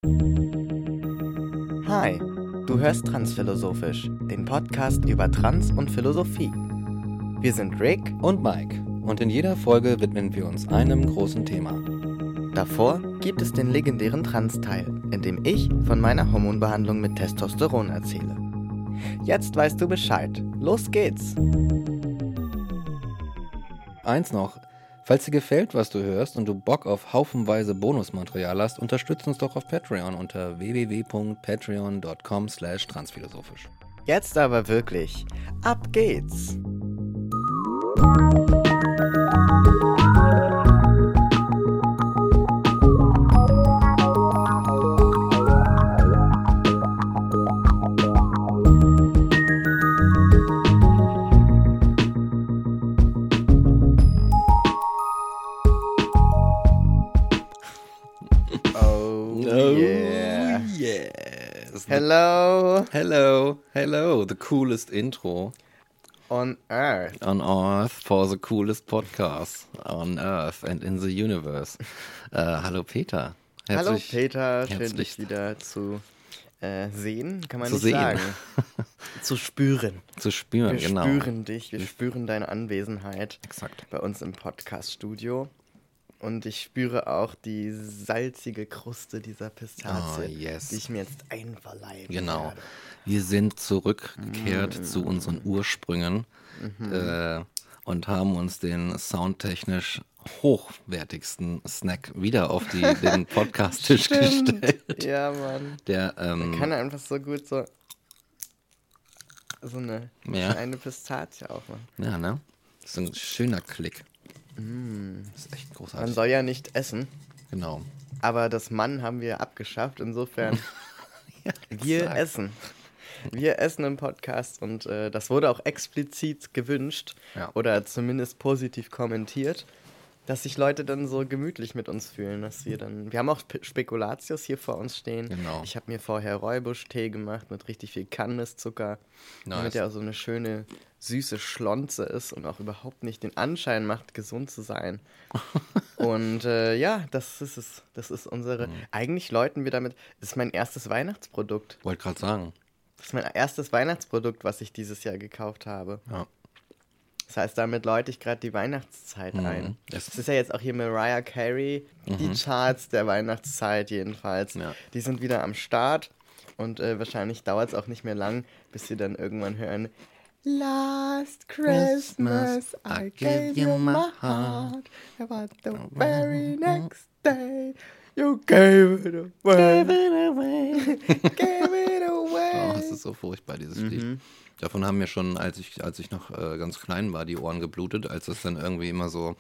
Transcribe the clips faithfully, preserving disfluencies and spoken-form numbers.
Hi, du hörst Transphilosophisch, den Podcast über Trans und Philosophie. Wir sind Rick und Mike und in jeder Folge widmen wir uns einem großen Thema. Davor gibt es den legendären Trans-Teil, in dem ich von meiner Hormonbehandlung mit Testosteron erzähle. Jetzt weißt du Bescheid. Los geht's! Eins noch, falls dir gefällt, was du hörst und du Bock auf haufenweise Bonusmaterial hast, unterstützt uns doch auf Patreon unter w w w punkt patreon punkt com slash transphilosophisch. Jetzt aber wirklich, ab geht's! Hello. Hello. Hello. The coolest intro. On Earth. On Earth for the coolest podcast. On Earth and in the universe. Uh, hallo Peter. Herzlich, hallo Peter. Schön, dich wieder zu äh, sehen. Kann man zu nicht sehen. sagen. Zu spüren. Zu spüren, wir genau. Wir spüren dich. Wir spüren deine Anwesenheit. Exakt. Bei uns im Podcast-Studio. Und ich spüre auch die salzige Kruste dieser Pistazie, oh, yes. die ich mir jetzt einverleiben Genau. werde. Wir sind zurückgekehrt mm. zu unseren Ursprüngen mm-hmm. äh, und haben uns den soundtechnisch hochwertigsten Snack wieder auf die, den Podcast-Tisch gestellt. Ja, Mann. Der ähm, Man kann einfach so gut so, so eine ja. kleine Pistazie aufmachen. Ja, ne? Das ist ein schöner Klick. Mm. Das ist echt großartig. Man soll ja nicht essen. Genau. Aber das Mann haben wir abgeschafft, insofern ja, wir essen. Wir essen im Podcast und äh, das wurde auch explizit gewünscht ja. oder zumindest positiv kommentiert, dass sich Leute dann so gemütlich mit uns fühlen, dass wir dann, wir haben auch Spe- Spekulatius hier vor uns stehen. Genau. Ich habe mir vorher Räubusch-Tee gemacht mit richtig viel Kandiszucker, nice. damit er auch so eine schöne süße Schlonze ist und auch überhaupt nicht den Anschein macht, gesund zu sein. Und äh, ja, das ist es. Das ist unsere. Mhm. Eigentlich läuten wir damit. Das ist mein erstes Weihnachtsprodukt. Wollte gerade sagen. Das ist mein erstes Weihnachtsprodukt, was ich dieses Jahr gekauft habe. Ja. Das heißt, damit läute ich gerade die Weihnachtszeit mhm. ein. Es ist ja jetzt auch hier Mariah Carey, mhm. die Charts der Weihnachtszeit jedenfalls. Ja. Die sind wieder am Start und äh, wahrscheinlich dauert es auch nicht mehr lang, bis sie dann irgendwann hören: Last Christmas I gave you my heart, but the very next day you gave it away. Gave it away. Gave it away. Oh, das ist so furchtbar, dieses mhm. Lied. Davon haben mir schon, als ich, als ich noch äh, ganz klein war, die Ohren geblutet, als es dann irgendwie immer so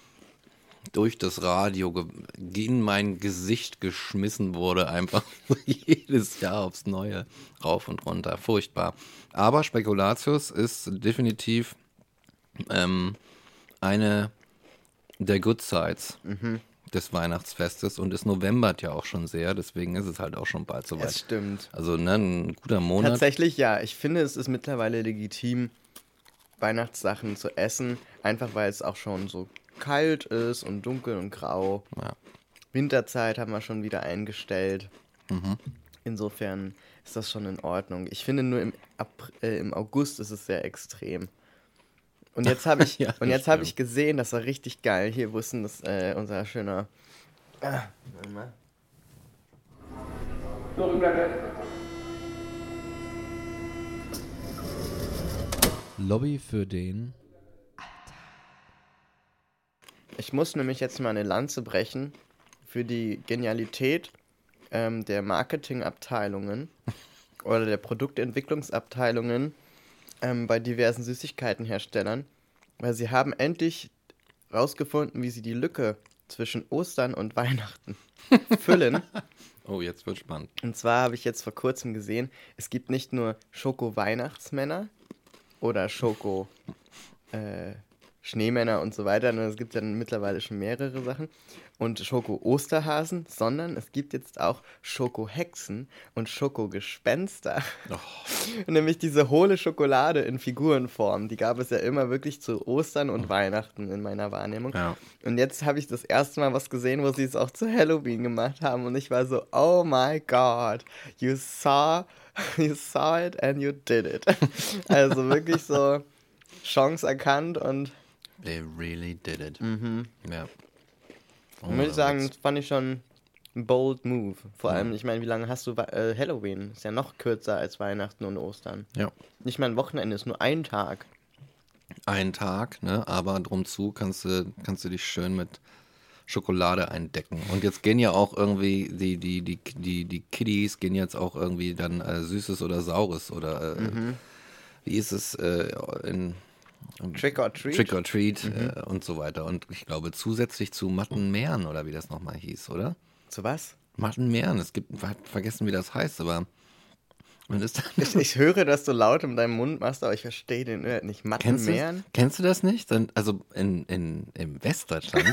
durch das Radio ge- in mein Gesicht geschmissen wurde, einfach jedes Jahr aufs Neue, rauf und runter. Furchtbar. Aber Spekulatius ist definitiv ähm, eine der Good Sides mhm. des Weihnachtsfestes und es novembert ja auch schon sehr, deswegen ist es halt auch schon bald soweit. Das stimmt. Also ne, ein guter Monat. Tatsächlich ja, ich finde, es ist mittlerweile legitim, Weihnachtssachen zu essen, einfach weil es auch schon so kalt ist und dunkel und grau. Ja. Winterzeit haben wir schon wieder eingestellt. Mhm. Insofern ist das schon in Ordnung. Ich finde nur im, April, äh, im August ist es sehr extrem. Und jetzt habe ich, ja, und jetzt habe ich gesehen, das war richtig geil. Hier, wo ist denn das, äh, unser schöner... Ah, warte mal. Lobby für den... Ich muss nämlich jetzt mal eine Lanze brechen für die Genialität ähm, der Marketingabteilungen oder der Produktentwicklungsabteilungen ähm, bei diversen Süßigkeitenherstellern, weil sie haben endlich rausgefunden, wie sie die Lücke zwischen Ostern und Weihnachten füllen. Oh, jetzt wird spannend. Und zwar habe ich jetzt vor kurzem gesehen, es gibt nicht nur Schoko-Weihnachtsmänner oder Schoko... Äh, Schneemänner und so weiter. Und es gibt ja mittlerweile schon mehrere Sachen. Und Schoko-Osterhasen, sondern es gibt jetzt auch Schoko-Hexen und Schoko-Gespenster. Oh. Nämlich diese hohle Schokolade in Figurenform. Die gab es ja immer wirklich zu Ostern und oh. Weihnachten in meiner Wahrnehmung. Ja. Und jetzt habe ich das erste Mal was gesehen, wo sie es auch zu Halloween gemacht haben. Und ich war so, oh my God, you saw, you saw it and you did it. Also wirklich so Chance erkannt und they really did it. Mhm. Ja. Oh, muss ich sagen, das fand ich schon ein bold move. Vor allem, ich meine, wie lange hast du äh, Halloween? Ist ja noch kürzer als Weihnachten und Ostern. Ja. Nicht mal ein Wochenende, ist nur ein Tag. Ein Tag, ne? Aber drum zu kannst du, kannst du dich schön mit Schokolade eindecken. Und jetzt gehen ja auch irgendwie die, die, die, die, die Kiddies gehen jetzt auch irgendwie dann äh, Süßes oder Saures oder äh, mhm. wie ist es äh, in Trick or Treat. Trick or Treat mhm. äh, und so weiter. Und ich glaube zusätzlich zu Mattenmeeren oder wie das nochmal hieß, oder? Zu was? Mattenmeeren. Es gibt, ich hab vergessen, wie das heißt, aber man ist ich, ich höre, dass du laut in deinem Mund machst, aber ich verstehe den nicht. Mattenmeeren? Kennst, kennst du das nicht? Also in, in, im Westdeutschland.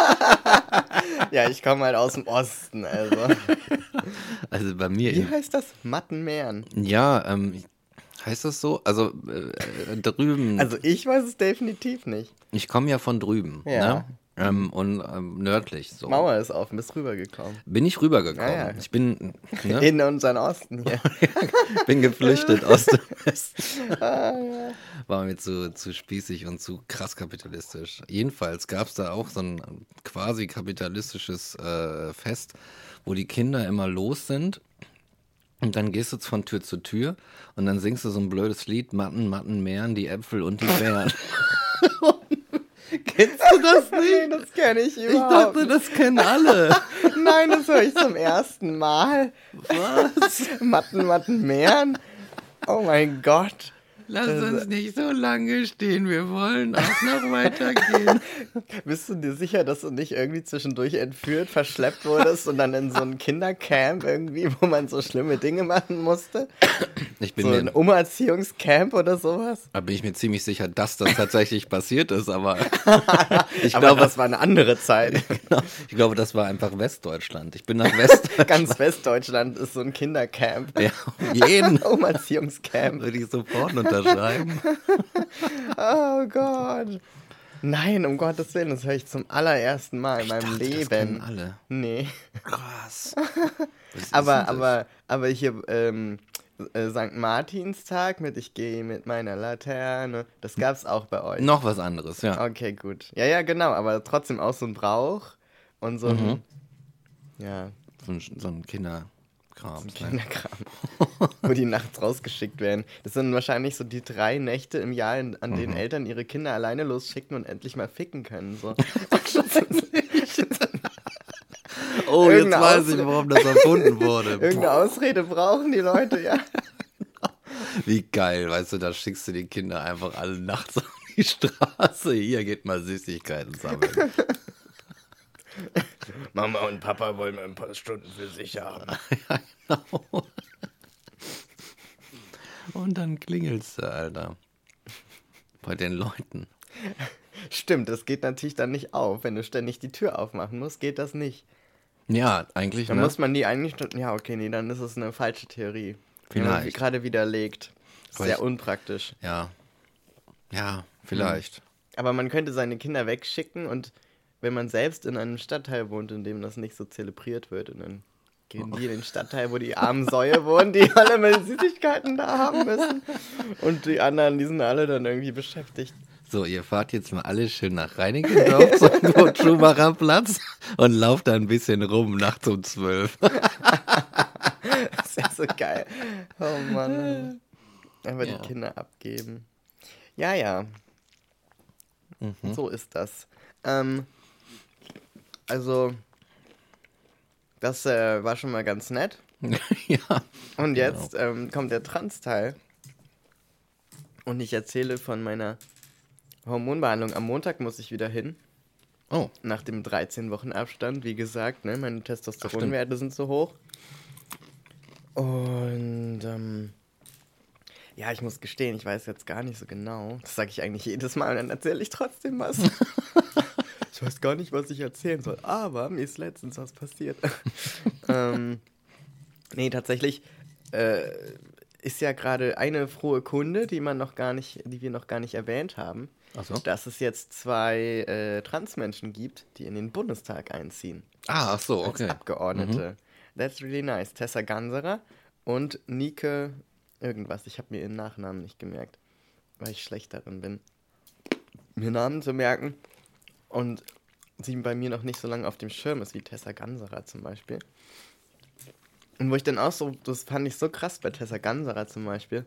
Ja, ich komme halt aus dem Osten, also. Also bei mir. Wie in, heißt das? Mattenmeeren? Ja, ähm, heißt das so? Also äh, drüben. Also ich weiß es definitiv nicht. Ich komme ja von drüben, ja. ne? Ähm, und ähm, nördlich so. Mauer ist offen, bist rübergekommen. Bin ich rübergekommen. Ja, ja. Ich bin ne? in unseren Osten hier. Bin geflüchtet aus dem Westen. Ah, ja. War mir zu, zu spießig und zu krass kapitalistisch. Jedenfalls gab es da auch so ein quasi kapitalistisches äh, Fest, wo die Kinder immer los sind. Und dann gehst du von Tür zu Tür und dann singst du so ein blödes Lied, Matten, Matten, Meeren, die Äpfel und die Beeren. Kennst du das nicht? Nein, das kenne ich überhaupt Ich dachte, das kennen alle. Nein, das höre ich zum ersten Mal. Was? Matten, Matten, Meeren? Oh mein Gott. Lass uns nicht so lange stehen, wir wollen auch noch weitergehen. Bist du dir sicher, dass du nicht irgendwie zwischendurch entführt, verschleppt wurdest und dann in so ein Kindercamp irgendwie, wo man so schlimme Dinge machen musste? Ich bin so mir, ein Umerziehungscamp oder sowas? Da bin ich mir ziemlich sicher, dass das tatsächlich passiert ist, aber ich aber glaube, das war eine andere Zeit. Genau, ich glaube, das war einfach Westdeutschland. Ich bin nach Westdeutschland. Ganz Westdeutschland ist so ein Kindercamp. Ja, jeden. Umerziehungscamp. Würde ich sofort unterschreiben. Oh Gott. Nein, um Gottes Willen, das höre ich zum allerersten Mal in ich meinem dachte, Leben. Das kennen alle. Nee. Krass. aber, aber, aber hier ähm, äh, Sankt Martinstag mit Ich gehe mit meiner Laterne, das gab's auch bei euch. Noch was anderes, ja. Okay, gut. Ja, ja, genau, aber trotzdem auch so ein Brauch und so ein, mhm. ja. So ein, so ein Kinderkram. Kinderkram. Wo die nachts rausgeschickt werden. Das sind wahrscheinlich so die drei Nächte im Jahr, in, an mhm. denen Eltern ihre Kinder alleine losschicken und endlich mal ficken können. So. Oh, jetzt weiß ich, warum das erfunden wurde. Irgendeine Boah. Ausrede brauchen die Leute, ja. Wie geil, weißt du, da schickst du die Kinder einfach alle nachts auf die Straße. Hier geht mal Süßigkeiten sammeln. Mama und Papa wollen ein paar Stunden für sich haben. Ja, genau. Und dann klingelst du, Alter. Bei den Leuten. Stimmt, das geht natürlich dann nicht auf. Wenn du ständig die Tür aufmachen musst, geht das nicht. Ja, eigentlich, Dann ne? muss man die eigentlich... Ja, okay, nee, dann ist es eine falsche Theorie. Vielleicht. Die gerade widerlegt. Aber sehr ich, unpraktisch. Ja. Ja, vielleicht. Aber man könnte seine Kinder wegschicken und wenn man selbst in einem Stadtteil wohnt, in dem das nicht so zelebriert wird, und dann gehen die in den Stadtteil, wo die armen Säue wohnen, die alle mal Süßigkeiten da haben müssen. Und die anderen, die sind alle dann irgendwie beschäftigt. So, ihr fahrt jetzt mal alle schön nach Reinickendorf zum Schumacherplatz und lauft da ein bisschen rum nachts um zwölf. Das ist ja so geil. Oh Mann. Einfach ja. die Kinder abgeben. Ja, ja. Mhm. So ist das. Ähm, also, das äh, war schon mal ganz nett. Ja. Und jetzt genau. ähm, kommt der Trans-Teil. Und ich erzähle von meiner Hormonbehandlung. Am Montag muss ich wieder hin. Oh. Nach dem dreizehn Wochen Abstand, wie gesagt, ne, meine Testosteronwerte sind so hoch. Und ähm, Ja, ich muss gestehen, ich weiß jetzt gar nicht so genau. Das sage ich eigentlich jedes Mal, dann erzähle ich trotzdem was. Ich weiß gar nicht, was ich erzählen soll, aber mir ist letztens was passiert. ähm, nee, tatsächlich äh, ist ja gerade eine frohe Kunde, die man noch gar nicht, die wir noch gar nicht erwähnt haben, Ach so. dass es jetzt zwei äh, Transmenschen gibt, die in den Bundestag einziehen. Ah, ach so, Als okay. Abgeordnete. That's really nice. Tessa Ganserer und Nike irgendwas. Ich habe mir ihren Nachnamen nicht gemerkt, weil ich schlecht darin bin, mir Namen zu merken. Und sie bei mir noch nicht so lange auf dem Schirm ist wie Tessa Ganserer zum Beispiel. Und wo ich dann auch so, das fand ich so krass bei Tessa Ganserer zum Beispiel.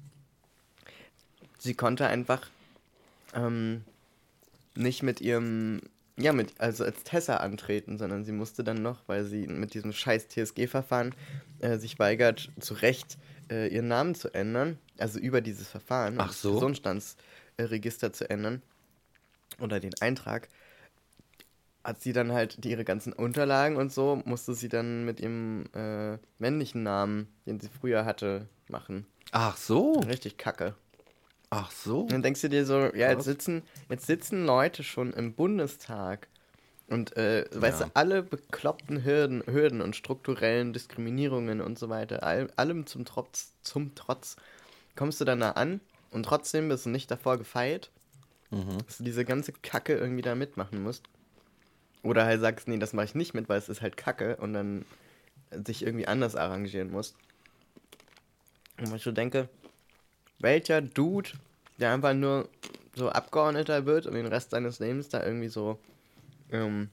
Sie konnte einfach ähm, nicht mit ihrem, ja, mit, also als Tessa antreten, sondern sie musste dann noch, weil sie mit diesem scheiß T S G-Verfahren äh, sich weigert, zu Recht äh, ihren Namen zu ändern, also über dieses Verfahren, Ach das so. Personenstandsregister zu ändern oder den Eintrag, hat sie dann halt die, ihre ganzen Unterlagen und so, musste sie dann mit ihrem äh, männlichen Namen, den sie früher hatte, machen. Ach so. Richtig kacke. Ach so. Und dann denkst du dir so, ja, jetzt Krass. sitzen, jetzt sitzen Leute schon im Bundestag und, äh, weißt Ja. du, alle bekloppten Hürden, Hürden und strukturellen Diskriminierungen und so weiter, all, allem zum Trotz, zum Trotz, kommst du dann da an und trotzdem bist du nicht davor gefeit, Mhm. dass du diese ganze Kacke irgendwie da mitmachen musst. Oder halt sagst, nee, das mache ich nicht mit, weil es ist halt Kacke und dann sich irgendwie anders arrangieren musst. Und wenn ich so denke, welcher Dude, der einfach nur so Abgeordneter wird und den Rest seines Lebens da irgendwie so ähm,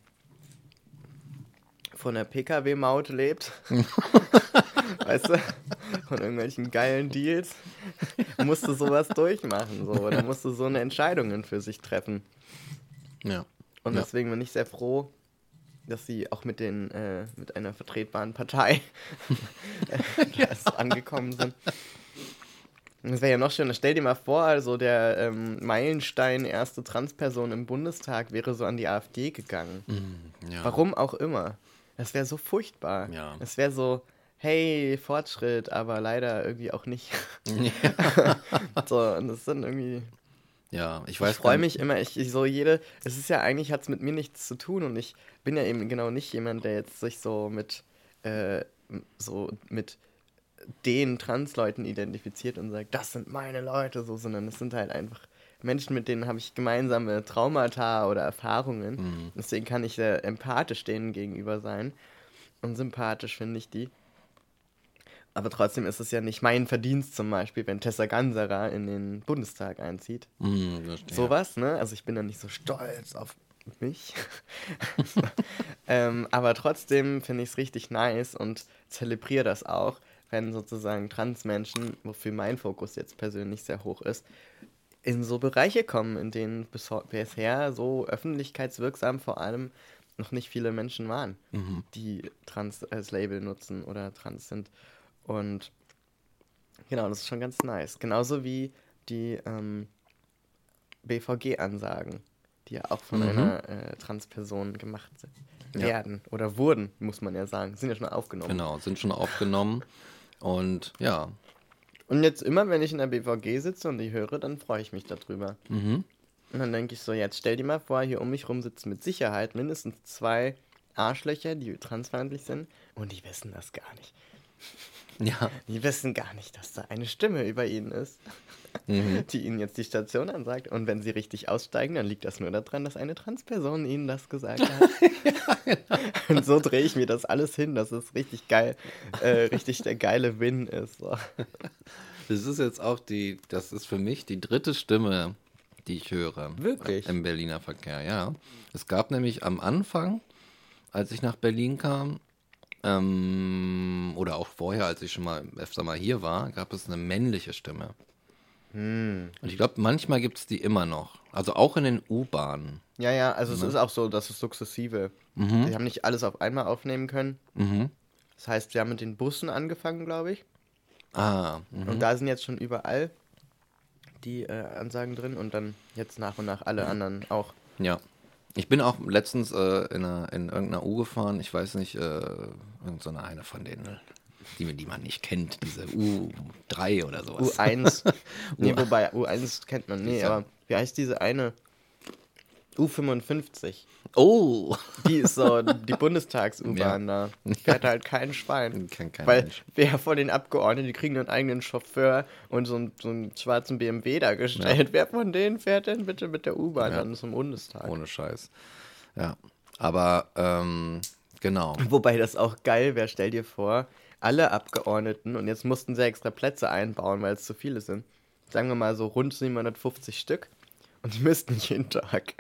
von der P K W-Maut lebt, weißt du, von irgendwelchen geilen Deals, musst du sowas durchmachen, so, oder musst du so eine Entscheidungen für sich treffen. Ja. Und Ja. deswegen bin ich sehr froh, dass sie auch mit den äh, mit einer vertretbaren Partei äh, da angekommen sind. Und das wäre ja noch schöner. Stell dir mal vor, also der ähm, Meilenstein erste Transperson im Bundestag wäre so an die AfD gegangen. Mm, ja. Warum auch immer. Das wäre so furchtbar. Ja. Das wäre so, hey, Fortschritt, aber leider irgendwie auch nicht. So, und das sind irgendwie... Ja, ich weiß Ich freue gar mich immer, ich, ich so jede, es ist ja eigentlich, hat es mit mir nichts zu tun und ich bin ja eben genau nicht jemand, der jetzt sich so mit, äh, so mit den Transleuten identifiziert und sagt, das sind meine Leute, so, sondern es sind halt einfach Menschen, mit denen habe ich gemeinsame Traumata oder Erfahrungen. Mhm. Deswegen kann ich sehr empathisch denen gegenüber sein und sympathisch finde ich die. Aber trotzdem ist es ja nicht mein Verdienst zum Beispiel, wenn Tessa Ganserer in den Bundestag einzieht. Mm, das- ja. Sowas, ne? Also ich bin da nicht so stolz auf mich. ähm, aber trotzdem finde ich es richtig nice und zelebriere das auch, wenn sozusagen Transmenschen, wofür mein Fokus jetzt persönlich sehr hoch ist, in so Bereiche kommen, in denen bis, bisher so öffentlichkeitswirksam vor allem noch nicht viele Menschen waren, Mhm. die trans als Label nutzen oder trans sind. Und genau, das ist schon ganz nice. Genauso wie die ähm, B V G-Ansagen, die ja auch von Mhm. einer äh, Transperson gemacht sind, Ja. werden oder wurden, muss man ja sagen. Sind ja schon aufgenommen. Genau, sind schon aufgenommen. Und ja. Und jetzt immer, wenn ich in der B V G sitze und die höre, dann freue ich mich darüber. Mhm. Und dann denke ich so, jetzt stell dir mal vor, hier um mich rum sitzen mit Sicherheit mindestens zwei Arschlöcher, die transfeindlich sind und die wissen das gar nicht. Ja. Die wissen gar nicht, dass da eine Stimme über ihnen ist, Mhm. die ihnen jetzt die Station ansagt. Und wenn sie richtig aussteigen, dann liegt das nur daran, dass eine Transperson ihnen das gesagt hat. Und so drehe ich mir das alles hin, dass es richtig geil, äh, richtig der geile Win ist. So. Das ist jetzt auch die, das ist für mich die dritte Stimme, die ich höre. Wirklich? Im Berliner Verkehr, ja. Es gab nämlich am Anfang, als ich nach Berlin kam, ähm, oder auch vorher, als ich schon mal öfter mal hier war, gab es eine männliche Stimme. Hm. Und ich glaube, manchmal gibt es die immer noch. Also auch in den U-Bahnen. Ja, ja, also es Ne? ist auch so, dass es sukzessive. Mhm. Die haben nicht alles auf einmal aufnehmen können. Mhm. Das heißt, wir haben mit den Bussen angefangen, glaube ich. Ah, mhm. Und da sind jetzt schon überall die äh, Ansagen drin und dann jetzt nach und nach alle anderen auch. Ja. Ich bin auch letztens äh, in, einer, in irgendeiner U gefahren, ich weiß nicht, äh, irgend so eine, eine von den die, die man nicht kennt, diese U drei oder sowas. U eins. Nee, wobei, U eins kennt man, nee, aber wie heißt diese eine? U fünfundfünfzig. Oh! Die ist so die Bundestags-U-Bahn Ja. da. Fährt halt kein Schwein. Kennt kein Weil Mensch. wer von den Abgeordneten, die kriegen einen eigenen Chauffeur und so einen, so einen schwarzen B M W da gestellt. Ja. Wer von denen fährt denn bitte mit der U-Bahn Ja. dann zum Bundestag? Ohne Scheiß. Ja. Aber, ähm, genau. Wobei das auch geil wäre, stell dir vor, alle Abgeordneten, und jetzt mussten sie extra Plätze einbauen, weil es zu viele sind. Sagen wir mal so rund siebenhundertfünfzig Stück. Und die müssten jeden Tag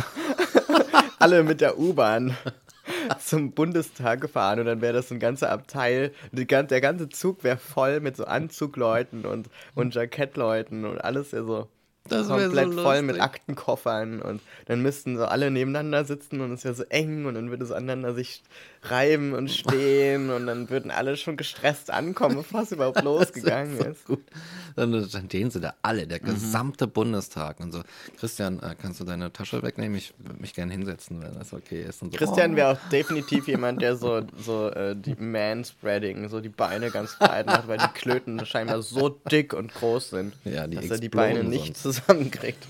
alle mit der U-Bahn zum Bundestag fahren und dann wäre das so ein ganzer Abteil, die, gan- der ganze Zug wäre voll mit so Anzugleuten und, und Jackettleuten und alles wäre so Das wär komplett so voll mit lustig. Aktenkoffern und dann müssten so alle nebeneinander sitzen und es wäre so eng und dann würde es aneinander sich reiben und stehen und dann würden alle schon gestresst ankommen, bevor es überhaupt losgegangen so ist. Gut. Dann, dann stehen sie da alle, der gesamte Bundestag und so. Christian, äh, kannst du deine Tasche wegnehmen? Ich würde mich gerne hinsetzen, wenn das okay ist. Und so, Christian oh. wäre auch definitiv jemand, der so, so äh, die Manspreading, so die Beine ganz breit macht, weil die Klöten scheinbar so dick und groß sind, Ja, die dass er die exploden Beine nicht sonst. zusammenkriegt.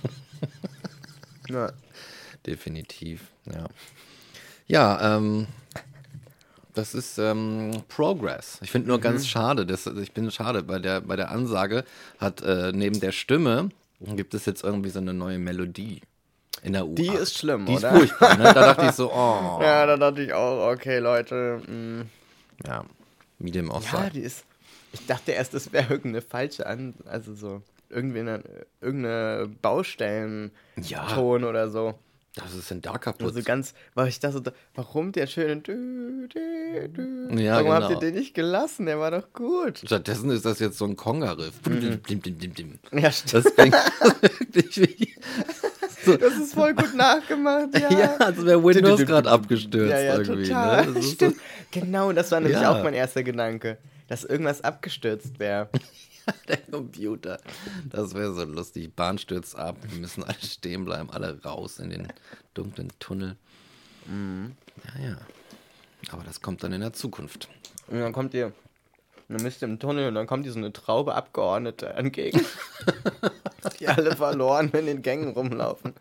Ja. Definitiv, ja. Ja, ähm, das ist ähm, Progress. Ich finde nur Mhm. ganz schade, das, ich bin schade, bei der, bei der Ansage hat äh, neben der Stimme gibt es jetzt irgendwie so eine neue Melodie in der U acht. Die ist schlimm, Die ist oder? furchtbar, ne? Da dachte ich so, oh. Ja, da dachte ich auch, okay, Leute. Mh. Ja, wie dem auch Ja, sei. die ist. Ich dachte erst, das wäre irgendeine falsche An. Also so. Irgendwie eine, irgendeine Baustellen-Ton Ja. oder so. Das ist denn da kaputt? Also ganz, weil ich dachte, so, warum der schöne dü, dü, dü. Ja, Warum habt ihr genau. den nicht gelassen? Der war doch gut. Stattdessen ist das jetzt so ein Konga-Riff. Mhm. Dim, dim, dim, dim. Ja, stimmt. Das klingt wirklich wie... Das ist voll gut nachgemacht, ja. Ja, als wäre Windows gerade abgestürzt Ja, ja, irgendwie. total. Ne? Das ist Stimmt. Genau, das war nämlich Ja. auch mein erster Gedanke. Dass irgendwas abgestürzt wäre. so, der Computer. Das wäre so lustig. Bahn stürzt ab, wir müssen alle stehen bleiben, alle raus in den dunklen Tunnel. Mhm. Ja, ja. Aber das kommt dann in der Zukunft. Und dann kommt ihr, dann müsst ihr im Tunnel und dann kommt ihr so eine Traube Abgeordnete entgegen. Die alle verloren in den Gängen rumlaufen.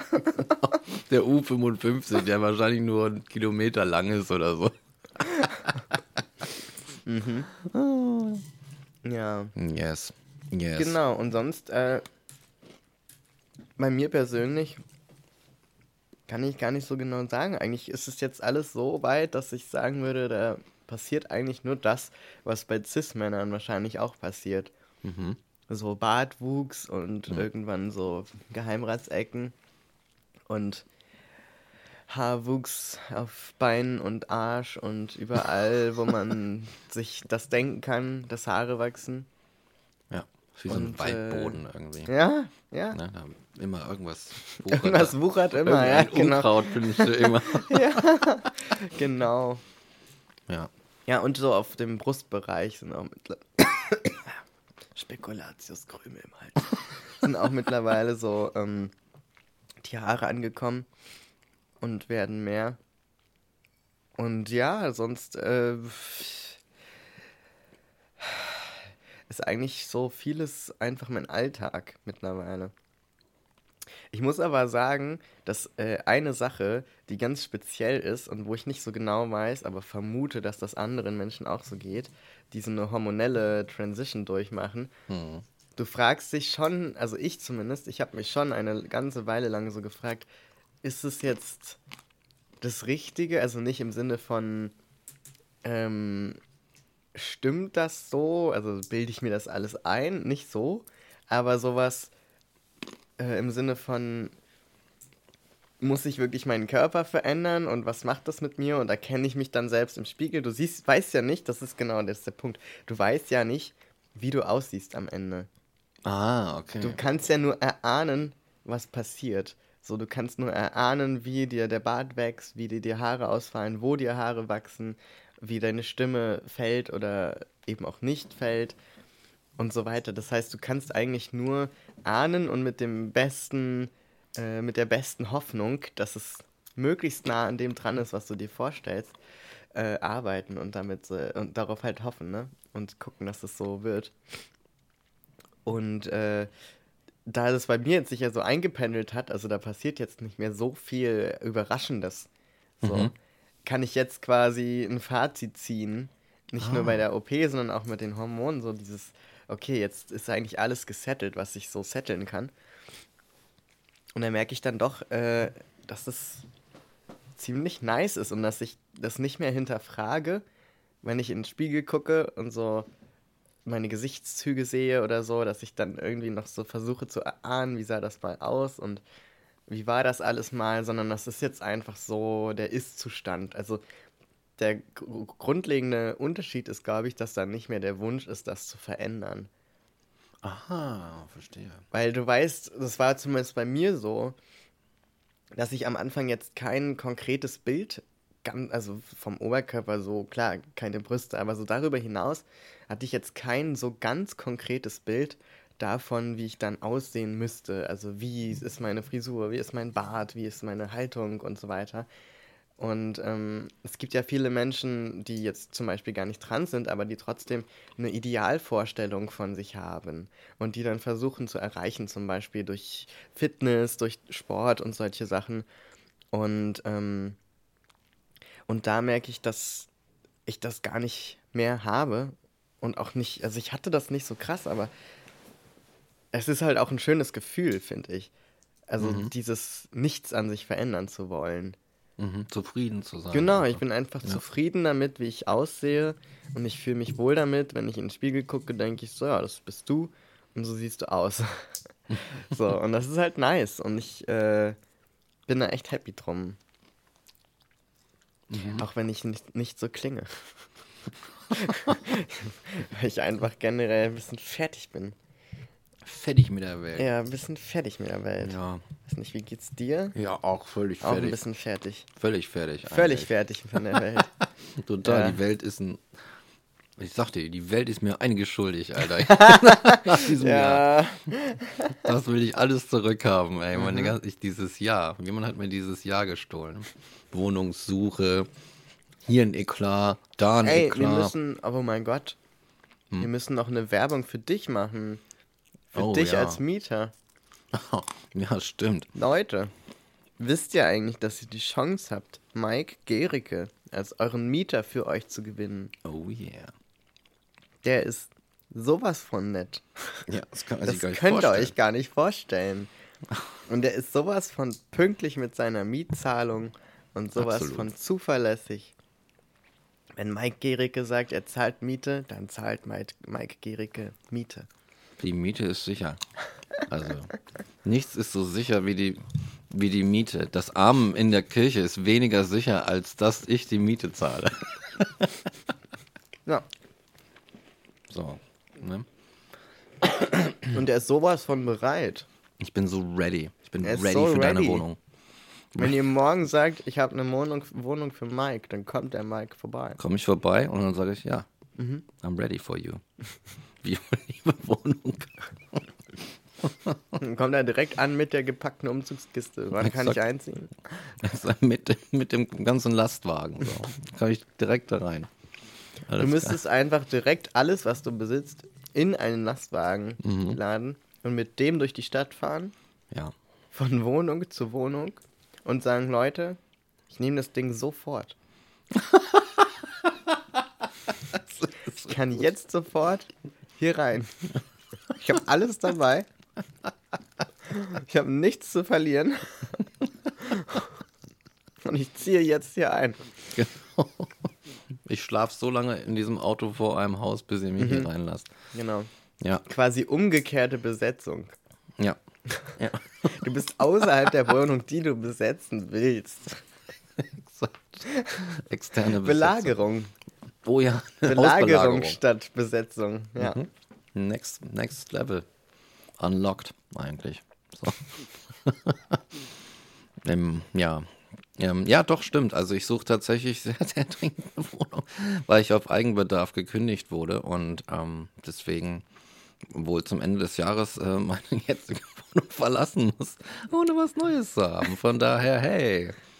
Der U fünfundfünfzig, der wahrscheinlich nur einen Kilometer lang ist oder so. Ja, Yes. Yes. genau. Und sonst, äh, bei mir persönlich kann ich gar nicht so genau sagen. Eigentlich ist es jetzt alles so weit, dass ich sagen würde, da passiert eigentlich nur das, was bei Cis-Männern wahrscheinlich auch passiert. Mhm. So Bartwuchs und Mhm. irgendwann so Geheimratsecken und Haarwuchs auf Beinen und Arsch und überall, wo man sich das denken kann, dass Haare wachsen. Ja, wie so ein Und, Waldboden irgendwie. Ja, ja. Ne, da immer irgendwas. Irgendwas wuchert immer, ja, Irgendein genau. Unkraut finde ich immer. Genau. Ja. Ja, und so auf dem Brustbereich sind auch mittlerweile Spekulatiuskrümel im Hals. Sind auch mittlerweile so ähm, die Haare angekommen und werden mehr. Und ja, sonst äh, ist eigentlich so vieles einfach mein Alltag mittlerweile. Ich muss aber sagen, dass äh, eine Sache, die ganz speziell ist und wo ich nicht so genau weiß, aber vermute, dass das anderen Menschen auch so geht, die so eine hormonelle Transition durchmachen. Hm. Du fragst dich schon, also ich zumindest, ich habe mich schon eine ganze Weile lang so gefragt, ist es jetzt das Richtige? Also nicht im Sinne von, ähm, stimmt das so? Also bilde ich mir das alles ein? Nicht so, aber sowas äh, im Sinne von, muss ich wirklich meinen Körper verändern und was macht das mit mir und erkenne ich mich dann selbst im Spiegel? Du siehst, weißt ja nicht, das ist genau das ist der Punkt, du weißt ja nicht, wie du aussiehst am Ende. Ah, okay. Du kannst ja nur erahnen, was passiert. So, du kannst nur erahnen, wie dir der Bart wächst, wie dir die Haare ausfallen, wo dir Haare wachsen, wie deine Stimme fällt oder eben auch nicht fällt und so weiter. Das heißt, du kannst eigentlich nur ahnen und mit dem besten, äh, mit der besten Hoffnung, dass es möglichst nah an dem dran ist, was du dir vorstellst, äh, arbeiten und damit äh, und darauf halt hoffen, ne? Und gucken, dass es so wird. Und äh, da das bei mir jetzt sich ja so eingependelt hat, also da passiert jetzt nicht mehr so viel Überraschendes, so, Mhm. kann ich jetzt quasi ein Fazit ziehen, nicht nur bei Ah. der O P, sondern auch mit den Hormonen, so dieses, okay, jetzt ist eigentlich alles gesettelt, was ich so setteln kann. Und da merke ich dann doch, äh, dass das ziemlich nice ist und dass ich das nicht mehr hinterfrage, wenn ich in den Spiegel gucke und so meine Gesichtszüge sehe oder so, dass ich dann irgendwie noch so versuche zu erahnen, wie sah das mal aus und wie war das alles mal, sondern das ist jetzt einfach so der Ist-Zustand. Also der gr- grundlegende Unterschied ist, glaube ich, dass da nicht mehr der Wunsch ist, das zu verändern. Aha, verstehe. Weil du weißt, das war zumindest bei mir so, dass ich am Anfang jetzt kein konkretes Bild, gan- also vom Oberkörper so, klar, keine Brüste, aber so darüber hinaus hatte ich jetzt kein so ganz konkretes Bild davon, wie ich dann aussehen müsste. Also wie ist meine Frisur, wie ist mein Bart, wie ist meine Haltung und so weiter. Und ähm, es gibt ja viele Menschen, die jetzt zum Beispiel gar nicht trans sind, aber die trotzdem eine Idealvorstellung von sich haben und die dann versuchen zu erreichen, zum Beispiel durch Fitness, durch Sport und solche Sachen. Und, ähm, und da merke ich, dass ich das gar nicht mehr habe und auch nicht, also ich hatte das nicht so krass, aber es ist halt auch ein schönes Gefühl, finde ich. Also Mhm. dieses Nichts an sich verändern zu wollen. Mhm. Zufrieden zu sein. Genau, ich einfach. bin einfach Ja. zufrieden damit, wie ich aussehe und ich fühle mich wohl damit. Wenn ich in den Spiegel gucke, denke ich so, ja, das bist du und so siehst du aus. So, und das ist halt nice und ich äh, bin da echt happy drum. Mhm. Auch wenn ich nicht, nicht so klinge. Weil ich einfach generell ein bisschen fertig bin. Fertig mit der Welt. Ja, ein bisschen fertig mit der Welt. Ja. Weiß nicht, wie geht's dir? Ja, auch völlig Auch ein fertig. bisschen fertig. Völlig fertig. Völlig eigentlich. fertig von der Welt. Total, Ja. die Welt ist ein. Ich sag dir, die Welt ist mir einiges schuldig, Alter. Nach diesem Jahr. Ja, Das will ich alles zurückhaben, ey. Meine Mhm. ganz, ich, dieses Jahr. Jemand hat mir dieses Jahr gestohlen. Wohnungssuche. Hier ein Eklat, da ein ey, wir Eklat. müssen, oh mein Gott, wir müssen noch eine Werbung für dich machen. Für Oh, dich ja. als Mieter. Ja, stimmt. Leute, wisst ihr eigentlich, dass ihr die Chance habt, Mike Gericke als euren Mieter für euch zu gewinnen? Oh yeah. Der ist sowas von nett. Ja, das kann man sich Das gar nicht könnt ihr vorstellen. euch gar nicht vorstellen. Und der ist sowas von pünktlich mit seiner Mietzahlung und sowas Absolut. von zuverlässig. Wenn Mike Gericke sagt, er zahlt Miete, dann zahlt Mike, Mike Gericke Miete. Die Miete ist sicher. Also, nichts ist so sicher wie die, wie die Miete. Das Amen in der Kirche ist weniger sicher, als dass ich die Miete zahle. Ja, So, ne? und er ist sowas von bereit. Ich bin so ready. Ich bin Er ist ready so für deine ready. Wohnung. Wenn ihr morgen sagt, ich habe eine Wohnung, Wohnung für Mike, dann kommt der Mike vorbei. Komme ich vorbei und dann sage ich, ja, Mhm. I'm ready for you. Wie liebe Wohnung. Dann kommt er direkt an mit der gepackten Umzugskiste. Wann kann ich Exakt. einziehen? Also mit, dem- mit dem ganzen Lastwagen. So. Kann ich direkt da rein. Alles Du klar. müsstest einfach direkt alles, was du besitzt, in einen Lastwagen Mhm. laden und mit dem durch die Stadt fahren, Ja. von Wohnung zu Wohnung und sagen, Leute, ich nehme das Ding sofort. Ich kann jetzt sofort hier rein. Ich habe alles dabei. Ich habe nichts zu verlieren. Und ich ziehe jetzt hier ein. Genau. Ich schlafe so lange in diesem Auto vor einem Haus, bis ihr mich Mhm. hier reinlasst. Genau. Ja, Quasi umgekehrte Besetzung. ja. ja. Du bist außerhalb der Wohnung, die du besetzen willst. Exakt. Externe Besetzung. Belagerung. Oh ja, eine Belagerung Hausbelagerung. statt Besetzung. Ja. Mhm. Next, next Level. Unlocked, eigentlich. So. ähm, ja. Ähm, ja, doch, stimmt. Also ich suche tatsächlich sehr, sehr dringend eine Wohnung, weil ich auf Eigenbedarf gekündigt wurde und ähm, deswegen wohl zum Ende des Jahres äh, meine jetzige Wohnung verlassen muss, ohne was Neues zu haben. Von daher, hey,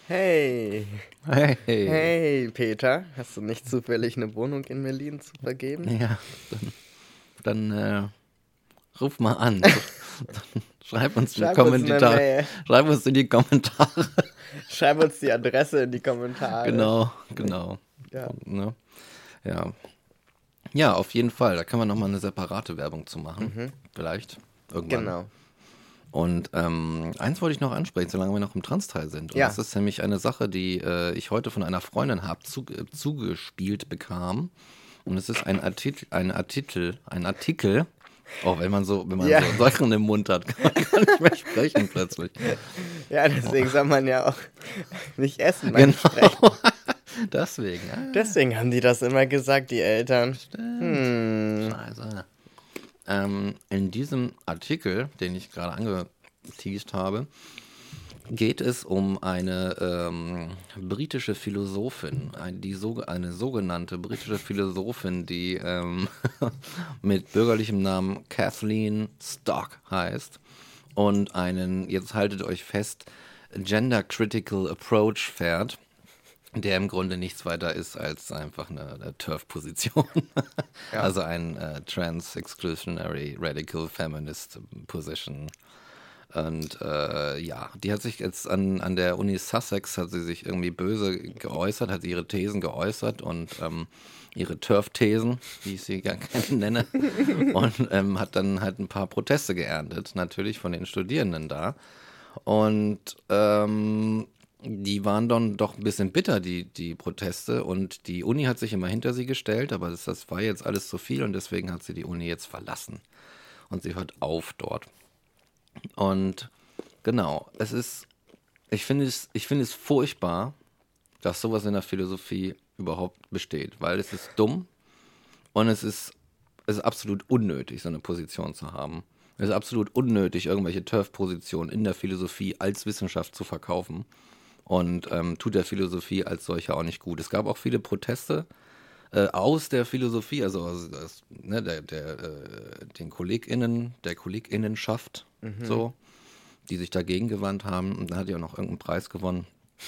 Hey, Hey. hey, Peter, hast du nicht zufällig eine Wohnung in Berlin zu vergeben? Ja, dann, dann äh, ruf mal an. Dann schreib uns, Schreib in uns die eine Kommentare. Mail. Schreib uns in die Kommentare. Schreib uns die Adresse in die Kommentare. Genau, genau. Ja. Ne? Ja. Ja, auf jeden Fall. Da kann man nochmal eine separate Werbung zu machen. Vielleicht. Irgendwann. Genau. Und ähm, eins wollte ich noch ansprechen, solange wir noch im Trans-Teil sind. Und Ja. das ist nämlich eine Sache, die äh, ich heute von einer Freundin habe zu, äh, zugespielt bekam. Und es ist ein Artikel, ein Artikel, ein Artikel. Auch wenn man so, wenn man Ja. so Sachen im Mund hat, kann man gar nicht mehr sprechen plötzlich. Ja, deswegen soll man ja auch nicht essen beim Sprechen. Genau. Deswegen. Ah, Deswegen haben die das immer gesagt, die Eltern. Hm. Scheiße. Ähm, in diesem Artikel, den ich gerade angeteased habe, geht es um eine ähm, britische Philosophin, ein, die so, eine sogenannte britische Philosophin, die ähm, mit bürgerlichem Namen Kathleen Stock heißt und einen, jetzt haltet euch fest, Gender Critical Approach fährt, der im Grunde nichts weiter ist als einfach eine, eine T E R F-Position. Ja. Also ein äh, Trans-Exclusionary Radical Feminist Position. Und äh, ja, die hat sich jetzt an, an der Uni Sussex, hat sie sich irgendwie böse geäußert, hat ihre Thesen geäußert und ähm, ihre T E R F-Thesen, wie ich sie gerne nenne, und ähm, hat dann halt ein paar Proteste geerntet, natürlich von den Studierenden da. Und ähm, die waren dann doch ein bisschen bitter, die, die Proteste. Und die Uni hat sich immer hinter sie gestellt, aber das, das war jetzt alles zu viel und deswegen hat sie die Uni jetzt verlassen. Und sie hört auf dort. Und genau, es ist, ich finde es, ich finde es furchtbar, dass sowas in der Philosophie überhaupt besteht, weil es ist dumm und es ist, es ist absolut unnötig, so eine Position zu haben. Es ist absolut unnötig, irgendwelche T E R F-Positionen in der Philosophie als Wissenschaft zu verkaufen und ähm, tut der Philosophie als solcher auch nicht gut. Es gab auch viele Proteste äh, aus der Philosophie, also aus, aus, ne, der, der, äh, den KollegInnen, der KollegInnenschaft, so, die sich dagegen gewandt haben. Und dann hat die auch noch irgendeinen Preis gewonnen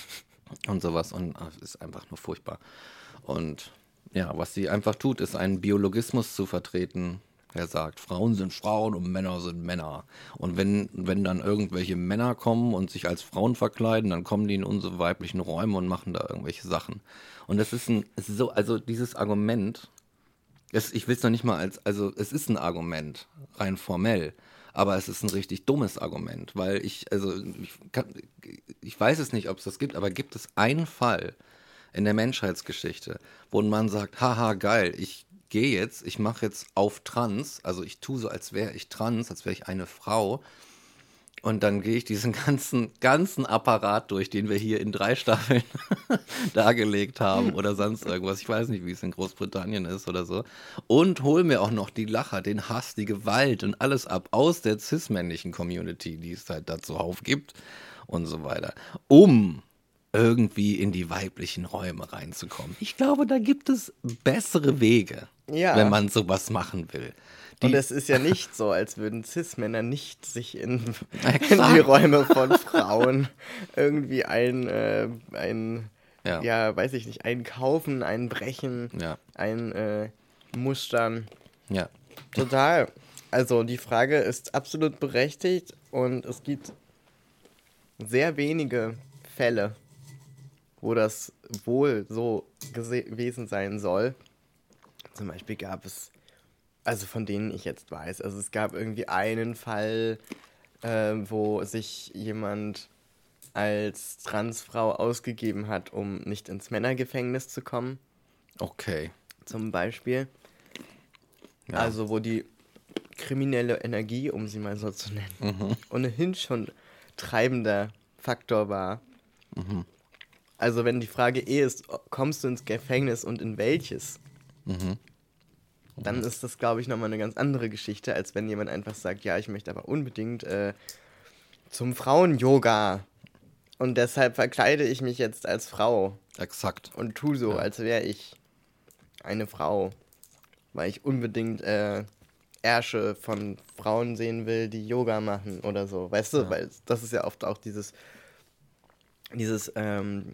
und sowas. Und ach, es ist einfach nur furchtbar. Und ja, was sie einfach tut, ist einen Biologismus zu vertreten. Er sagt, Frauen sind Frauen und Männer sind Männer. Und wenn, wenn dann irgendwelche Männer kommen und sich als Frauen verkleiden, dann kommen die in unsere weiblichen Räume und machen da irgendwelche Sachen. Und das ist ein, es ist so, also dieses Argument, es, ich will es noch nicht mal als, also es ist ein Argument, rein formell, aber es ist ein richtig dummes Argument, weil ich, also ich, kann, ich weiß es nicht, ob es das gibt, aber gibt es einen Fall in der Menschheitsgeschichte, wo ein Mann sagt, haha, geil, ich gehe jetzt, ich mache jetzt auf Trans, also ich tue so, als wäre ich trans, als wäre ich eine Frau und dann gehe ich diesen ganzen, ganzen Apparat durch, den wir hier in drei Staffeln dargelegt haben oder sonst irgendwas. Ich weiß nicht, wie es in Großbritannien ist oder so. Und hol mir auch noch die Lacher, den Hass, die Gewalt und alles ab aus der cis-männlichen Community, die es halt da zuhauf gibt und so weiter, um irgendwie in die weiblichen Räume reinzukommen. Ich glaube, da gibt es bessere Wege, Ja. wenn man sowas machen will. Die, Und es ist ja nicht so, als würden Cis-Männer nicht sich in, in Exakt. die Räume von Frauen irgendwie ein, äh, ein Ja. ja. weiß ich nicht, einkaufen, einbrechen, Ja. ein äh, Mustern. ja. Total. Also die Frage ist absolut berechtigt und es gibt sehr wenige Fälle, wo das wohl so gese- gewesen sein soll. Zum Beispiel gab es, also von denen ich jetzt weiß, also es gab irgendwie einen Fall, äh, wo sich jemand als Transfrau ausgegeben hat, um nicht ins Männergefängnis zu kommen, Okay. zum Beispiel. Ja. Also wo die kriminelle Energie, um sie mal so zu nennen, ohnehin schon treibender Faktor war. Also wenn die Frage eh ist, kommst du ins Gefängnis und in welches, dann ist das, glaube ich, nochmal eine ganz andere Geschichte, als wenn jemand einfach sagt, ja, ich möchte aber unbedingt äh, zum Frauen-Yoga und deshalb verkleide ich mich jetzt als Frau Exakt. und tu so, Ja. als wäre ich eine Frau, weil ich unbedingt äh, Ärsche von Frauen sehen will, die Yoga machen oder so, weißt du, Ja. weil das ist ja oft auch dieses dieses, ähm,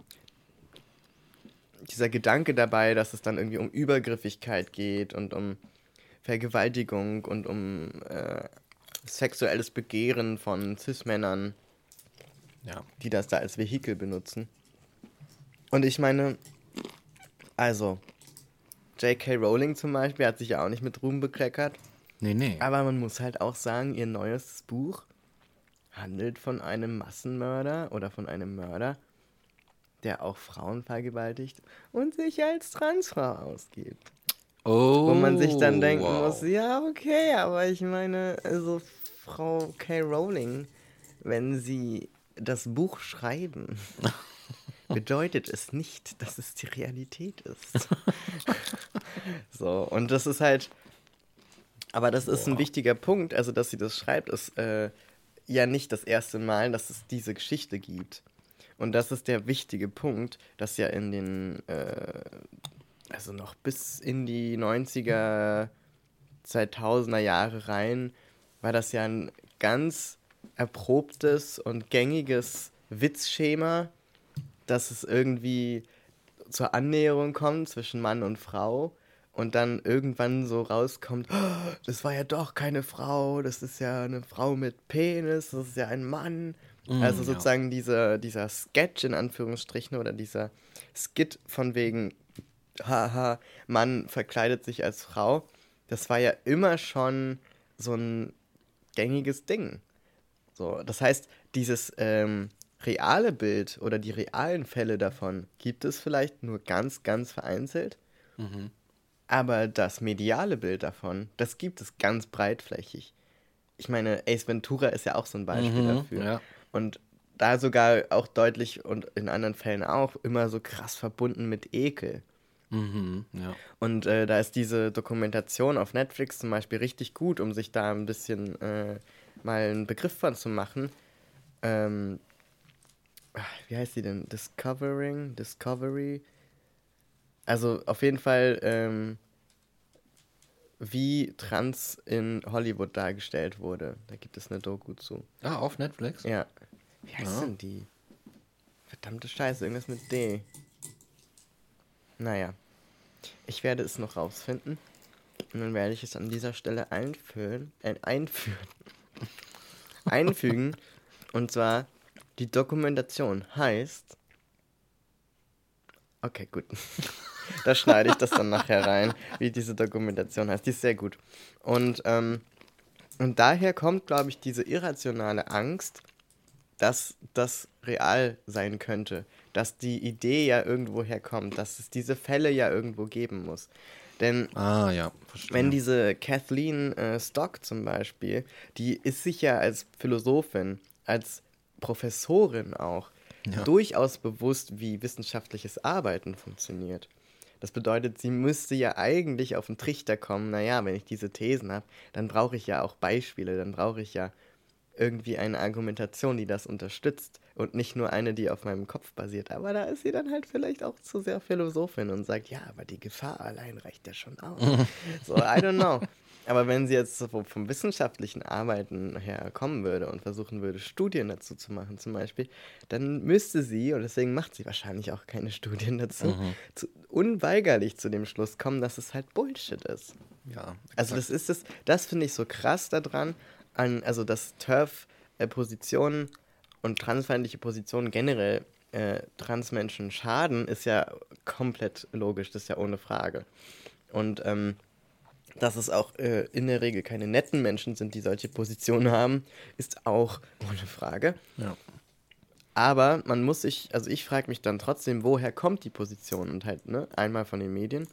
dieser Gedanke dabei, dass es dann irgendwie um Übergriffigkeit geht und um Vergewaltigung und um äh, sexuelles Begehren von Cis-Männern, Ja. die das da als Vehikel benutzen. Und ich meine, also, J K. Rowling zum Beispiel hat sich ja auch nicht mit Ruhm bekleckert. Nee, nee. Aber man muss halt auch sagen, ihr neues Buch handelt von einem Massenmörder oder von einem Mörder, der auch Frauen vergewaltigt und sich als Transfrau ausgibt. Oh, Wo man sich dann denken wow. muss, ja, okay, aber ich meine, also Frau K. Rowling, wenn sie das Buch schreiben, bedeutet es nicht, dass es die Realität ist. So, und das ist halt, aber das ist ein wichtiger Punkt, also dass sie das schreibt, ist äh, ja nicht das erste Mal, dass es diese Geschichte gibt. Und das ist der wichtige Punkt, dass ja in den, äh, also noch bis in die neunziger, zweitausender Jahre rein, war das ja ein ganz erprobtes und gängiges Witzschema, dass es irgendwie zur Annäherung kommt zwischen Mann und Frau und dann irgendwann so rauskommt, "Oh, das war ja doch keine Frau, das ist ja eine Frau mit Penis, das ist ja ein Mann." Mm, Also ja. sozusagen dieser, dieser Sketch in Anführungsstrichen oder dieser Skit von wegen, haha, Mann verkleidet sich als Frau, das war ja immer schon so ein gängiges Ding. So, das heißt, dieses ähm, reale Bild oder die realen Fälle davon gibt es vielleicht nur ganz, ganz vereinzelt. Mhm. Aber das mediale Bild davon, das gibt es ganz breitflächig. Ich meine, Ace Ventura ist ja auch so ein Beispiel Mhm, dafür. ja. Und da sogar auch deutlich und in anderen Fällen auch immer so krass verbunden mit Ekel. Mhm, ja. Und äh, da ist diese Dokumentation auf Netflix zum Beispiel richtig gut, um sich da ein bisschen äh, mal einen Begriff von zu machen. Ähm, wie heißt die denn? Discovering? Discovery? Also auf jeden Fall, ähm, wie Trans in Hollywood dargestellt wurde. Da gibt es eine Doku zu. Ah, auf Netflix? Ja. Wie heißt Ja. denn die? Verdammte Scheiße, irgendwas mit D. Naja. Ich werde es noch rausfinden. Und dann werde ich es an dieser Stelle einführen. Äh, einführen. einfügen. Und zwar, die Dokumentation heißt. Okay, gut. Da schneide ich das dann nachher rein, wie diese Dokumentation heißt. Die ist sehr gut. Und, ähm, und daher kommt, glaube ich, diese irrationale Angst, dass das real sein könnte. Dass die Idee ja irgendwo herkommt. Dass es diese Fälle ja irgendwo geben muss. Denn Ah, ja, verstehe. wenn diese Kathleen äh, Stock zum Beispiel, die ist sich ja als Philosophin, als Professorin auch, Ja. durchaus bewusst, wie wissenschaftliches Arbeiten funktioniert. Das bedeutet, sie müsste ja eigentlich auf den Trichter kommen, naja, wenn ich diese Thesen habe, dann brauche ich ja auch Beispiele, dann brauche ich ja irgendwie eine Argumentation, die das unterstützt und nicht nur eine, die auf meinem Kopf basiert. Aber da ist sie dann halt vielleicht auch zu sehr Philosophin und sagt, ja, aber die Gefahr allein reicht ja schon aus. So, I don't know. Aber wenn sie jetzt so vom wissenschaftlichen Arbeiten her kommen würde und versuchen würde, Studien dazu zu machen zum Beispiel, dann müsste sie, und deswegen macht sie wahrscheinlich auch keine Studien dazu, Mhm. zu, unweigerlich zu dem Schluss kommen, dass es halt Bullshit ist. Ja, Also das ist es, das finde ich so krass daran, an, also dass TERF-Positionen und transfeindliche Positionen generell äh, Transmenschen schaden, ist ja komplett logisch, das ist ja ohne Frage. Und ähm, dass es auch äh, in der Regel keine netten Menschen sind, die solche Positionen haben, ist auch ohne Frage. ja. Aber man muss sich, also ich frage mich dann trotzdem, woher kommt die Position? Und halt, ne, einmal von den Medien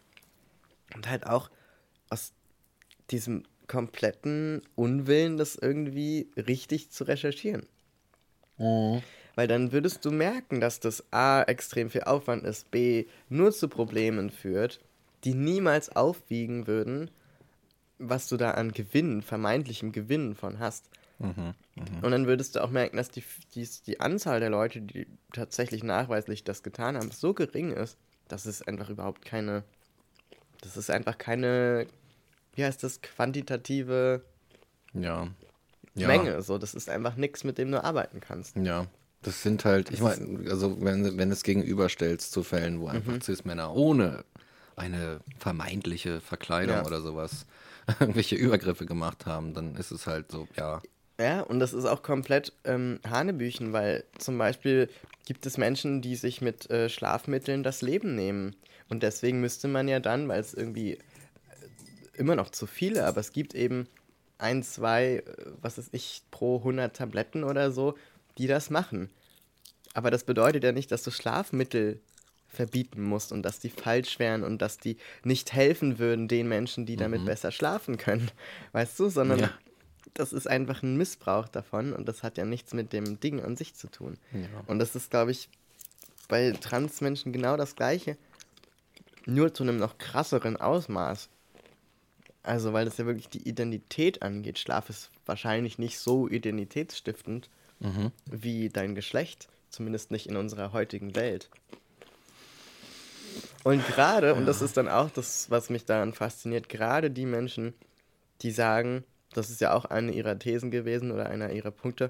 und halt auch aus diesem kompletten Unwillen, das irgendwie richtig zu recherchieren. Mhm. Weil dann würdest du merken, dass das A, extrem viel Aufwand ist, B, nur zu Problemen führt, die niemals aufwiegen würden, was du da an Gewinn, vermeintlichem Gewinn von hast. Mhm. Mhm. Und dann würdest du auch merken, dass die, die, die Anzahl der Leute, die tatsächlich nachweislich das getan haben, so gering ist, dass es einfach überhaupt keine, das ist einfach keine, wie heißt das, quantitative Ja. Ja. Menge. So, das ist einfach nichts, mit dem du arbeiten kannst. Ja. Das sind halt, ich meine, also wenn, wenn du es gegenüberstellst zu Fällen, wo einfach mhm. Cis-Männer ohne eine vermeintliche Verkleidung ja. oder sowas irgendwelche Übergriffe gemacht haben, dann ist es halt so, ja. Ja, und das ist auch komplett ähm, Hanebüchen, weil zum Beispiel gibt es Menschen, die sich mit äh, Schlafmitteln das Leben nehmen. Und deswegen müsste man ja dann, weil es irgendwie immer noch zu viele, aber es gibt eben ein, zwei, was weiß ich, pro hundert Tabletten oder so, die das machen. Aber das bedeutet ja nicht, dass du Schlafmittel verbieten musst und dass die falsch wären und dass die nicht helfen würden den Menschen, die damit mhm. besser schlafen können. Weißt du? Sondern ja. das ist einfach ein Missbrauch davon und das hat ja nichts mit dem Ding an sich zu tun. Ja. Und das ist, glaube ich, bei Transmenschen genau das Gleiche, nur zu einem noch krasseren Ausmaß. Also, weil das ja wirklich die Identität angeht. Schlaf ist wahrscheinlich nicht so identitätsstiftend mhm. wie dein Geschlecht. Zumindest nicht in unserer heutigen Welt. Und gerade, ja. und das ist dann auch das, was mich daran fasziniert, gerade die Menschen, die sagen, das ist ja auch eine ihrer Thesen gewesen oder einer ihrer Punkte,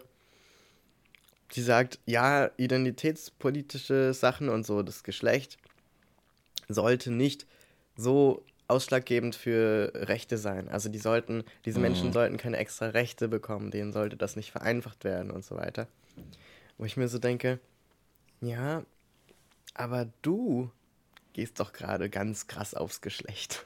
die sagt, ja, identitätspolitische Sachen und so, das Geschlecht sollte nicht so ausschlaggebend für Rechte sein. Also die sollten, diese mhm. Menschen sollten keine extra Rechte bekommen, denen sollte das nicht vereinfacht werden und so weiter. Wo ich mir so denke, ja, aber du gehst doch gerade ganz krass aufs Geschlecht.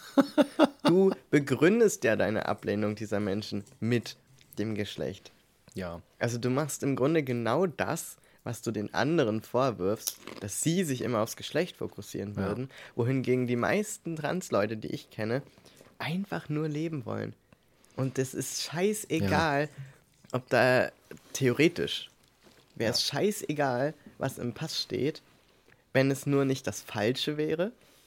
Du begründest ja deine Ablehnung dieser Menschen mit dem Geschlecht. Ja. Also du machst im Grunde genau das, was du den anderen vorwirfst, dass sie sich immer aufs Geschlecht fokussieren würden, ja. wohingegen die meisten Transleute, die ich kenne, einfach nur leben wollen. Und das ist scheißegal, ja. ob da theoretisch wäre es ja. scheißegal, was im Pass steht, wenn es nur nicht das Falsche wäre.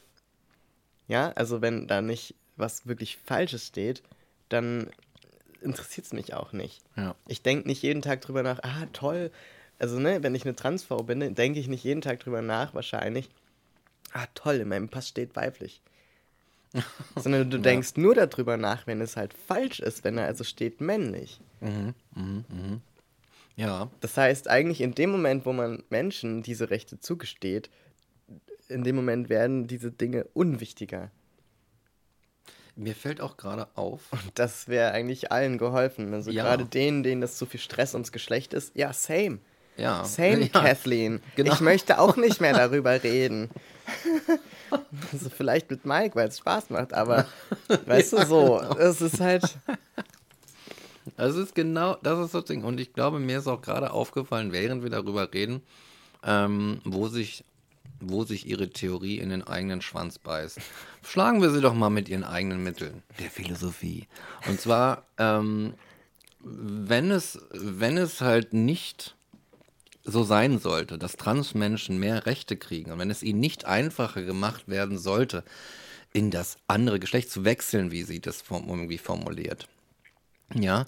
Ja, also wenn da nicht was wirklich Falsches steht, dann interessiert es mich auch nicht. Ja. Ich denke nicht jeden Tag drüber nach, ah, toll. Also, ne, wenn ich eine Transfrau bin, denke ich nicht jeden Tag drüber nach, wahrscheinlich, ah, toll, in meinem Pass steht weiblich. Sondern du ja. denkst nur darüber nach, wenn es halt falsch ist, wenn er also steht männlich. Mhm, mhm, mhm. Ja. Das heißt, eigentlich in dem Moment, wo man Menschen diese Rechte zugesteht, in dem Moment werden diese Dinge unwichtiger. Mir fällt auch gerade auf. Und das wäre eigentlich allen geholfen. Also ja. gerade denen, denen das zu viel Stress ums Geschlecht ist. Ja, same. Ja. Same, ja. Kathleen. Genau. Ich möchte auch nicht mehr darüber reden. Also vielleicht mit Mike, weil es Spaß macht, aber weißt ja, du, so, genau. Es ist halt... Das ist genau, das ist das Ding. Und ich glaube, mir ist auch gerade aufgefallen, während wir darüber reden, ähm, wo sich, wo sich ihre Theorie in den eigenen Schwanz beißt. Schlagen wir sie doch mal mit ihren eigenen Mitteln. Der Philosophie. Und zwar, ähm, wenn es, wenn es halt nicht so sein sollte, dass Transmenschen mehr Rechte kriegen und wenn es ihnen nicht einfacher gemacht werden sollte, in das andere Geschlecht zu wechseln, wie sie das irgendwie formuliert, ja,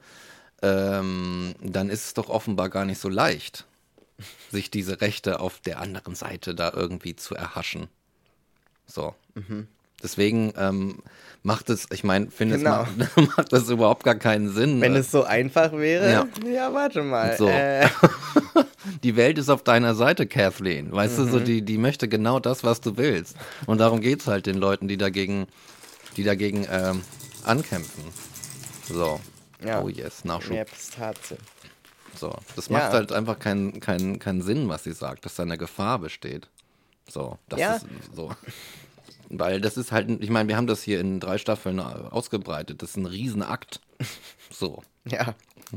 ähm, dann ist es doch offenbar gar nicht so leicht, sich diese Rechte auf der anderen Seite da irgendwie zu erhaschen. So. Mhm. Deswegen ähm, macht es, ich meine, finde genau. es macht, macht das überhaupt gar keinen Sinn. Wenn es so einfach wäre, ja, ja warte mal. So. Äh. Die Welt ist auf deiner Seite, Kathleen. Weißt mhm. du, so die, die möchte genau das, was du willst. Und darum geht es halt den Leuten, die dagegen, die dagegen ähm, ankämpfen. So. Ja. Oh yes, Nachschub. Ja, Pistazie. So, das macht ja. halt einfach keinen kein, kein Sinn, was sie sagt, dass da eine Gefahr besteht. So, das ja. ist so. Weil das ist halt, ich meine, wir haben das hier in drei Staffeln ausgebreitet. Das ist ein Riesenakt. So. Ja.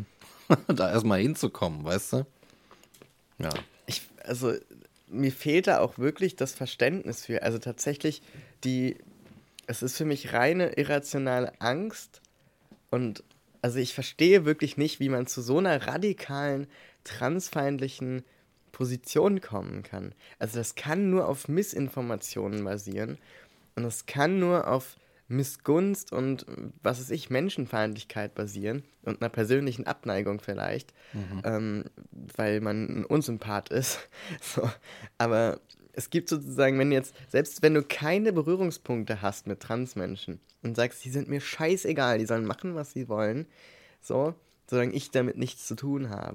Da erstmal hinzukommen, weißt du? Ja. Ich, also, mir fehlt da auch wirklich das Verständnis für. Also tatsächlich, die, es ist für mich reine irrationale Angst und also ich verstehe wirklich nicht, wie man zu so einer radikalen, transfeindlichen Position kommen kann. Also das kann nur auf Missinformationen basieren und es kann nur auf Missgunst und, was weiß ich, Menschenfeindlichkeit basieren und einer persönlichen Abneigung vielleicht, mhm. ähm, weil man ein Unsympath ist. So. Aber es gibt sozusagen, wenn jetzt, selbst wenn du keine Berührungspunkte hast mit Transmenschen und sagst, die sind mir scheißegal, die sollen machen, was sie wollen, so, solange ich damit nichts zu tun habe,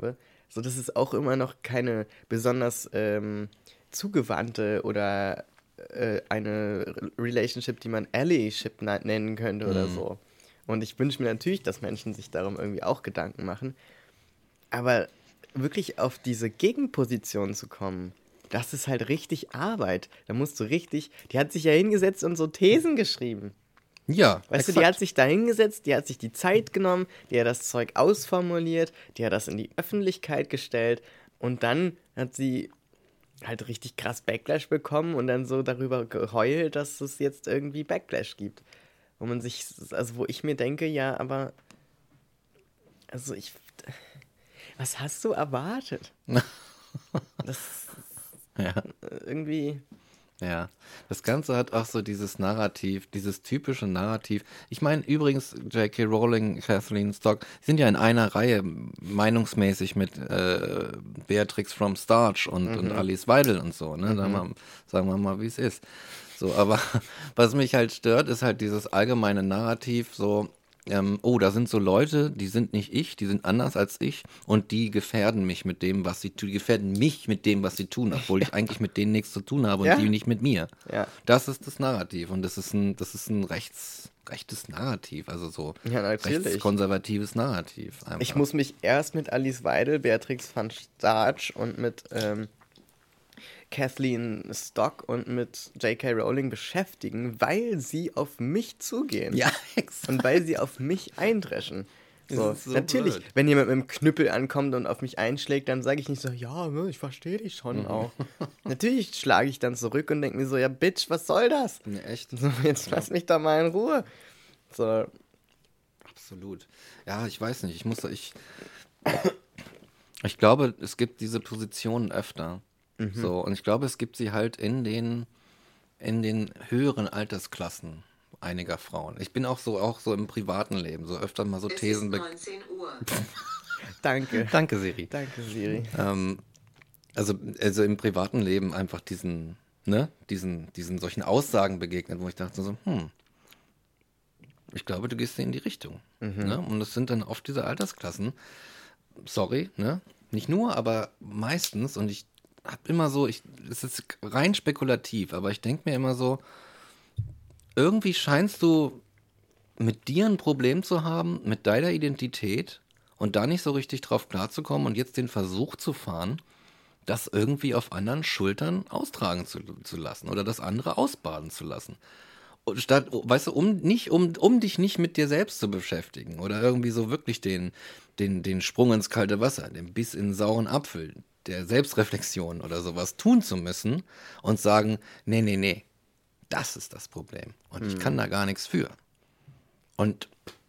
So, das ist auch immer noch keine besonders ähm, zugewandte oder äh, eine Relationship, die man Allyship na- nennen könnte oder so. Und ich wünsche mir natürlich, dass Menschen sich darum irgendwie auch Gedanken machen. Aber wirklich auf diese Gegenposition zu kommen, das ist halt richtig Arbeit. Da musst du richtig, die hat sich ja hingesetzt und so Thesen geschrieben. Ja, Weißt du, exakt. die hat sich da hingesetzt, die hat sich die Zeit genommen, die hat das Zeug ausformuliert, die hat das in die Öffentlichkeit gestellt und dann hat sie halt richtig krass Backlash bekommen und dann so darüber geheult, dass es jetzt irgendwie Backlash gibt. Wo man sich, also wo ich mir denke, ja, aber, also ich, was hast du erwartet? Das Ja. irgendwie, Ja, das Ganze hat auch so dieses Narrativ, dieses typische Narrativ. Ich meine, übrigens, J K. Rowling, Kathleen Stock sind ja in einer Reihe meinungsmäßig mit äh, Beatrix from Starch und, Mhm. und Alice Weidel und so, ne? Sagen wir, sagen wir mal, wie es ist. So, aber was mich halt stört, ist halt dieses allgemeine Narrativ, so, ähm, oh, da sind so Leute, die sind nicht ich, die sind anders als ich und die gefährden mich mit dem, was sie tun, die gefährden mich mit dem, was sie tun, obwohl ich eigentlich mit denen nichts zu tun habe und Ja. die nicht mit mir. ja. Das ist das Narrativ und das ist ein, das ist ein rechts, rechtes Narrativ, also so Ja, natürlich. rechtskonservatives Narrativ. Einfach. Ich muss mich erst mit Alice Weidel, Beatrix van Starch und mit ähm, Kathleen Stock und mit J K. Rowling beschäftigen, weil sie auf mich zugehen. Ja, exakt. Und weil sie auf mich eindreschen. So, Das ist so natürlich, blöd. wenn jemand mit dem Knüppel ankommt und auf mich einschlägt, dann sage ich nicht so, ja, ne, ich verstehe dich schon Mhm. auch. Natürlich schlage ich dann zurück und denke mir so, ja, Bitch, was soll das? Ja, echt. So, jetzt lass mich doch mal in Ruhe. So, Absolut. Ja, ich weiß nicht. Ich muss, ich, ich glaube, es gibt diese Positionen öfter. So, und ich glaube, es gibt sie halt in den, in den höheren Altersklassen einiger Frauen. Ich bin auch so, auch so im privaten Leben, so öfter mal so Es Thesen. ist be- neunzehn Uhr. danke. Danke, Siri. Danke, Siri. Ähm, also, also im privaten Leben einfach diesen, ne, diesen, diesen solchen Aussagen begegnet, wo ich dachte so, hm, ich glaube, du gehst in die Richtung. Ne? Und das sind dann oft diese Altersklassen. Sorry, ne? Nicht nur, aber meistens. Und ich habe immer so, ich, es ist rein spekulativ, aber ich denke mir immer so, irgendwie scheinst du mit dir ein Problem zu haben, mit deiner Identität und da nicht so richtig drauf klarzukommen und jetzt den Versuch zu fahren, das irgendwie auf anderen Schultern austragen zu, zu lassen oder das andere ausbaden zu lassen. Und statt, weißt du, um nicht, um, um dich nicht mit dir selbst zu beschäftigen oder irgendwie so wirklich den, den, den Sprung ins kalte Wasser, den Biss in den sauren Apfel, der Selbstreflexion oder sowas tun zu müssen und sagen, nee, nee, nee, das ist das Problem. Und ich kann da gar nichts für. Und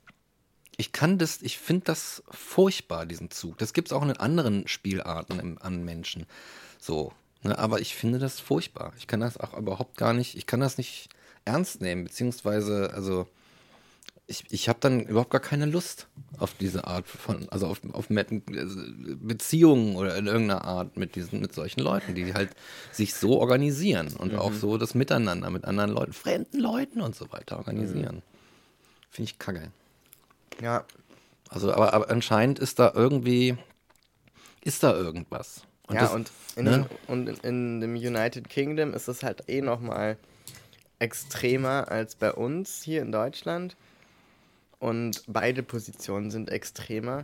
ich kann das, ich finde das furchtbar, diesen Zug. Das gibt es auch in anderen Spielarten im, an Menschen. So, ne? Aber ich finde das furchtbar. Ich kann das auch überhaupt gar nicht, ich kann das nicht ernst nehmen, beziehungsweise, also ich, ich habe dann überhaupt gar keine Lust auf diese Art von, also auf, auf Met- Beziehungen oder in irgendeiner Art mit diesen, mit solchen Leuten, die halt sich so organisieren und auch so das Miteinander mit anderen Leuten, fremden Leuten und so weiter organisieren. Finde ich kacke. Ja, Also, aber, aber anscheinend ist da irgendwie, ist da irgendwas. ja, das, und, in, ne? und in, in dem United Kingdom ist es halt eh nochmal extremer als bei uns hier in Deutschland. Und beide Positionen sind extremer.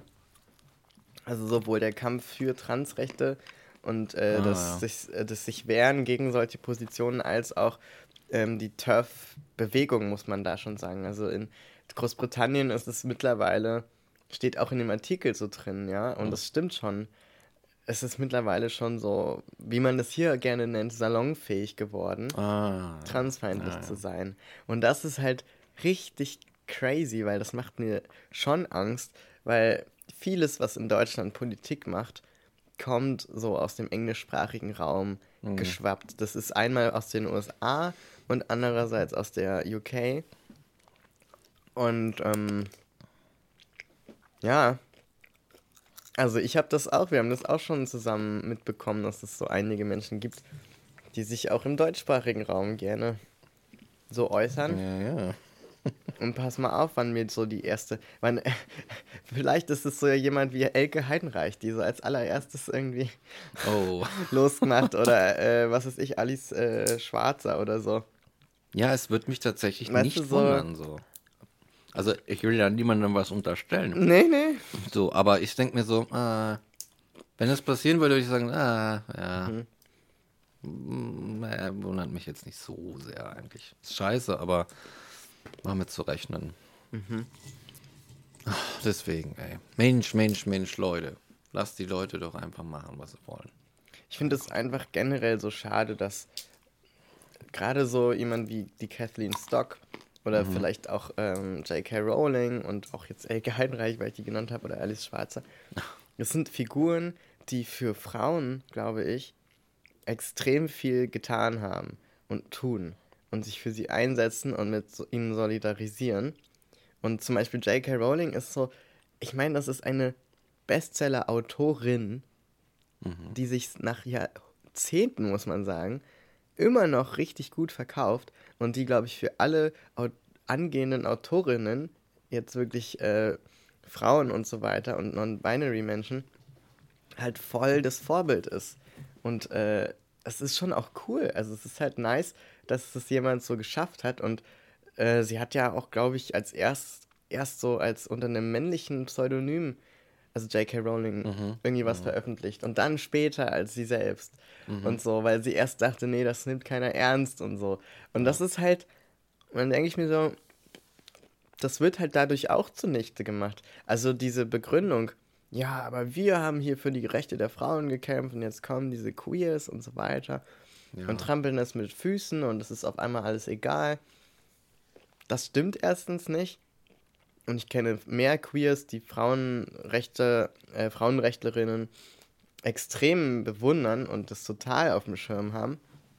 Also sowohl der Kampf für Transrechte und äh, Ah, das, ja. sich, äh, das sich wehren gegen solche Positionen, als auch ähm, die TERF-Bewegung, muss man da schon sagen. Also in Großbritannien ist es mittlerweile, steht auch in dem Artikel so drin, ja, und das stimmt schon. Es ist mittlerweile schon so, wie man das hier gerne nennt, salonfähig geworden, Ah, transfeindlich ja, ja. zu sein. Und das ist halt richtig crazy, weil das macht mir schon Angst, weil vieles, was in Deutschland Politik macht, kommt so aus dem englischsprachigen Raum Mhm. geschwappt. Das ist einmal aus den U S A und andererseits aus der U K. Und ähm, ja, also ich habe das auch, wir haben das auch schon zusammen mitbekommen, dass es so einige Menschen gibt, die sich auch im deutschsprachigen Raum gerne so äußern. Ja, ja. Und pass mal auf, wann mir so die erste, wann, vielleicht ist es so jemand wie Elke Heidenreich, die so als allererstes irgendwie Oh. losgemacht oder äh, was weiß ich, Alice äh, Schwarzer oder so. Ja, es wird mich tatsächlich Weißt nicht du, so- wundern, so. Also, ich will ja niemandem was unterstellen. Nee, nee. So, aber ich denke mir so, äh, wenn das passieren würde, würde ich sagen, ah, ja. Mhm. Mm, äh, wundert mich jetzt nicht so sehr eigentlich. Ist scheiße, aber war mit zu rechnen. Mhm. Ach, deswegen, ey. Mensch, Mensch, Mensch, Leute. Lasst die Leute doch einfach machen, was sie wollen. Ich finde es einfach generell so schade, dass gerade so jemand wie die Kathleen Stock oder Mhm. vielleicht auch ähm, J K. Rowling und auch jetzt Elke Heidenreich, weil ich die genannt habe, oder Alice Schwarzer. Das sind Figuren, die für Frauen, glaube ich, extrem viel getan haben und tun und sich für sie einsetzen und mit so, ihnen solidarisieren. Und zum Beispiel J K. Rowling ist so, ich meine, das ist eine Bestseller-Autorin, Mhm. die sich nach Jahrzehnten, muss man sagen, immer noch richtig gut verkauft und die, glaube ich, für alle Au- angehenden Autorinnen, jetzt wirklich äh, Frauen und so weiter und Non-Binary-Menschen, halt voll das Vorbild ist. Und äh, es ist schon auch cool. Also es ist halt nice, dass es jemand so geschafft hat. Und äh, sie hat ja auch, glaube ich, als erst, erst so als unter einem männlichen Pseudonym, also J K. Rowling, Mhm. irgendwie was Mhm. veröffentlicht. Und dann später als sie selbst. Mhm. Und so, weil sie erst dachte, nee, das nimmt keiner ernst und so. Und Ja. das ist halt, und dann denke ich mir so, das wird halt dadurch auch zunichte gemacht. Also diese Begründung, ja, aber wir haben hier für die Rechte der Frauen gekämpft und jetzt kommen diese Queers und so weiter Ja. und trampeln das mit Füßen und es ist auf einmal alles egal. Das stimmt erstens nicht. Und ich kenne mehr Queers, die Frauenrechte, äh, Frauenrechtlerinnen extrem bewundern und das total auf dem Schirm haben.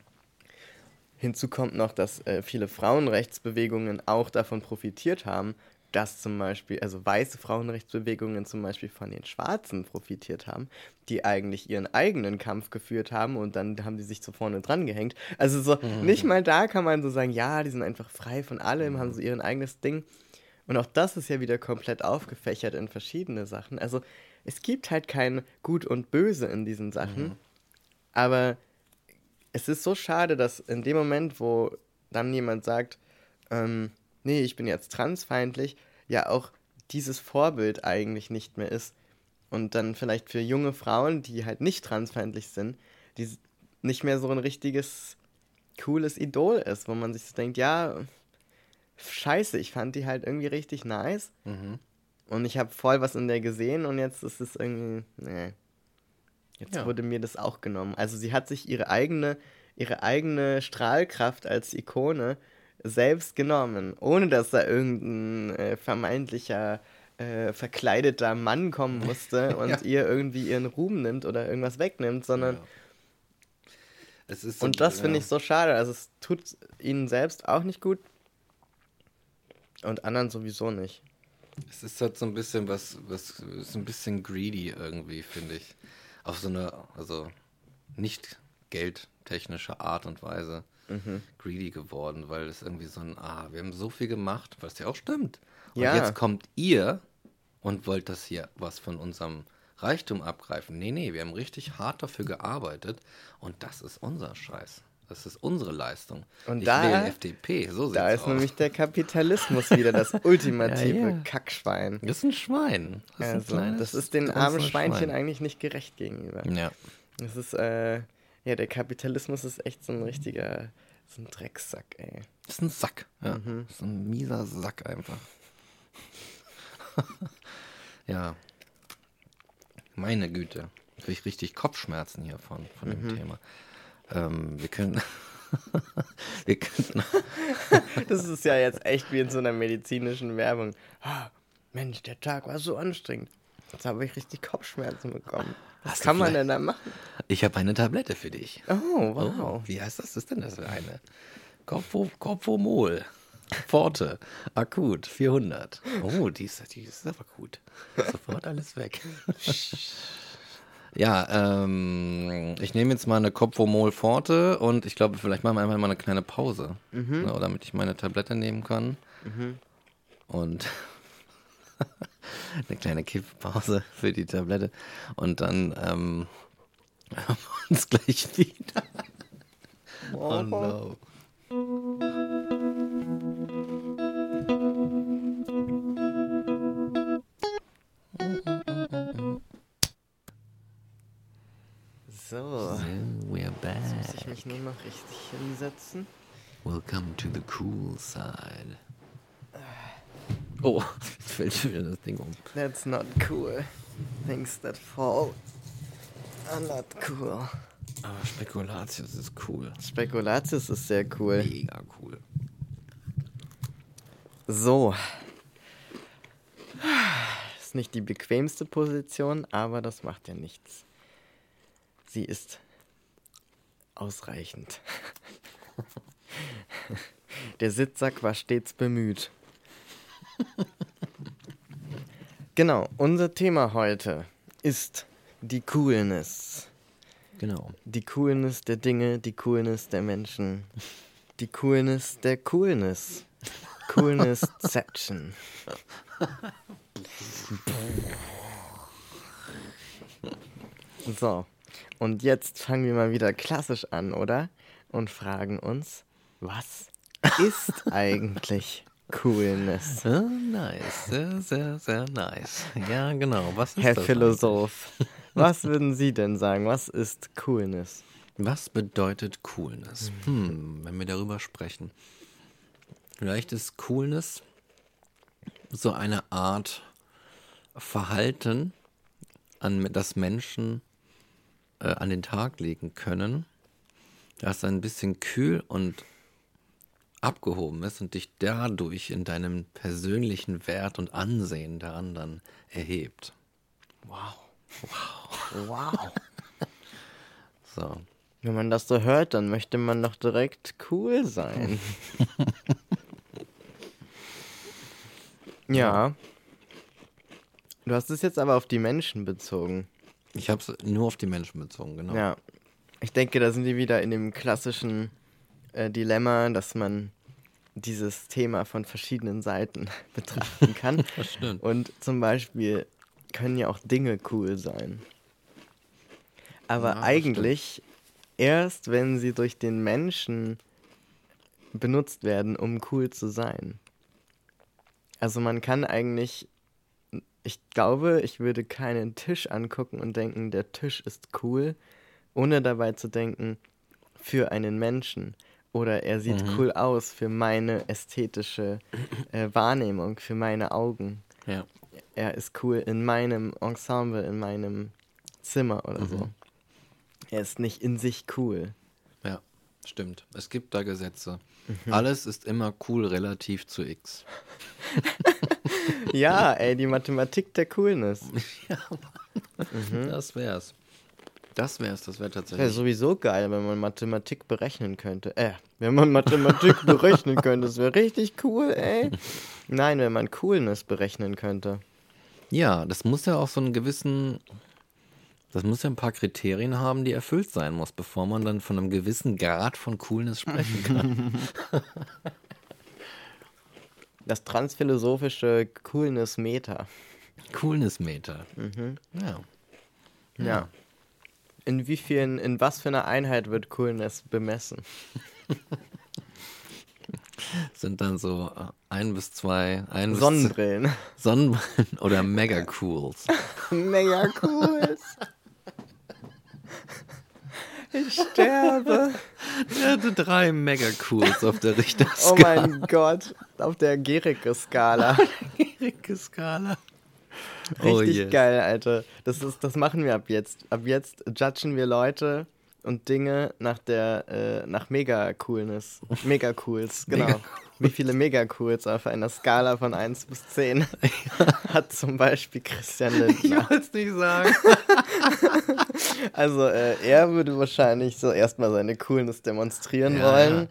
Hinzu kommt noch, dass äh, viele Frauenrechtsbewegungen auch davon profitiert haben, dass zum Beispiel, also weiße Frauenrechtsbewegungen zum Beispiel von den Schwarzen profitiert haben, die eigentlich ihren eigenen Kampf geführt haben und dann haben die sich zu vorne dran gehängt. Also so, Mhm. nicht mal da kann man so sagen, ja, die sind einfach frei von allem, Mhm. haben so ihren eigenes Ding. Und auch das ist ja wieder komplett aufgefächert in verschiedene Sachen. Also es gibt halt kein Gut und Böse in diesen Sachen, Mhm. aber es ist so schade, dass in dem Moment, wo dann jemand sagt, ähm, nee, ich bin jetzt transfeindlich, ja auch dieses Vorbild eigentlich nicht mehr ist. Und dann vielleicht für junge Frauen, die halt nicht transfeindlich sind, die s- nicht mehr so ein richtiges, cooles Idol ist, wo man sich so denkt, ja, scheiße, ich fand die halt irgendwie richtig nice Mhm. und ich habe voll was in der gesehen und jetzt ist es irgendwie, nee. Jetzt Ja. wurde mir das auch genommen. Also sie hat sich ihre eigene, ihre eigene Strahlkraft als Ikone selbst genommen, ohne dass da irgendein äh, vermeintlicher äh, verkleideter Mann kommen musste und Ja. ihr irgendwie ihren Ruhm nimmt oder irgendwas wegnimmt, sondern Ja. Es ist so, und das finde ja. ich so schade. Also es tut ihnen selbst auch nicht gut und anderen sowieso nicht. Es ist halt so ein bisschen was, was ist ein bisschen greedy irgendwie, finde ich. Auf so eine, also nicht geldtechnische Art und Weise Mhm. greedy geworden, weil es irgendwie so ein, ah, wir haben so viel gemacht, was ja auch stimmt. Und Ja. jetzt kommt ihr und wollt das hier was von unserem Reichtum abgreifen. Nee, nee, wir haben richtig hart dafür gearbeitet und das ist unser Scheiß. Das ist unsere Leistung. Und ich da- wähle F D P, so sieht's Da ist aus. nämlich der Kapitalismus wieder das ultimative Ja, ja. Kackschwein. Das ist ein Schwein. Das ist ein Also, kleines, das ist den ganz armen kleines Schweinchen Schwein. eigentlich nicht gerecht gegenüber. Ja. Das ist, äh, ja, der Kapitalismus ist echt so ein richtiger, so ein Drecksack, ey. Das ist ein Sack. Ja. Mhm. Das ist ein mieser Sack einfach. Ja. Meine Güte. Kriege ich richtig Kopfschmerzen hier von, von dem Mhm. Thema. Ähm, wir können. wir könnten. Das ist ja jetzt echt wie in so einer medizinischen Werbung. Ah, Mensch, der Tag war so anstrengend. Jetzt habe ich richtig Kopfschmerzen bekommen. Was Hast du kann man vielleicht- denn da machen? Ich habe eine Tablette für dich. Oh, Oh, wow. wie heißt das? Was ist denn das für eine? Corpo, Corpomol. Forte. Akut. vierhundert. Oh, die ist, die ist aber gut. Sofort alles weg. Ja, ähm, ich nehme jetzt mal eine Copfomol Forte und ich glaube, vielleicht machen wir einfach mal eine kleine Pause. Mhm. Ne, damit ich meine Tablette nehmen kann. Mhm. Und eine kleine Kiffpause für die Tablette. Und dann ähm, hören wir uns gleich wieder. Oh no. So, So, we're back. muss ich mich nur noch richtig hinsetzen. Welcome to the cool side. Oh, jetzt fällt schon wieder das Ding um. That's not cool. Things that fall are not cool. Aber Spekulatius ist cool. Spekulatius ist sehr cool. Mega cool. So. Ist nicht die bequemste Position, aber das macht ja nichts. Sie ist ausreichend. Der Sitzsack war stets bemüht. Genau, unser Thema heute ist die Coolness. Genau. Die Coolness der Dinge, die Coolness der Menschen. Die Coolness der Coolness. Coolnessception. So, und jetzt fangen wir mal wieder klassisch an, oder? Und fragen uns, was ist eigentlich Coolness? Sehr nice, sehr, sehr, sehr nice. Ja, genau. Was ist Herr das Philosoph, was würden Sie denn sagen? Was ist Coolness? eigentlich? Was bedeutet Coolness? Hm, wenn wir darüber sprechen. Vielleicht ist Coolness so eine Art Verhalten, an das Menschen äh, an den Tag legen können, das ein bisschen kühl und abgehoben ist und dich dadurch in deinem persönlichen Wert und Ansehen der anderen erhebt. Wow. Wow. Wow. So. Wenn man das so hört, dann möchte man doch direkt cool sein. Ja. Du hast es jetzt aber auf die Menschen bezogen. Ich habe es nur auf die Menschen bezogen, genau. Ja. Ich denke, da sind die wieder in dem klassischen äh, Dilemma, dass man dieses Thema von verschiedenen Seiten betrachten kann. Das stimmt. Und zum Beispiel können ja auch Dinge cool sein. Aber Ja, das eigentlich erst, wenn sie durch den Menschen benutzt werden, um cool zu sein. Also man kann eigentlich, ich glaube, ich würde keinen Tisch angucken und denken, der Tisch ist cool, ohne dabei zu denken, für einen Menschen. Oder er sieht Mhm. cool aus für meine ästhetische äh, Wahrnehmung, für meine Augen. Ja. Er ist cool in meinem Ensemble, in meinem Zimmer oder so. Er ist nicht in sich cool. Ja, stimmt. Es gibt da Gesetze. Alles ist immer cool relativ zu X. Ja, ey, die Mathematik der Coolness. Das wär's. Das wär's, das wäre Wäre tatsächlich. sowieso geil, wenn man Mathematik berechnen könnte. Äh, wenn man Mathematik berechnen könnte, das wäre richtig cool, ey. Nein, wenn man Coolness berechnen könnte. Ja, das muss ja auch so einen gewissen. Das muss ja ein paar Kriterien haben, die erfüllt sein muss, bevor man dann von einem gewissen Grad von Coolness sprechen kann. Das transphilosophische Coolness-Meter. Coolness-Meter. Ja. Ja. In wie vielen, in was für einer Einheit wird Coolness bemessen? Sind dann so äh, ein bis zwei, ein bis Sonnenbrillen. z- Sonnenbrillen oder Mega-Cools. Mega cool. Ich sterbe. Er hatte drei Mega-Cools auf der Oh Richterskala. mein Gott. Auf der Gericke-Skala. Skala. Richtig Oh yes. geil, Alter. Das ist, das machen wir ab jetzt. Ab jetzt judgen wir Leute und Dinge nach der, äh, nach Mega-Coolness. Mega-Cools, genau. Mega- Wie viele Mega-Cools auf einer Skala von eins bis zehn hat zum Beispiel Christian Ich Lindner. wollte es nicht sagen. Also äh, er würde wahrscheinlich so erstmal seine Coolness demonstrieren Ja, wollen.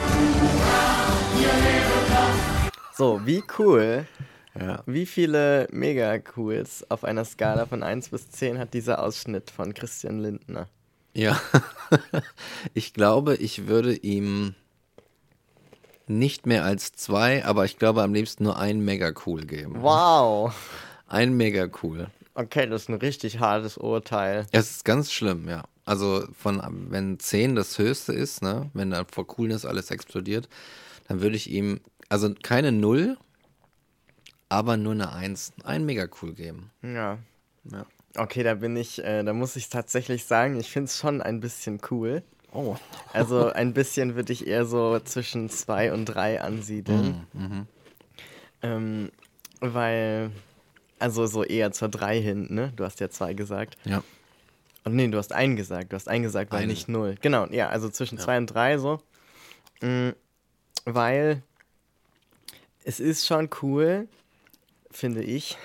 So, wie cool, Ja. wie viele Mega-Cools auf einer Skala von eins bis zehn hat dieser Ausschnitt von Christian Lindner? Ja. Ich glaube, ich würde ihm nicht mehr als zwei, aber ich glaube am liebsten nur ein mega cool geben. Wow. Ein mega cool. Okay, das ist ein richtig hartes Urteil. Es ist ganz schlimm, ja. Also von wenn zehn das höchste ist, ne, wenn da vor Coolness alles explodiert, dann würde ich ihm, also keine Null, aber nur eine Eins, ein mega cool geben. Ja. Ja. Okay, da bin ich, äh, da muss ich tatsächlich sagen, ich finde es schon ein bisschen cool. Oh. Also ein bisschen würde ich eher so zwischen zwei und drei ansiedeln. Mhm. Ähm, weil, also so eher zur drei hin, ne? Du hast ja zwei gesagt. Ja. Und nee, du hast einen gesagt. Du hast einen gesagt, weil Einen. nicht null. Genau, ja, also zwischen Ja. zwei und drei so. Mhm, weil es ist schon cool, finde ich,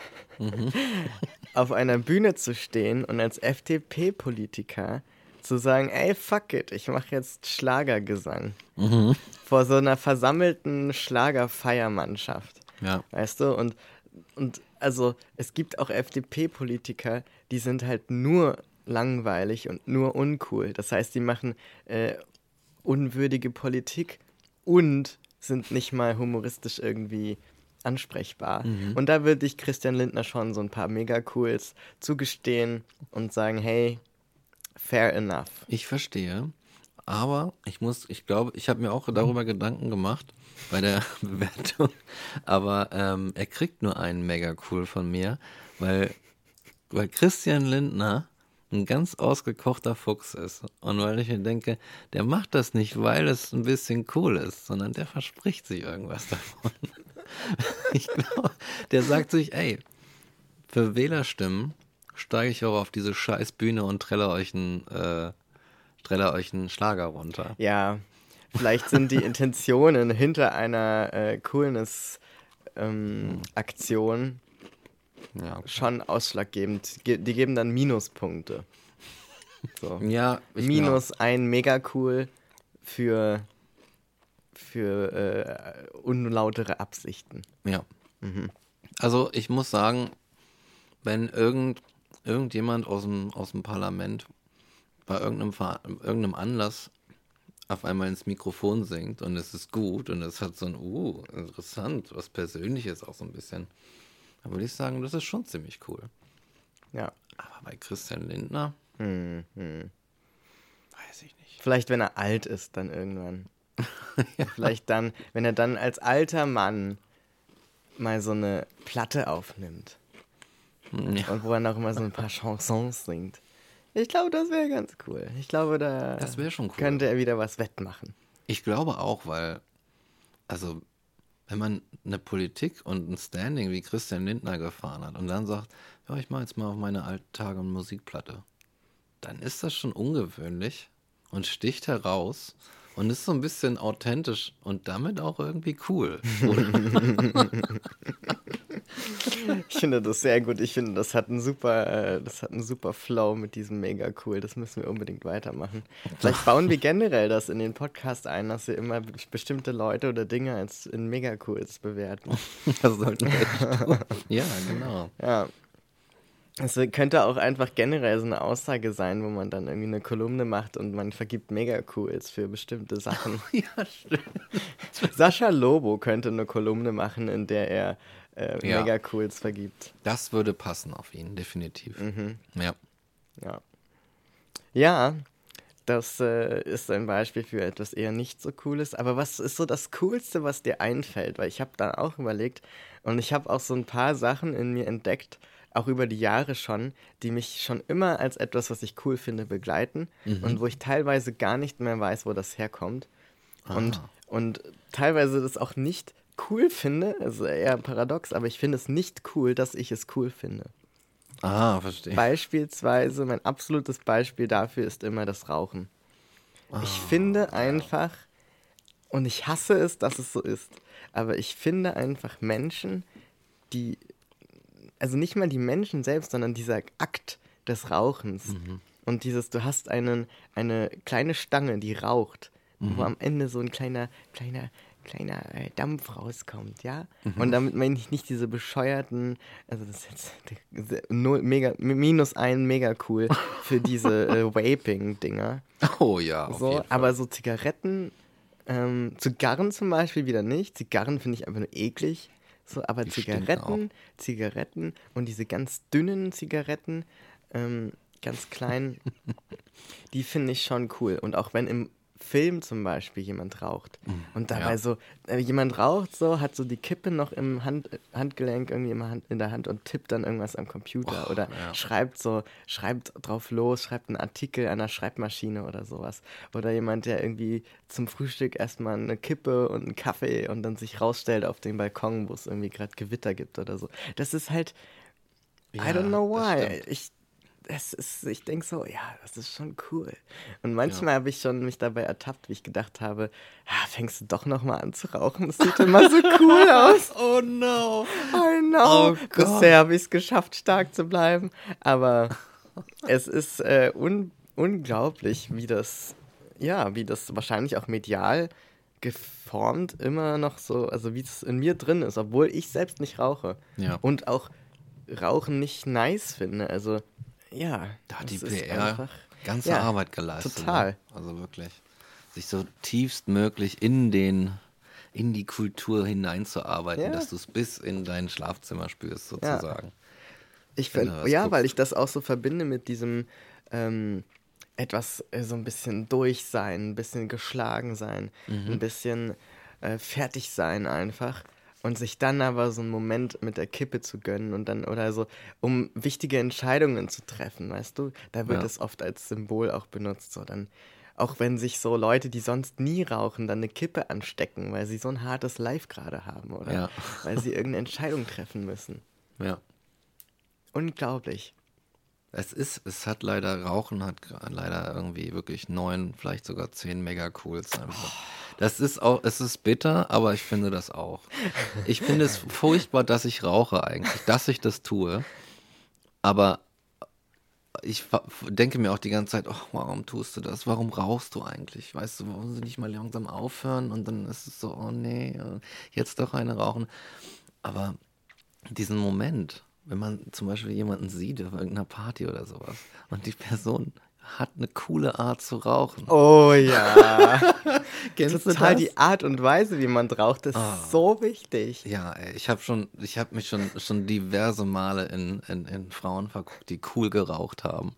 auf einer Bühne zu stehen und als F D P-Politiker zu sagen, ey, fuck it, ich mache jetzt Schlagergesang. Mhm. Vor so einer versammelten Schlagerfeiermannschaft. Ja. Weißt du? Und, und also es gibt auch F D P-Politiker, die sind halt nur langweilig und nur uncool. Das heißt, die machen äh, unwürdige Politik und sind nicht mal humoristisch irgendwie ansprechbar. Mhm. Und da würde ich Christian Lindner schon so ein paar Mega-Cools zugestehen und sagen, hey, fair enough. Ich verstehe, aber ich muss, ich glaube, ich habe mir auch darüber Gedanken gemacht bei der Bewertung, aber ähm, er kriegt nur einen mega cool von mir, weil, weil Christian Lindner ein ganz ausgekochter Fuchs ist und weil ich mir denke, der macht das nicht, weil es ein bisschen cool ist, sondern der verspricht sich irgendwas davon. Ich glaube, der sagt sich, ey, für Wählerstimmen steige ich auch auf diese scheiß Bühne und trelle euch einen, äh, trelle euch einen Schlager runter. Ja, vielleicht sind die Intentionen hinter einer äh, Coolness-Aktion ähm, Ja, okay. schon ausschlaggebend. Ge die geben dann Minuspunkte. So. Ja, ich Minus ein mega cool für, für äh, unlautere Absichten. Ja. Also ich muss sagen, wenn irgend, irgendjemand aus dem, aus dem Parlament bei irgendeinem, Ver irgendeinem Anlass auf einmal ins Mikrofon singt und es ist gut und es hat so ein, uh, interessant, was Persönliches auch so ein bisschen, dann würde ich sagen, das ist schon ziemlich cool. Ja. Aber bei Christian Lindner, Hm, hm. weiß ich nicht. Vielleicht, wenn er alt ist, dann irgendwann. Ja. Vielleicht dann, wenn er dann als alter Mann mal so eine Platte aufnimmt. Ja. Und wo er noch immer so ein paar Chansons singt. Ich glaube, das wäre ganz cool. Ich glaube, da Das wäre schon cool. könnte er wieder was wettmachen. Ich glaube auch, weil, also, wenn man eine Politik und ein Standing wie Christian Lindner gefahren hat und dann sagt, ja, ich mache jetzt mal auf meine alten Tage eine Musikplatte, dann ist das schon ungewöhnlich und sticht heraus und ist so ein bisschen authentisch und damit auch irgendwie cool. Ich finde das sehr gut. Ich finde, das hat einen super, äh, das hat einen super Flow mit diesem mega cool. Das müssen wir unbedingt weitermachen. Vielleicht bauen wir generell das in den Podcast ein, dass wir immer be- bestimmte Leute oder Dinge als in mega cools bewerten. Das sollten wir echt tun. Ja, genau. Ja. Es könnte auch einfach generell so eine Aussage sein, wo man dann irgendwie eine Kolumne macht und man vergibt mega cools für bestimmte Sachen. Ja, stimmt. Sascha Lobo könnte eine Kolumne machen, in der er äh, Ja. mega cools vergibt. Das würde passen auf ihn, definitiv. Ja. Ja. Ja, das äh, ist ein Beispiel für etwas eher nicht so Cooles. Aber was ist so das Coolste, was dir einfällt? Weil ich habe dann auch überlegt und ich habe auch so ein paar Sachen in mir entdeckt, auch über die Jahre schon, die mich schon immer als etwas, was ich cool finde, begleiten und wo ich teilweise gar nicht mehr weiß, wo das herkommt. Und, und teilweise das auch nicht cool finde, also eher paradox, aber ich finde es nicht cool, dass ich es cool finde. Ah, verstehe. Beispielsweise, mein absolutes Beispiel dafür ist immer das Rauchen. Ich finde einfach, und ich hasse es, dass es so ist, aber ich finde einfach Menschen, die, also nicht mal die Menschen selbst, sondern dieser Akt des Rauchens und dieses, du hast einen, eine kleine Stange, die raucht, wo am Ende so ein kleiner, kleiner, kleiner äh, Dampf rauskommt, ja? Und damit meine ich nicht diese bescheuerten, also das ist jetzt äh, null, mega, minus ein mega cool für diese äh, Vaping-Dinger. Oh ja, auf So, jeden Fall. aber so Zigaretten Ähm, Zigarren zum Beispiel wieder nicht. Zigarren finde ich einfach nur eklig. So, aber Die stinken Zigaretten, Zigaretten und diese ganz dünnen Zigaretten, ähm, ganz kleinen, die finde ich schon cool. Und auch wenn im Film zum Beispiel jemand raucht und dabei ja. so, äh, jemand raucht so, hat so die Kippe noch im Hand, Handgelenk irgendwie im Hand, in der Hand und tippt dann irgendwas am Computer Oh, oder ja. schreibt so, schreibt drauf los, schreibt einen Artikel an der Schreibmaschine oder sowas. Oder jemand, der irgendwie zum Frühstück erstmal eine Kippe und einen Kaffee und dann sich rausstellt auf den Balkon, wo es irgendwie gerade Gewitter gibt oder so. Das ist halt, I Ja, don't know das why. stimmt. Ich, das ist, ich denke so, ja, das ist schon cool. Und manchmal habe ich schon mich dabei ertappt, wie ich gedacht habe, ja, fängst du doch noch mal an zu rauchen? Das sieht immer so cool aus. Oh no. I know. Oh Bisher Gott. habe ich es geschafft, stark zu bleiben. Aber es ist äh, un unglaublich, wie das, ja, wie das wahrscheinlich auch medial geformt immer noch so, also wie es in mir drin ist, obwohl ich selbst nicht rauche. Ja. Und auch Rauchen nicht nice finde. Also, ja, Da hat die das P ist R einfach, ganze ja, Arbeit geleistet. total. Ne? Also wirklich. Sich so tiefstmöglich in den, in die Kultur hineinzuarbeiten, Ja. dass du es bis in dein Schlafzimmer spürst, Ja. sozusagen. Ich Wenn find, du was ja, weil guckst. ich das auch so verbinde mit diesem ähm, etwas äh, so ein bisschen durch sein, ein bisschen geschlagen sein, Mhm. ein bisschen äh, fertig sein einfach und sich dann aber so einen Moment mit der Kippe zu gönnen und dann oder so, um wichtige Entscheidungen zu treffen, weißt du? Da wird Ja. es oft als Symbol auch benutzt, so dann auch wenn sich so Leute, die sonst nie rauchen, dann eine Kippe anstecken, weil sie so ein hartes Life gerade haben oder Ja. weil sie irgendeine Entscheidung treffen müssen. Ja. Unglaublich. Es ist, es hat leider, Rauchen hat gra- leider irgendwie wirklich neun, vielleicht sogar zehn Megacools einfach. Das ist auch, es ist bitter, aber ich finde das auch. Ich finde es furchtbar, dass ich rauche eigentlich, dass ich das tue. Aber ich fa- denke mir auch die ganze Zeit, oh, warum tust du das? Warum rauchst du eigentlich? Weißt du, warum sie nicht mal langsam aufhören? Und dann ist es so, oh nee, äh, jetzt doch eine rauchen. Aber diesen Moment, wenn man zum Beispiel jemanden sieht auf irgendeiner Party oder sowas und die Person hat eine coole Art zu rauchen. Oh ja. Kennst du Total das? die Art und Weise, wie man raucht, ist so wichtig. Ja, ey, ich habe schon, ich habe mich schon, schon diverse Male in, in, in Frauen verguckt, die cool geraucht haben.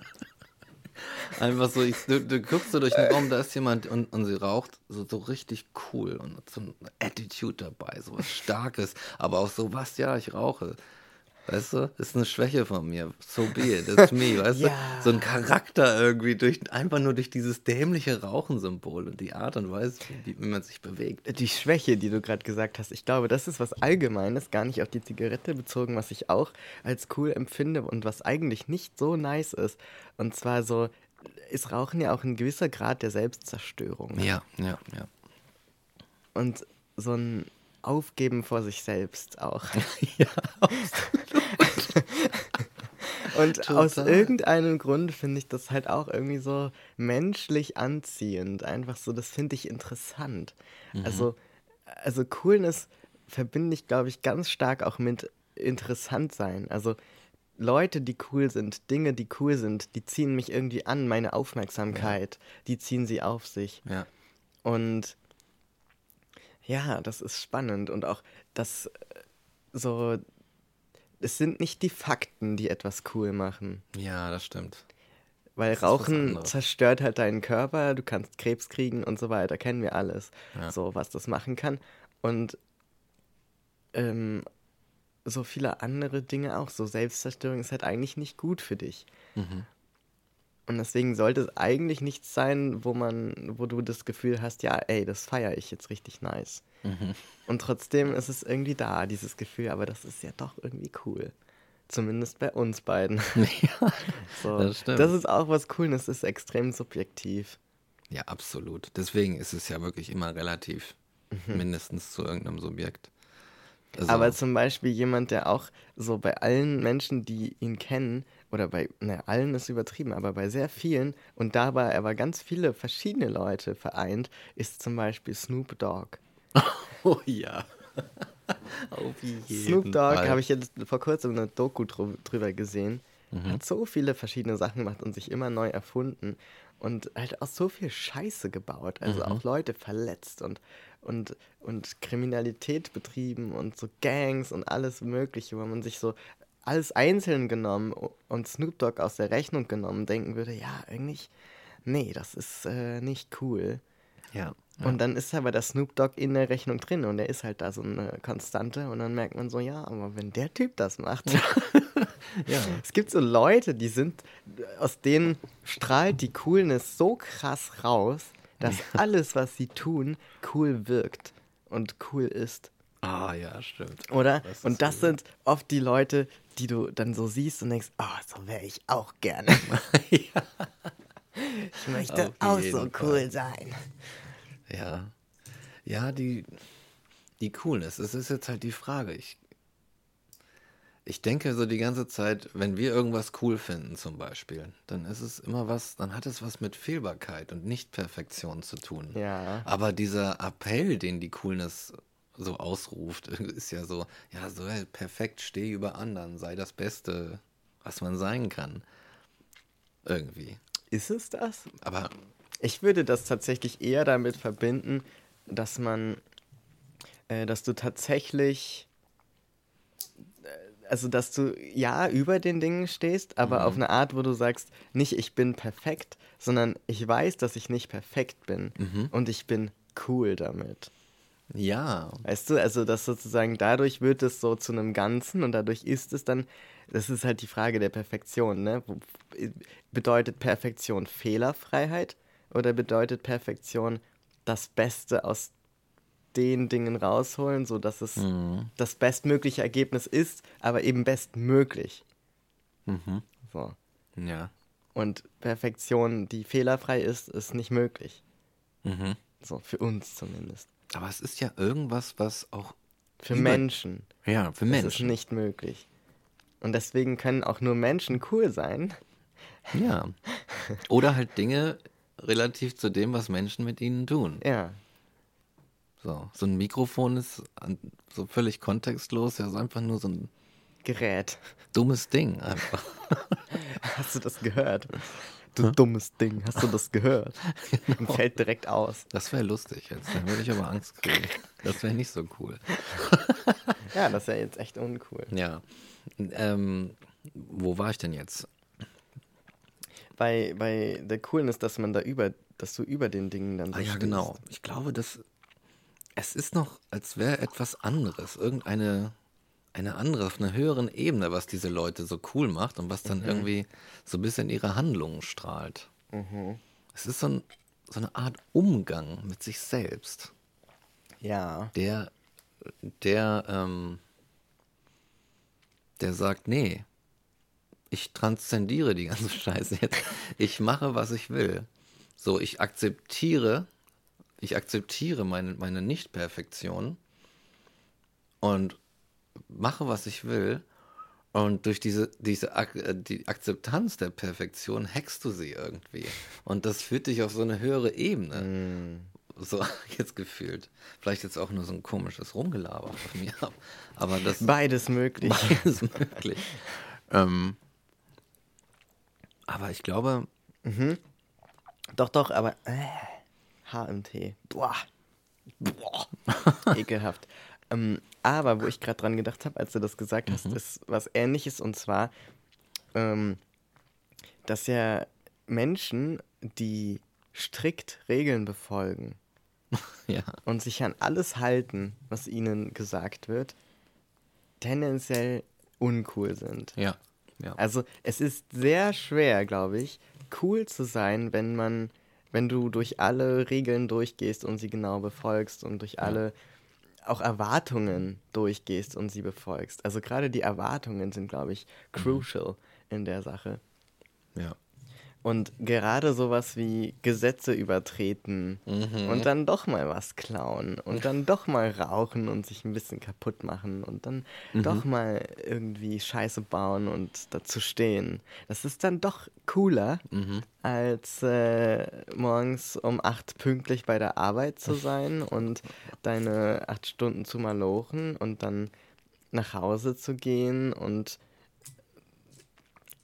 Einfach so, ich, du, du guckst so durch den Raum, da ist jemand und, und sie raucht so, so richtig cool und hat so eine Attitude dabei, so was Starkes, aber auch so, was, ja, ich rauche. Weißt du, ist eine Schwäche von mir. So be it, it's me, weißt Ja. du? So ein Charakter irgendwie, durch, einfach nur durch dieses dämliche Rauchensymbol und die Art und Weise, wie, wie man sich bewegt. Die Schwäche, die du gerade gesagt hast, ich glaube, das ist was Allgemeines, gar nicht auf die Zigarette bezogen, was ich auch als cool empfinde und was eigentlich nicht so nice ist. Und zwar so, ist Rauchen ja auch ein gewisser Grad der Selbstzerstörung. Ja, ja, ja. Und so ein Aufgeben vor sich selbst auch. Ja, Und aus Total. irgendeinem Grund finde ich das halt auch irgendwie so menschlich anziehend. Einfach so, das finde ich interessant. Also, also Coolness verbinde ich, glaube ich, ganz stark auch mit interessant sein. Also Leute, die cool sind, Dinge, die cool sind, die ziehen mich irgendwie an, meine Aufmerksamkeit, die ziehen sie auf sich. ja. Und ja, das ist spannend und auch das äh, so, es sind nicht die Fakten, die etwas cool machen. Ja, das stimmt. Weil Das ist was Rauchen anderes. zerstört halt deinen Körper, du kannst Krebs kriegen und so weiter, kennen wir alles. Ja. So, was das machen kann. Und ähm, so viele andere Dinge auch. So Selbstzerstörung ist halt eigentlich nicht gut für dich. Mhm. Und deswegen sollte es eigentlich nichts sein, wo man, wo du das Gefühl hast, ja, ey, das feiere ich jetzt richtig nice. Mhm. Und trotzdem ist es irgendwie da, dieses Gefühl, aber das ist ja doch irgendwie cool. Zumindest bei uns beiden. Ja, So, das stimmt. das ist auch was cool, das ist extrem subjektiv. ja, absolut. Deswegen ist es ja wirklich immer relativ, mindestens zu irgendeinem Subjekt. Also, Aber zum Beispiel jemand, der auch so bei allen Menschen, die ihn kennen, oder bei, naja, allen ist übertrieben, aber bei sehr vielen und dabei aber ganz viele verschiedene Leute vereint, ist zum Beispiel Snoop Dogg. oh ja. Auf jeden Snoop Dogg Fall. habe ich jetzt vor kurzem eine Doku drü- drüber gesehen. Mhm. Hat so viele verschiedene Sachen gemacht und sich immer neu erfunden. und halt auch so viel Scheiße gebaut. Also Mhm. auch Leute verletzt und, und, und Kriminalität betrieben und so Gangs und alles Mögliche, wo man sich so alles einzeln genommen und Snoop Dogg aus der Rechnung genommen denken würde, ja, eigentlich, nee, das ist äh, nicht cool. Ja. ja. Und dann ist aber der Snoop Dogg in der Rechnung drin und er ist halt da so eine Konstante und dann merkt man so, ja, aber wenn der Typ das macht. ja. Es gibt so Leute, die sind, aus denen strahlt die Coolness so krass raus, dass alles, was sie tun, cool wirkt und cool ist. Ah, ja, stimmt. Oder? Das ist und das so. sind oft die Leute, die du dann so siehst und denkst, oh, so wäre ich auch gerne. ja. Ich möchte Auf auch jeden so Fall. cool sein. Ja. Ja, die, die Coolness. Es ist jetzt halt die Frage. Ich, ich denke so die ganze Zeit, wenn wir irgendwas cool finden zum Beispiel, dann ist es immer was, dann hat es was mit Fehlbarkeit und Nicht-Perfektion zu tun. Ja. Aber dieser Appell, den die Coolness so ausruft, ist ja so, ja, so hey, perfekt, steh über anderen, sei das Beste, was man sein kann. Irgendwie. Ist es das? Aber Ich würde das tatsächlich eher damit verbinden, dass man, äh, dass du tatsächlich, äh, also dass du ja über den Dingen stehst, aber Mhm. auf eine Art, wo du sagst, nicht ich bin perfekt, sondern ich weiß, dass ich nicht perfekt bin Mhm. und ich bin cool damit. ja, Weißt du, also dass sozusagen dadurch wird es so zu einem Ganzen und dadurch ist es dann, das ist halt die Frage der Perfektion, ne? Wo- Bedeutet Perfektion Fehlerfreiheit oder bedeutet Perfektion das Beste aus den Dingen rausholen, sodass es Mhm. das bestmögliche Ergebnis ist, aber eben bestmöglich. Mhm. So. ja. Und Perfektion, die fehlerfrei ist, ist nicht möglich. Mhm. So, für uns zumindest. Aber es ist ja irgendwas, was auch Für über- Menschen. Ja, für Das ist Menschen. nicht möglich. Und deswegen können auch nur Menschen cool sein. Ja. Oder halt Dinge relativ zu dem, was Menschen mit ihnen tun. Ja. So, so ein Mikrofon ist an- so völlig kontextlos, ja, so einfach nur so ein Gerät. dummes Ding einfach. Hast du das gehört? Du dummes Ding, hast du das gehört? Mir fällt direkt aus. Das wäre lustig jetzt, dann würde ich aber Angst kriegen. Das wäre nicht so cool. Ja, das ist ja jetzt echt uncool. Ja. Ähm, wo war ich denn jetzt? Bei, bei der Coolness, dass man da über, dass du über den Dingen dann so Ah ja, stehst. genau. Ich glaube, dass es ist noch, als wäre etwas anderes, irgendeine eine andere, auf einer höheren Ebene, was diese Leute so cool macht und was dann irgendwie so ein bisschen ihre Handlungen strahlt. Es ist so, ein, so eine Art Umgang mit sich selbst, Ja. der, der, ähm, der sagt, nee, ich transzendiere die ganze Scheiße jetzt. Ich mache, was ich will. So, ich akzeptiere, ich akzeptiere meine, meine Nicht-Perfektion und mache, was ich will. Und durch diese, diese Ak äh, die Akzeptanz der Perfektion hackst du sie irgendwie. Und das führt dich auf so eine höhere Ebene. So jetzt gefühlt. Vielleicht jetzt auch nur so ein komisches Rumgelaber von mir. Aber das Beides möglich. ist möglich. Ähm, aber ich glaube, Doch, doch, aber äh, H M T. Boah. Boah. Ekelhaft. Ähm, aber wo ich gerade dran gedacht habe, als du das gesagt hast, ist was Ähnliches und zwar, ähm, dass ja Menschen, die strikt Regeln befolgen ja, und sich an alles halten, was ihnen gesagt wird, tendenziell uncool sind. ja, ja. Also es ist sehr schwer, glaube ich, cool zu sein, wenn man, wenn du durch alle Regeln durchgehst und sie genau befolgst und durch alle auch Erwartungen durchgehst und sie befolgst. Also gerade die Erwartungen sind, glaube ich, crucial in der Sache. ja. Und gerade sowas wie Gesetze übertreten und dann doch mal was klauen und dann doch mal rauchen und sich ein bisschen kaputt machen und dann doch mal irgendwie Scheiße bauen und dazu stehen. Das ist dann doch cooler, als äh, morgens um acht pünktlich bei der Arbeit zu sein und deine acht Stunden zu malochen und dann nach Hause zu gehen und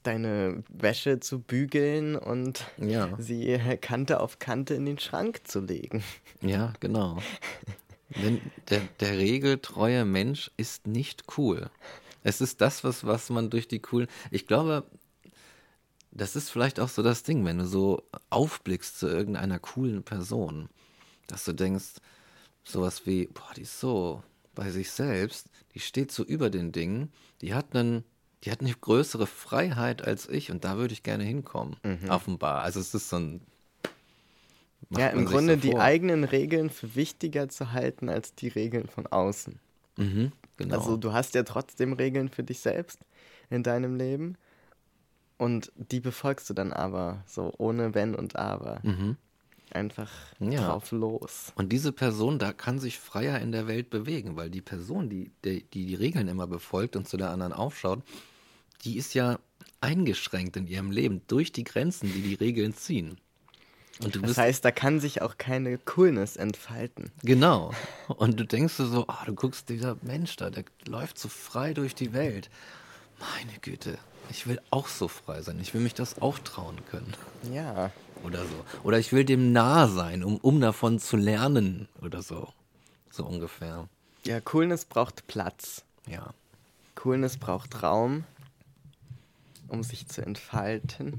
deine Wäsche zu bügeln und Ja, sie Kante auf Kante in den Schrank zu legen. ja, genau. Denn der, der regeltreue Mensch ist nicht cool. Es ist das, was, was man durch die coolen. Ich glaube, das ist vielleicht auch so das Ding, wenn du so aufblickst zu irgendeiner coolen Person, dass du denkst, sowas wie, boah, die ist so bei sich selbst, die steht so über den Dingen, die hat einen, die hat eine größere Freiheit als ich und da würde ich gerne hinkommen. Offenbar. Also es ist so ein. Macht Ja, im man sich Grunde so die vor. eigenen Regeln für wichtiger zu halten als die Regeln von außen. Mhm, genau. Also du hast ja trotzdem Regeln für dich selbst in deinem Leben und die befolgst du dann aber so ohne Wenn und Aber. Einfach Mhm. Ja. drauf los. Und diese Person, da kann sich freier in der Welt bewegen, weil die Person, die die, die die Regeln immer befolgt und zu der anderen aufschaut, die ist ja eingeschränkt in ihrem Leben durch die Grenzen, die die Regeln ziehen. Und du Das bist, heißt, da kann sich auch keine Coolness entfalten. genau. Und du denkst dir so, ah, du guckst, dieser Mensch da, der läuft so frei durch die Welt. Meine Güte, ich will auch so frei sein. Ich will mich das auch trauen können. Ja, Oder so. Oder ich will dem nah sein, um, um davon zu lernen. Oder so. So ungefähr. ja, Coolness braucht Platz. Ja. Coolness braucht Raum, um sich zu entfalten.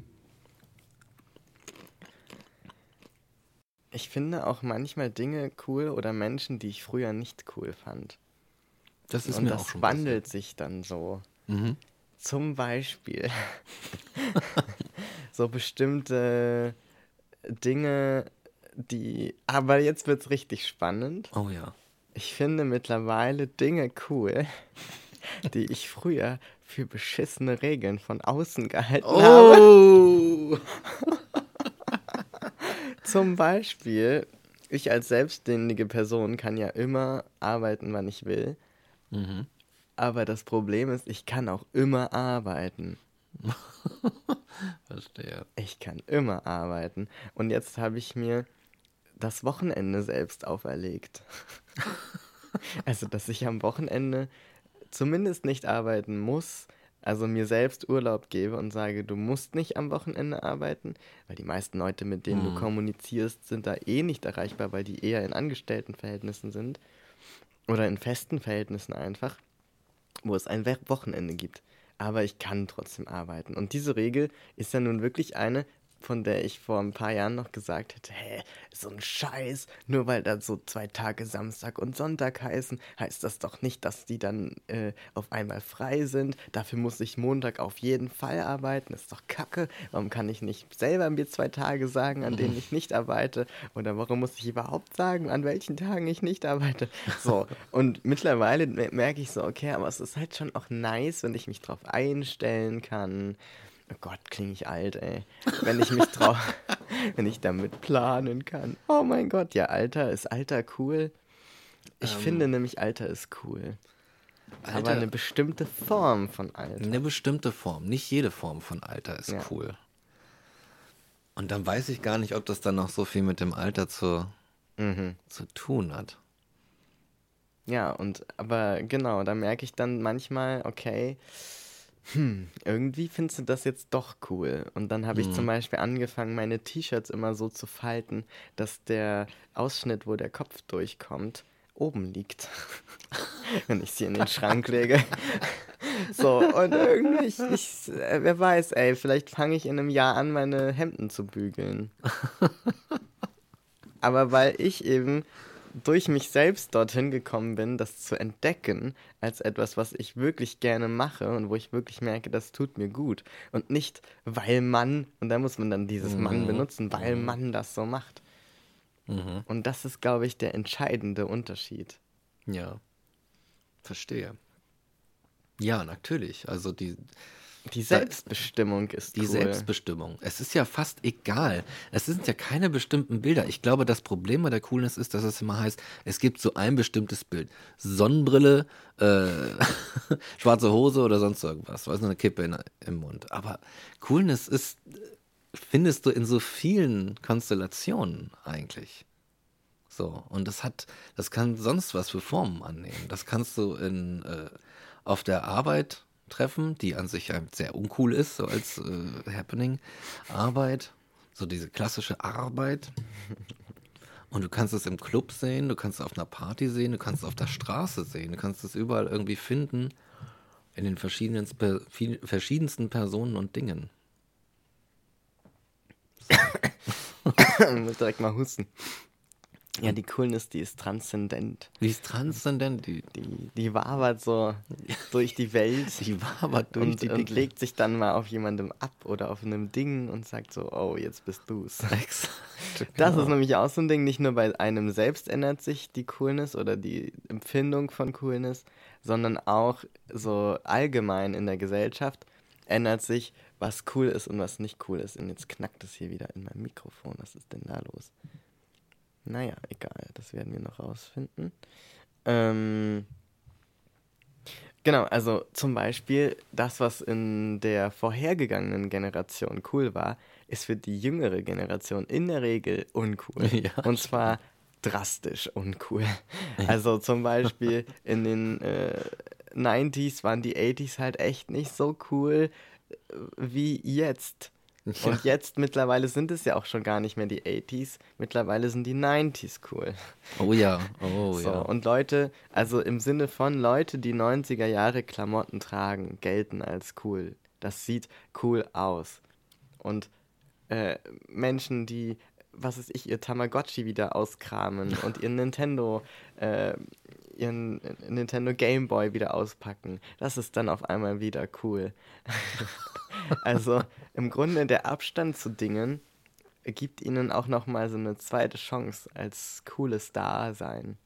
Ich finde auch manchmal Dinge cool oder Menschen, die ich früher nicht cool fand. Das ist Und mir das auch schon wandelt sich dann so. Mhm. Zum Beispiel so bestimmte Dinge, die... Aber jetzt wird's richtig spannend. Oh ja. Ich finde mittlerweile Dinge cool, die ich früher für beschissene Regeln von außen gehalten habe. Oh! Zum Beispiel, ich als selbstständige Person kann ja immer arbeiten, wann ich will. Mhm. Aber das Problem ist, ich kann auch immer arbeiten. Verstehe. Ich kann immer arbeiten. Und jetzt habe ich mir das Wochenende selbst auferlegt. Also, dass ich am Wochenende zumindest nicht arbeiten muss, also mir selbst Urlaub gebe und sage, du musst nicht am Wochenende arbeiten, weil die meisten Leute, mit denen du kommunizierst, sind da eh nicht erreichbar, weil die eher in Angestelltenverhältnissen sind oder in festen Verhältnissen einfach, wo es ein We- Wochenende gibt. Aber ich kann trotzdem arbeiten. Und diese Regel ist ja nun wirklich eine, von der ich vor ein paar Jahren noch gesagt hätte, hä, so ein Scheiß, nur weil da so zwei Tage Samstag und Sonntag heißen, heißt das doch nicht, dass die dann äh, auf einmal frei sind. Dafür muss ich Montag auf jeden Fall arbeiten, ist doch Kacke. Warum kann ich nicht selber mir zwei Tage sagen, an denen ich nicht arbeite? Oder warum muss ich überhaupt sagen, an welchen Tagen ich nicht arbeite? So, und mittlerweile me- merke ich so, okay, aber es ist halt schon auch nice, wenn ich mich drauf einstellen kann. Oh Gott, klinge ich alt, ey. Wenn ich mich trau, wenn ich damit planen kann. Oh mein Gott, ja, Alter, ist Alter cool? Ich Ähm, finde nämlich, Alter ist cool. Aber Alter- eine bestimmte Form von Alter. Eine bestimmte Form. Nicht jede Form von Alter ist Ja. cool. Und dann weiß ich gar nicht, ob das dann noch so viel mit dem Alter zu, Mhm. zu tun hat. Ja, und aber genau, da merke ich dann manchmal, okay, hm, irgendwie findest du das jetzt doch cool. Und dann habe ich zum Beispiel angefangen, meine T-Shirts immer so zu falten, dass der Ausschnitt, wo der Kopf durchkommt, oben liegt. Wenn ich sie in den Schrank lege. So, und irgendwie, ich, ich, äh, wer weiß, ey, vielleicht fange ich in einem Jahr an, meine Hemden zu bügeln. Aber weil ich eben durch mich selbst dorthin gekommen bin, das zu entdecken, als etwas, was ich wirklich gerne mache und wo ich wirklich merke, das tut mir gut. Und nicht, weil man, und da muss man dann dieses Mann benutzen, weil man das so macht. Und das ist, glaube ich, der entscheidende Unterschied. Ja. Verstehe. Ja, natürlich. Also die, Die Selbstbestimmung ist die cool. Selbstbestimmung. Es ist ja fast egal. Es sind ja keine bestimmten Bilder. Ich glaube, das Problem bei der Coolness ist, dass es immer heißt, es gibt so ein bestimmtes Bild. Sonnenbrille, äh, schwarze Hose oder sonst irgendwas. Weißt du, eine Kippe in, im Mund. Aber Coolness ist, findest du in so vielen Konstellationen eigentlich. So, und das hat, das kann sonst was für Formen annehmen. Das kannst du in, äh, auf der Arbeit treffen, die an sich halt sehr uncool ist, so als äh, Happening-Arbeit. So diese klassische Arbeit. Und du kannst es im Club sehen, du kannst es auf einer Party sehen, du kannst es auf der Straße sehen, du kannst es überall irgendwie finden, in den verschiedenen, viel, verschiedensten Personen und Dingen. Ich muss direkt mal husten. Ja, die Coolness, die ist transzendent. Die ist transzendent. Die, die, die wabert so durch die Welt. Die wabert durch und, die und Dinge. legt sich dann mal auf jemandem ab oder auf einem Ding und sagt so, oh, jetzt bist du's. Exakt. Das Genau. ist nämlich auch so ein Ding, nicht nur bei einem selbst ändert sich die Coolness oder die Empfindung von Coolness, sondern auch so allgemein in der Gesellschaft ändert sich, was cool ist und was nicht cool ist. Und jetzt knackt es hier wieder in meinem Mikrofon. Was ist denn da los? Naja, egal, das werden wir noch rausfinden. Ähm, genau, also zum Beispiel das, was in der vorhergegangenen Generation cool war, ist für die jüngere Generation in der Regel uncool. Ja, Und zwar drastisch uncool. Also zum Beispiel in den äh, neunziger waren die achtziger halt echt nicht so cool äh, wie jetzt. Ja. Und jetzt mittlerweile sind es ja auch schon gar nicht mehr die achtziger, mittlerweile sind die neunziger cool. Oh ja, oh so, ja. Und Leute, also im Sinne von Leute, die neunziger Jahre Klamotten tragen, gelten als cool. Das sieht cool aus. Und äh, Menschen, die, was weiß ich, ihr Tamagotchi wieder auskramen und ihr Nintendo, äh, ihren Nintendo Game Boy wieder auspacken, das ist dann auf einmal wieder cool. Also im Grunde der Abstand zu Dingen gibt ihnen auch nochmal so eine zweite Chance als cooles Dasein.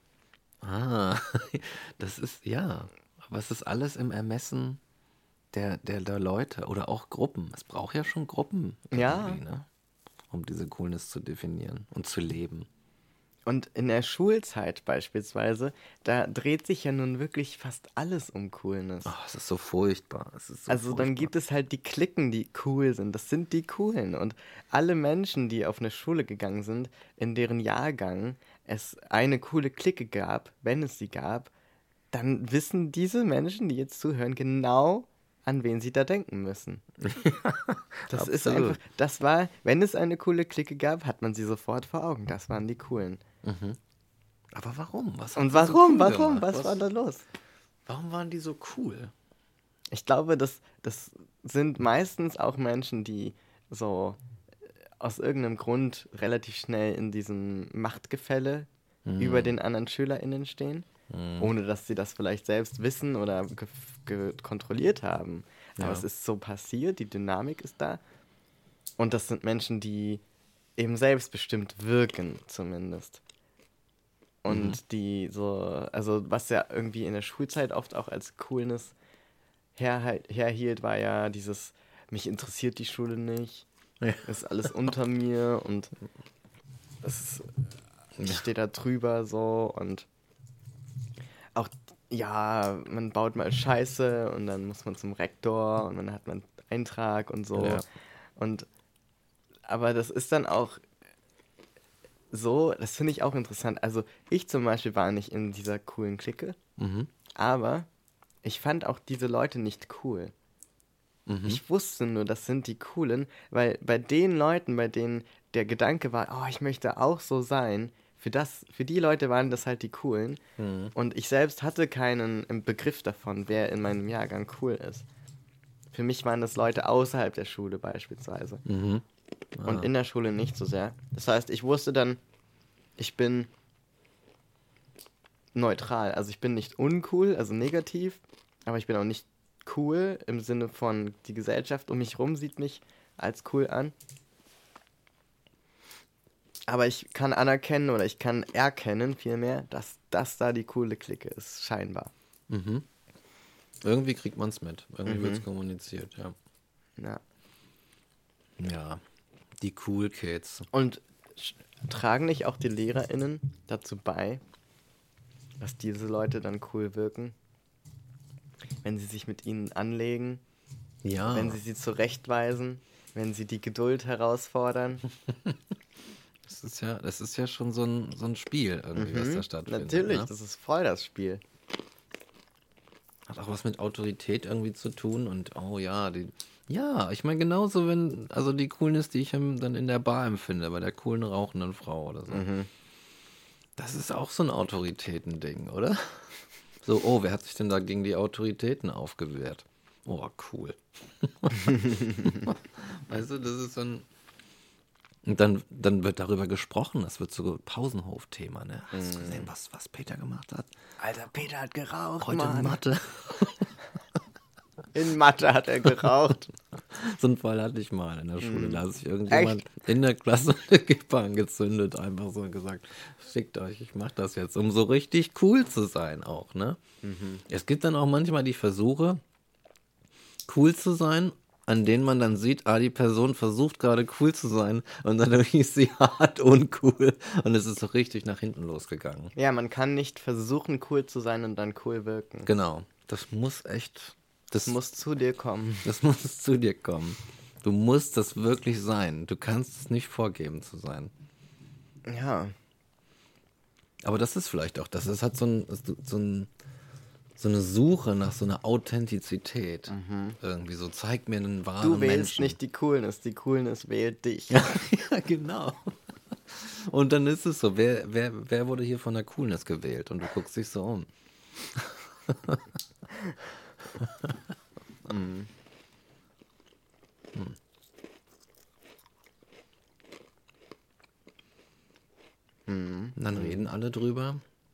Ah, das ist, ja, aber es ist alles im Ermessen der, der, der Leute oder auch Gruppen. Es braucht ja schon Gruppen Ja. irgendwie, ne? Um diese Coolness zu definieren und zu leben. Und in der Schulzeit beispielsweise, da dreht sich ja nun wirklich fast alles um Coolness. Oh, es ist so furchtbar. Es ist so Also dann gibt es halt die Klicken, die cool sind. Das sind die Coolen. Und alle Menschen, die auf eine Schule gegangen sind, in deren Jahrgang es eine coole Clique gab, wenn es sie gab, dann wissen diese Menschen, die jetzt zuhören, genau, an wen sie da denken müssen. Das ist Absolut. einfach, das war, wenn es eine coole Clique gab, hat man sie sofort vor Augen. Das waren die Coolen. Mhm. Aber warum? Was hat Und sie warum, so cool warum, gemacht? was war da los? Warum waren die so cool? Ich glaube, das, das sind meistens auch Menschen, die so aus irgendeinem Grund relativ schnell in diesem Machtgefälle Mhm. über den anderen SchülerInnen stehen, Mhm. ohne dass sie das vielleicht selbst wissen oder ge ge kontrolliert haben. Aber Ja. es ist so passiert, die Dynamik ist da. Und das sind Menschen, die eben selbstbestimmt wirken, zumindest. Und Mhm. die so, also was ja irgendwie in der Schulzeit oft auch als Coolness her, herhielt, war ja dieses, mich interessiert die Schule nicht, Ja. ist alles unter mir und es ist, ich Ja. stehe da drüber so und auch, ja, man baut mal Scheiße und dann muss man zum Rektor und dann hat man einen Eintrag und so. Ja. Und aber das ist dann auch so, das finde ich auch interessant. Also ich zum Beispiel war nicht in dieser coolen Clique, Mhm. aber ich fand auch diese Leute nicht cool. Mhm. Ich wusste nur, das sind die Coolen, weil bei den Leuten, bei denen der Gedanke war, oh, ich möchte auch so sein, für, das, für die Leute waren das halt die Coolen. Mhm. Und ich selbst hatte keinen im Begriff davon, wer in meinem Jahrgang cool ist. Für mich waren das Leute außerhalb der Schule beispielsweise. Mhm. Und in der Schule nicht so sehr. Das heißt, ich wusste dann, ich bin neutral. Also ich bin nicht uncool, also negativ, aber ich bin auch nicht cool im Sinne von, die Gesellschaft um mich rum sieht mich als cool an. Aber ich kann anerkennen oder ich kann erkennen vielmehr, dass das da die coole Clique ist, scheinbar. Mhm. Irgendwie kriegt man es mit. Irgendwie Mhm. wird es kommuniziert, ja. Ja. Ja, die Cool Kids. Und sch- tragen nicht auch die LehrerInnen dazu bei, dass diese Leute dann cool wirken? Wenn sie sich mit ihnen anlegen, Ja. wenn sie sie zurechtweisen, wenn sie die Geduld herausfordern. Das ist ja, das ist ja schon so ein, so ein Spiel irgendwie, was da stattfindet. Natürlich, Ne? das ist voll das Spiel. hat auch was mit Autorität irgendwie zu tun und oh ja, die, ja, ich meine genauso, wenn, also die Coolness, die ich dann in der Bar empfinde, bei der coolen rauchenden Frau oder so. Mhm. Das ist auch so ein Autoritätending, oder? So, oh, wer hat sich denn da gegen die Autoritäten aufgewehrt? Oh, cool. Weißt du, das ist so ein... Und dann, dann wird darüber gesprochen, das wird so Pausenhof-Thema, ne? Hast du gesehen, was, was Peter gemacht hat? Alter, Peter hat geraucht, Heute in Mann. Mathe. In Mathe hat er geraucht. So einen Fall hatte ich mal in der Schule. Mm. Da hat sich irgendjemand Echt? in der Klasse eine Kippe angezündet, einfach so gesagt, fickt euch, ich mach das jetzt, um so richtig cool zu sein auch, ne? Mhm. Es gibt dann auch manchmal die Versuche, cool zu sein, an denen man dann sieht, ah, die Person versucht gerade cool zu sein und dann ist sie hart uncool und es ist so richtig nach hinten losgegangen. Ja, man kann nicht versuchen, cool zu sein und dann cool wirken. Genau, das muss echt, das Das muss zu dir kommen. Das muss zu dir kommen. Du musst das wirklich sein. Du kannst es nicht vorgeben zu sein. Ja. Aber das ist vielleicht auch das. Es hat so, ein, so, ein, so eine Suche nach so einer Authentizität. Mhm. Irgendwie so, zeig mir einen wahren Du wählst Menschen. nicht die Coolness, die Coolness wählt dich. Ja, genau. Und dann ist es so, wer, wer, wer wurde hier von der Coolness gewählt? Und du guckst dich so um. Mhm. Hm. Mhm. Und dann reden alle drüber.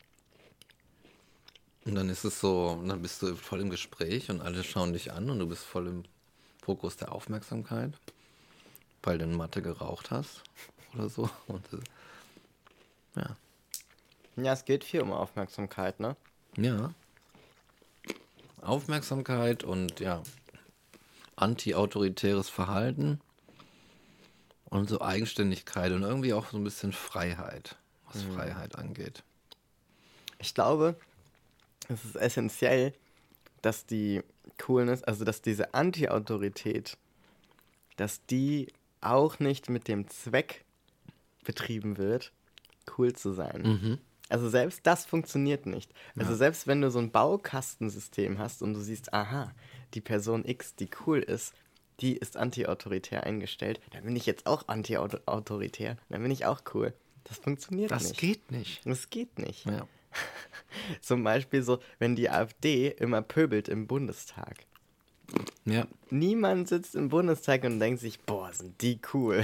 Und dann ist es so, und dann bist du voll im Gespräch und alle schauen dich an und du bist voll im Fokus der Aufmerksamkeit, weil du in Mathe geraucht hast oder so. Und das, ja. Ja, es geht viel um Aufmerksamkeit, ne? Ja. Aufmerksamkeit und ja, anti-autoritäres Verhalten und so Eigenständigkeit und irgendwie auch so ein bisschen Freiheit, was mhm. Freiheit angeht. Ich glaube, es ist essentiell, dass die Coolness, also dass diese Anti-Autorität, dass die auch nicht mit dem Zweck betrieben wird, cool zu sein. Mhm. Also selbst das funktioniert nicht. Also Ja. selbst wenn du so ein Baukastensystem hast und du siehst, aha, die Person X, die cool ist, die ist anti-autoritär eingestellt, dann bin ich jetzt auch anti-autoritär, dann bin ich auch cool. Das funktioniert Das nicht. Das geht nicht. Das geht nicht. Ja. Zum Beispiel so, wenn die AfD immer pöbelt im Bundestag. Ja. Niemand sitzt im Bundestag und denkt sich, boah, sind die cool.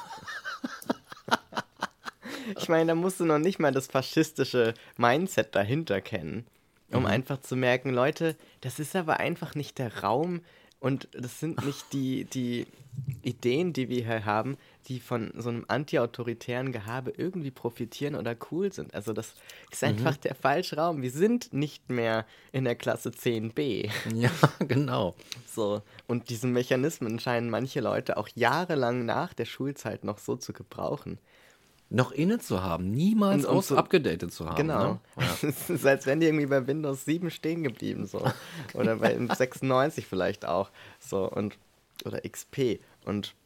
Ich meine, da musst du noch nicht mal das faschistische Mindset dahinter kennen, um mhm. einfach zu merken, Leute, das ist aber einfach nicht der Raum und das sind nicht die, die Ideen, die wir hier haben, die von so einem anti-autoritären Gehabe irgendwie profitieren oder cool sind. Also das ist einfach mhm. der falsche Raum. Wir sind nicht mehr in der Klasse zehn b. Ja, genau. So, und diese Mechanismen scheinen manche Leute auch jahrelang nach der Schulzeit noch so zu gebrauchen. Noch inne zu haben, niemals aus so, abgedatet zu haben. Genau. Ne? Ja. Es ist, als wären die irgendwie bei Windows sieben stehen geblieben. So. Oder bei sechsundneunzig vielleicht auch. So, und, oder X P. Und,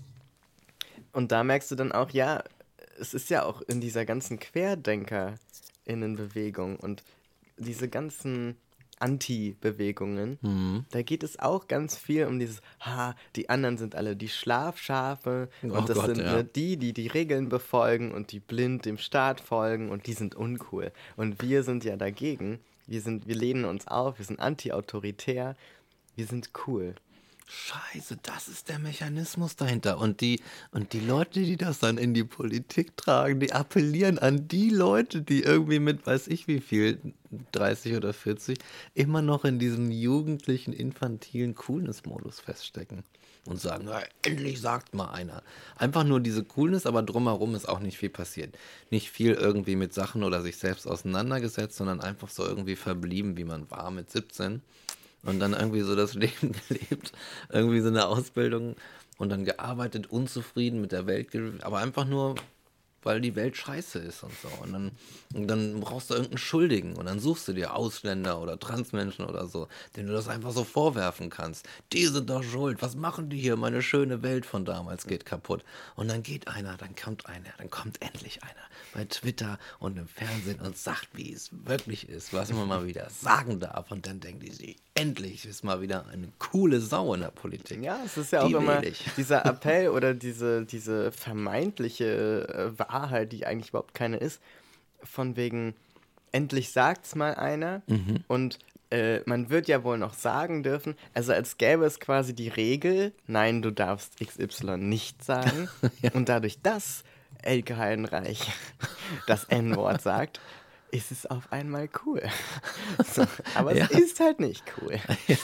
und da merkst du dann auch, ja, es ist ja auch in dieser ganzen QuerdenkerInnenbewegung und diese ganzen Anti-Bewegungen, mhm. da geht es auch ganz viel um dieses, ha, die anderen sind alle die Schlafschafe oh und das Gott, sind ja. die, die die Regeln befolgen und die blind dem Staat folgen und die sind uncool. Und wir sind ja dagegen, wir, sind, wir lehnen uns auf, wir sind anti-autoritär, wir sind cool. Scheiße, das ist der Mechanismus dahinter. Und die, und die Leute, die das dann in die Politik tragen, die appellieren an die Leute, die irgendwie mit, weiß ich wie viel, dreißig oder vierzig, immer noch in diesem jugendlichen, infantilen Coolness-Modus feststecken. Und sagen, ja, endlich sagt mal einer. Einfach nur diese Coolness, aber drumherum ist auch nicht viel passiert. Nicht viel irgendwie mit Sachen oder sich selbst auseinandergesetzt, sondern einfach so irgendwie verblieben, wie man war mit siebzehn. Und dann irgendwie so das Leben gelebt, irgendwie so eine Ausbildung und dann gearbeitet, unzufrieden mit der Welt, aber einfach nur, weil die Welt scheiße ist und so. Und dann, und dann brauchst du irgendeinen Schuldigen und dann suchst du dir Ausländer oder Transmenschen oder so, denen du das einfach so vorwerfen kannst. Die sind doch schuld, was machen die hier? Meine schöne Welt von damals geht kaputt. Und dann geht einer, dann kommt einer, dann kommt endlich einer bei Twitter und im Fernsehen und sagt, wie es wirklich ist, was man mal wieder sagen darf. Und dann denken die sich, endlich ist mal wieder eine coole Sau in der Politik. Ja, es ist ja auch Die immer wähl ich. dieser Appell oder diese, diese vermeintliche äh, Wahrheit, die eigentlich überhaupt keine ist, von wegen, endlich sagt's mal einer und äh, man wird ja wohl noch sagen dürfen, also als gäbe es quasi die Regel, nein, du darfst X Y nicht sagen und dadurch, dass Elke Heidenreich das En-Wort sagt, ist es auf einmal cool. So, aber Ja. es ist halt nicht cool.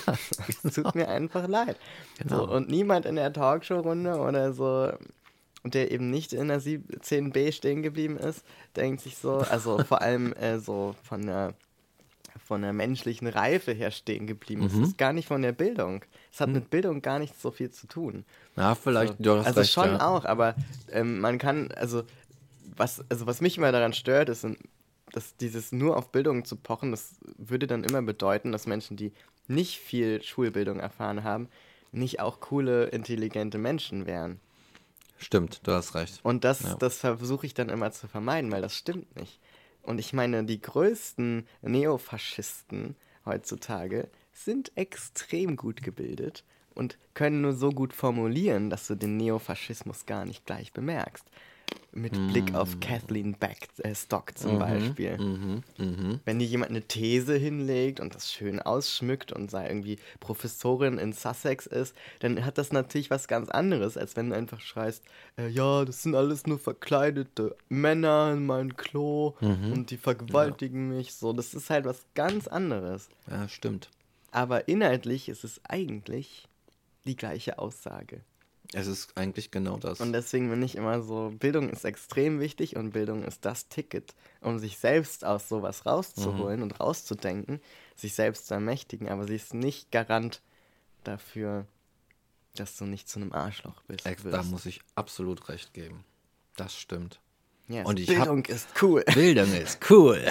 Es tut mir einfach leid. Genau. So, und niemand in der Talkshow-Runde oder so, der eben nicht in der zehn b stehen geblieben ist, denkt sich so, also vor allem äh, so von der, von der menschlichen Reife her stehen geblieben ist. Mhm. Das ist gar nicht von der Bildung. Es hat mit Bildung gar nicht so viel zu tun. Ja, vielleicht, So. du hast Also recht, schon ja. auch, aber ähm, man kann, also was, also was mich immer daran stört, ist, dass dieses nur auf Bildung zu pochen, das würde dann immer bedeuten, dass Menschen, die nicht viel Schulbildung erfahren haben, nicht auch coole, intelligente Menschen wären. Stimmt, du hast recht. Und das, Ja. das versuche ich dann immer zu vermeiden, weil das stimmt nicht. Und ich meine, die größten Neofaschisten heutzutage sind extrem gut gebildet und können nur so gut formulieren, dass du den Neofaschismus gar nicht gleich bemerkst. Mit Blick auf Kathleen Beck, äh, Stock zum Beispiel. Mhm, mhm. Wenn dir jemand eine These hinlegt und das schön ausschmückt und sei irgendwie Professorin in Sussex ist, dann hat das natürlich was ganz anderes, als wenn du einfach schreist, äh, ja, das sind alles nur verkleidete Männer in meinem Klo und die vergewaltigen mich. So, das ist halt was ganz anderes. Ja, stimmt. Aber inhaltlich ist es eigentlich die gleiche Aussage. Es ist eigentlich genau das. Und deswegen bin ich immer so, Bildung ist extrem wichtig und Bildung ist das Ticket, um sich selbst aus sowas rauszuholen Mhm. und rauszudenken, sich selbst zu ermächtigen, aber sie ist nicht Garant dafür, dass du nicht zu einem Arschloch bist. Ex- Da muss ich absolut recht geben. Das stimmt. yes, und ich Bildung ist cool. Bildung ist cool.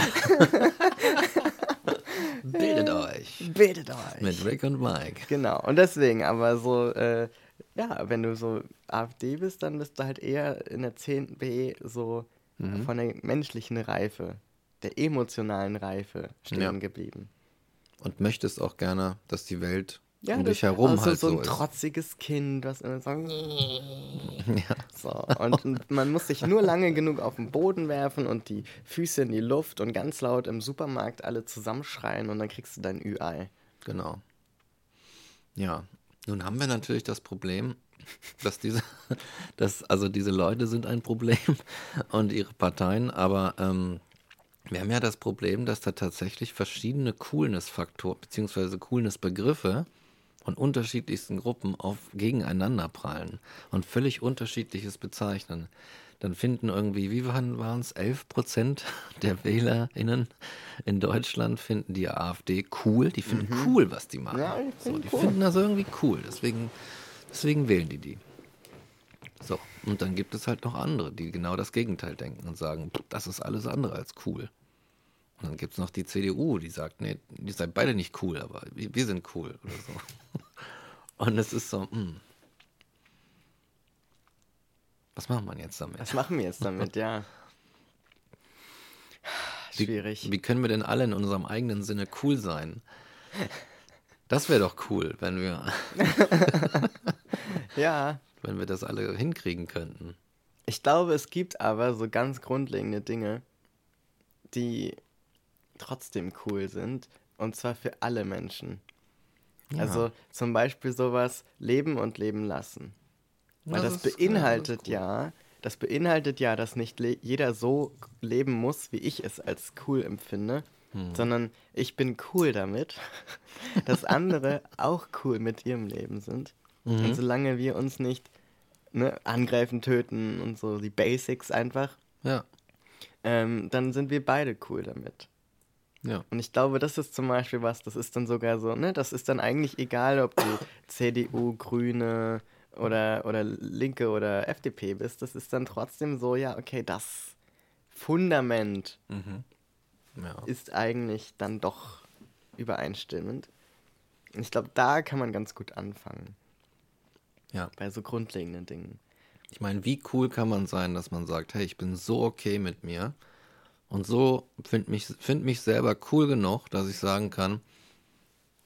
Bildet euch. Bildet euch. Mit Rick und Mike. Genau, und deswegen, aber so, äh, ja, wenn du so AfD bist, dann bist du halt eher in der zehn b so Mhm. von der menschlichen Reife, der emotionalen Reife stehen Ja. geblieben. Und möchtest auch gerne, dass die Welt Ja, um das- dich herum also halt so so, ein ist. trotziges Kind, was immer so, Ja. so. Und, und man muss sich nur lange genug auf den Boden werfen und die Füße in die Luft und ganz laut im Supermarkt alle zusammenschreien und dann kriegst du dein Ü-Ei. Genau. Ja, nun haben wir natürlich das Problem, dass diese, dass, also diese Leute sind ein Problem und ihre Parteien, aber ähm, wir haben ja das Problem, dass da tatsächlich verschiedene Coolness-Faktoren bzw. Coolness-Begriffe von unterschiedlichsten Gruppen auf gegeneinander prallen und völlig unterschiedliches bezeichnen. Dann finden irgendwie, wie waren es, elf Prozent der WählerInnen in Deutschland finden die AfD cool. Die finden cool, was die machen. Ja, ich so, find die cool. finden das irgendwie cool. Deswegen, deswegen wählen die die. So, und dann gibt es halt noch andere, die genau das Gegenteil denken und sagen, das ist alles andere als cool. Und dann gibt es noch die C D U, die sagt, nee, ihr seid beide nicht cool, aber wir, wir sind cool oder so. Und es ist so, hm. Was macht man jetzt damit? Was machen wir jetzt damit, ja? Schwierig. Wie können wir denn alle in unserem eigenen Sinne cool sein? Das wäre doch cool, wenn wir, Ja, wenn wir das alle hinkriegen könnten. ich glaube, es gibt aber so ganz grundlegende Dinge, die trotzdem cool sind. Und zwar für alle Menschen. Ja. Also zum Beispiel sowas Leben und Leben lassen. Weil das, ist- ja, beinhaltet das ist cool. ja, das beinhaltet ja, dass nicht le- jeder so leben muss, wie ich es als cool empfinde, Hm. sondern ich bin cool damit, dass andere auch cool mit ihrem Leben sind. Mhm. Und solange wir uns nicht ne, angreifen, töten und so die Basics einfach, Ja, ähm, dann sind wir beide cool damit. ja. Und ich glaube, das ist zum Beispiel was, das ist dann sogar so, ne, das ist dann eigentlich egal, ob du C D U, Grüne oder, oder Linke oder F D P bist, das ist dann trotzdem so, ja, okay, das Fundament Mhm. Ja. ist eigentlich dann doch übereinstimmend. Und ich glaube, da kann man ganz gut anfangen, Ja. bei so grundlegenden Dingen. Ich meine, wie cool kann man sein, dass man sagt, hey, ich bin so okay mit mir und so finde mich, find mich selber cool genug, dass ich sagen kann,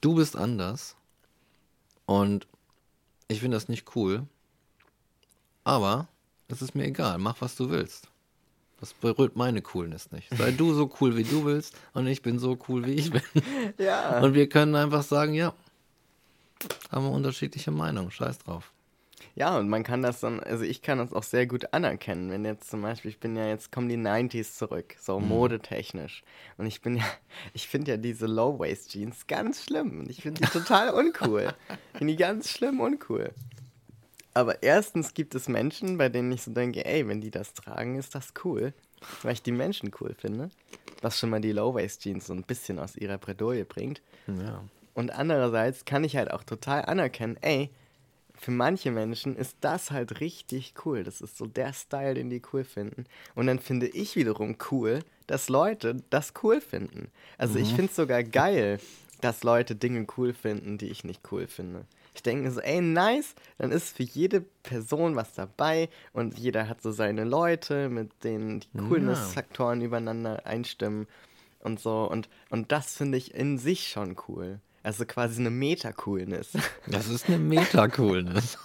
du bist anders und ich finde das nicht cool, aber es ist mir egal, mach was du willst. Das berührt meine Coolness nicht. Sei du so cool, wie du willst und ich bin so cool, wie ich bin. Ja. Und wir können einfach sagen, ja, haben wir unterschiedliche Meinungen, scheiß drauf. Ja, und man kann das dann, also ich kann das auch sehr gut anerkennen, wenn jetzt zum Beispiel, ich bin ja, jetzt kommen die neunziger zurück, so Mhm. modetechnisch. Und ich bin ja, ich finde ja diese Low-Waist-Jeans ganz schlimm und ich finde die total uncool. Ich finde die ganz schlimm uncool. Aber erstens gibt es Menschen, bei denen ich so denke, ey, wenn die das tragen, ist das cool. Weil ich die Menschen cool finde. Was schon mal die Low-Waist-Jeans so ein bisschen aus ihrer Bredouille bringt. Ja. Und andererseits kann ich halt auch total anerkennen, ey, für manche Menschen ist das halt richtig cool. Das ist so der Style, den die cool finden. Und dann finde ich wiederum cool, dass Leute das cool finden. Also Mhm. ich finde es sogar geil, dass Leute Dinge cool finden, die ich nicht cool finde. Ich denke so, ey, nice, dann ist für jede Person was dabei und jeder hat so seine Leute, mit denen die Coolness-Faktoren übereinander einstimmen und so. Und, und das finde ich in sich schon cool. Also quasi eine Meta-Coolness. Das ist eine Meta-Coolness.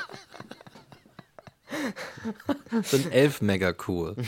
Sind elf mega cool.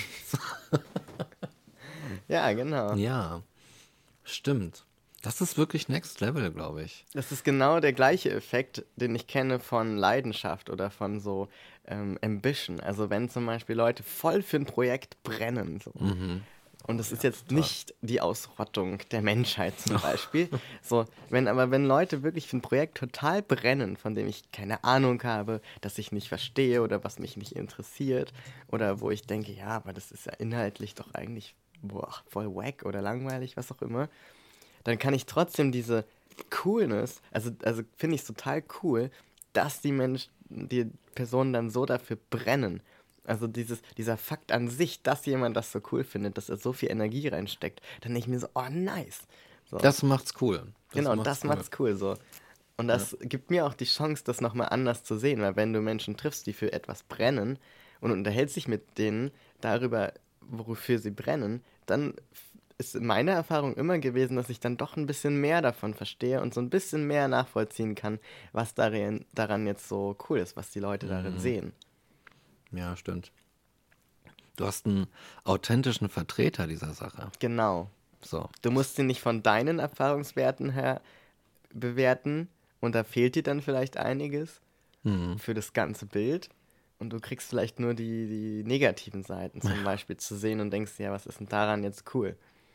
Ja, genau. Ja, stimmt. Das ist wirklich Next Level, glaube ich. Das ist genau der gleiche Effekt, den ich kenne von Leidenschaft oder von so ähm, Ambition. Also wenn zum Beispiel Leute voll für ein Projekt brennen. So. Mhm. Und das ist jetzt nicht die Ausrottung der Menschheit zum Beispiel. So, wenn, aber wenn Leute wirklich für ein Projekt total brennen, von dem ich keine Ahnung habe, das ich nicht verstehe oder was mich nicht interessiert oder wo ich denke, ja, aber das ist ja inhaltlich doch eigentlich boah, voll wack oder langweilig, was auch immer, dann kann ich trotzdem diese Coolness, also, also finde ich es total cool, dass die Menschen, die Personen dann so dafür brennen. Also dieses, dieser Fakt an sich, dass jemand das so cool findet, dass er so viel Energie reinsteckt, dann denke ich mir so, oh nice. So. Das macht's cool. Das genau, macht's das cool. macht's cool so. Und das ja. gibt mir auch die Chance, das nochmal anders zu sehen, weil wenn du Menschen triffst, die für etwas brennen und unterhältst dich mit denen darüber, wofür sie brennen, dann ist meine Erfahrung immer gewesen, dass ich dann doch ein bisschen mehr davon verstehe und so ein bisschen mehr nachvollziehen kann, was darin, daran jetzt so cool ist, was die Leute darin Mhm. sehen. Ja, stimmt. Du hast einen authentischen Vertreter dieser Sache. Genau. So. Du musst sie nicht von deinen Erfahrungswerten her bewerten und da fehlt dir dann vielleicht einiges Mhm. für das ganze Bild und du kriegst vielleicht nur die, die negativen Seiten zum Beispiel zu sehen und denkst, ja, was ist denn daran jetzt cool?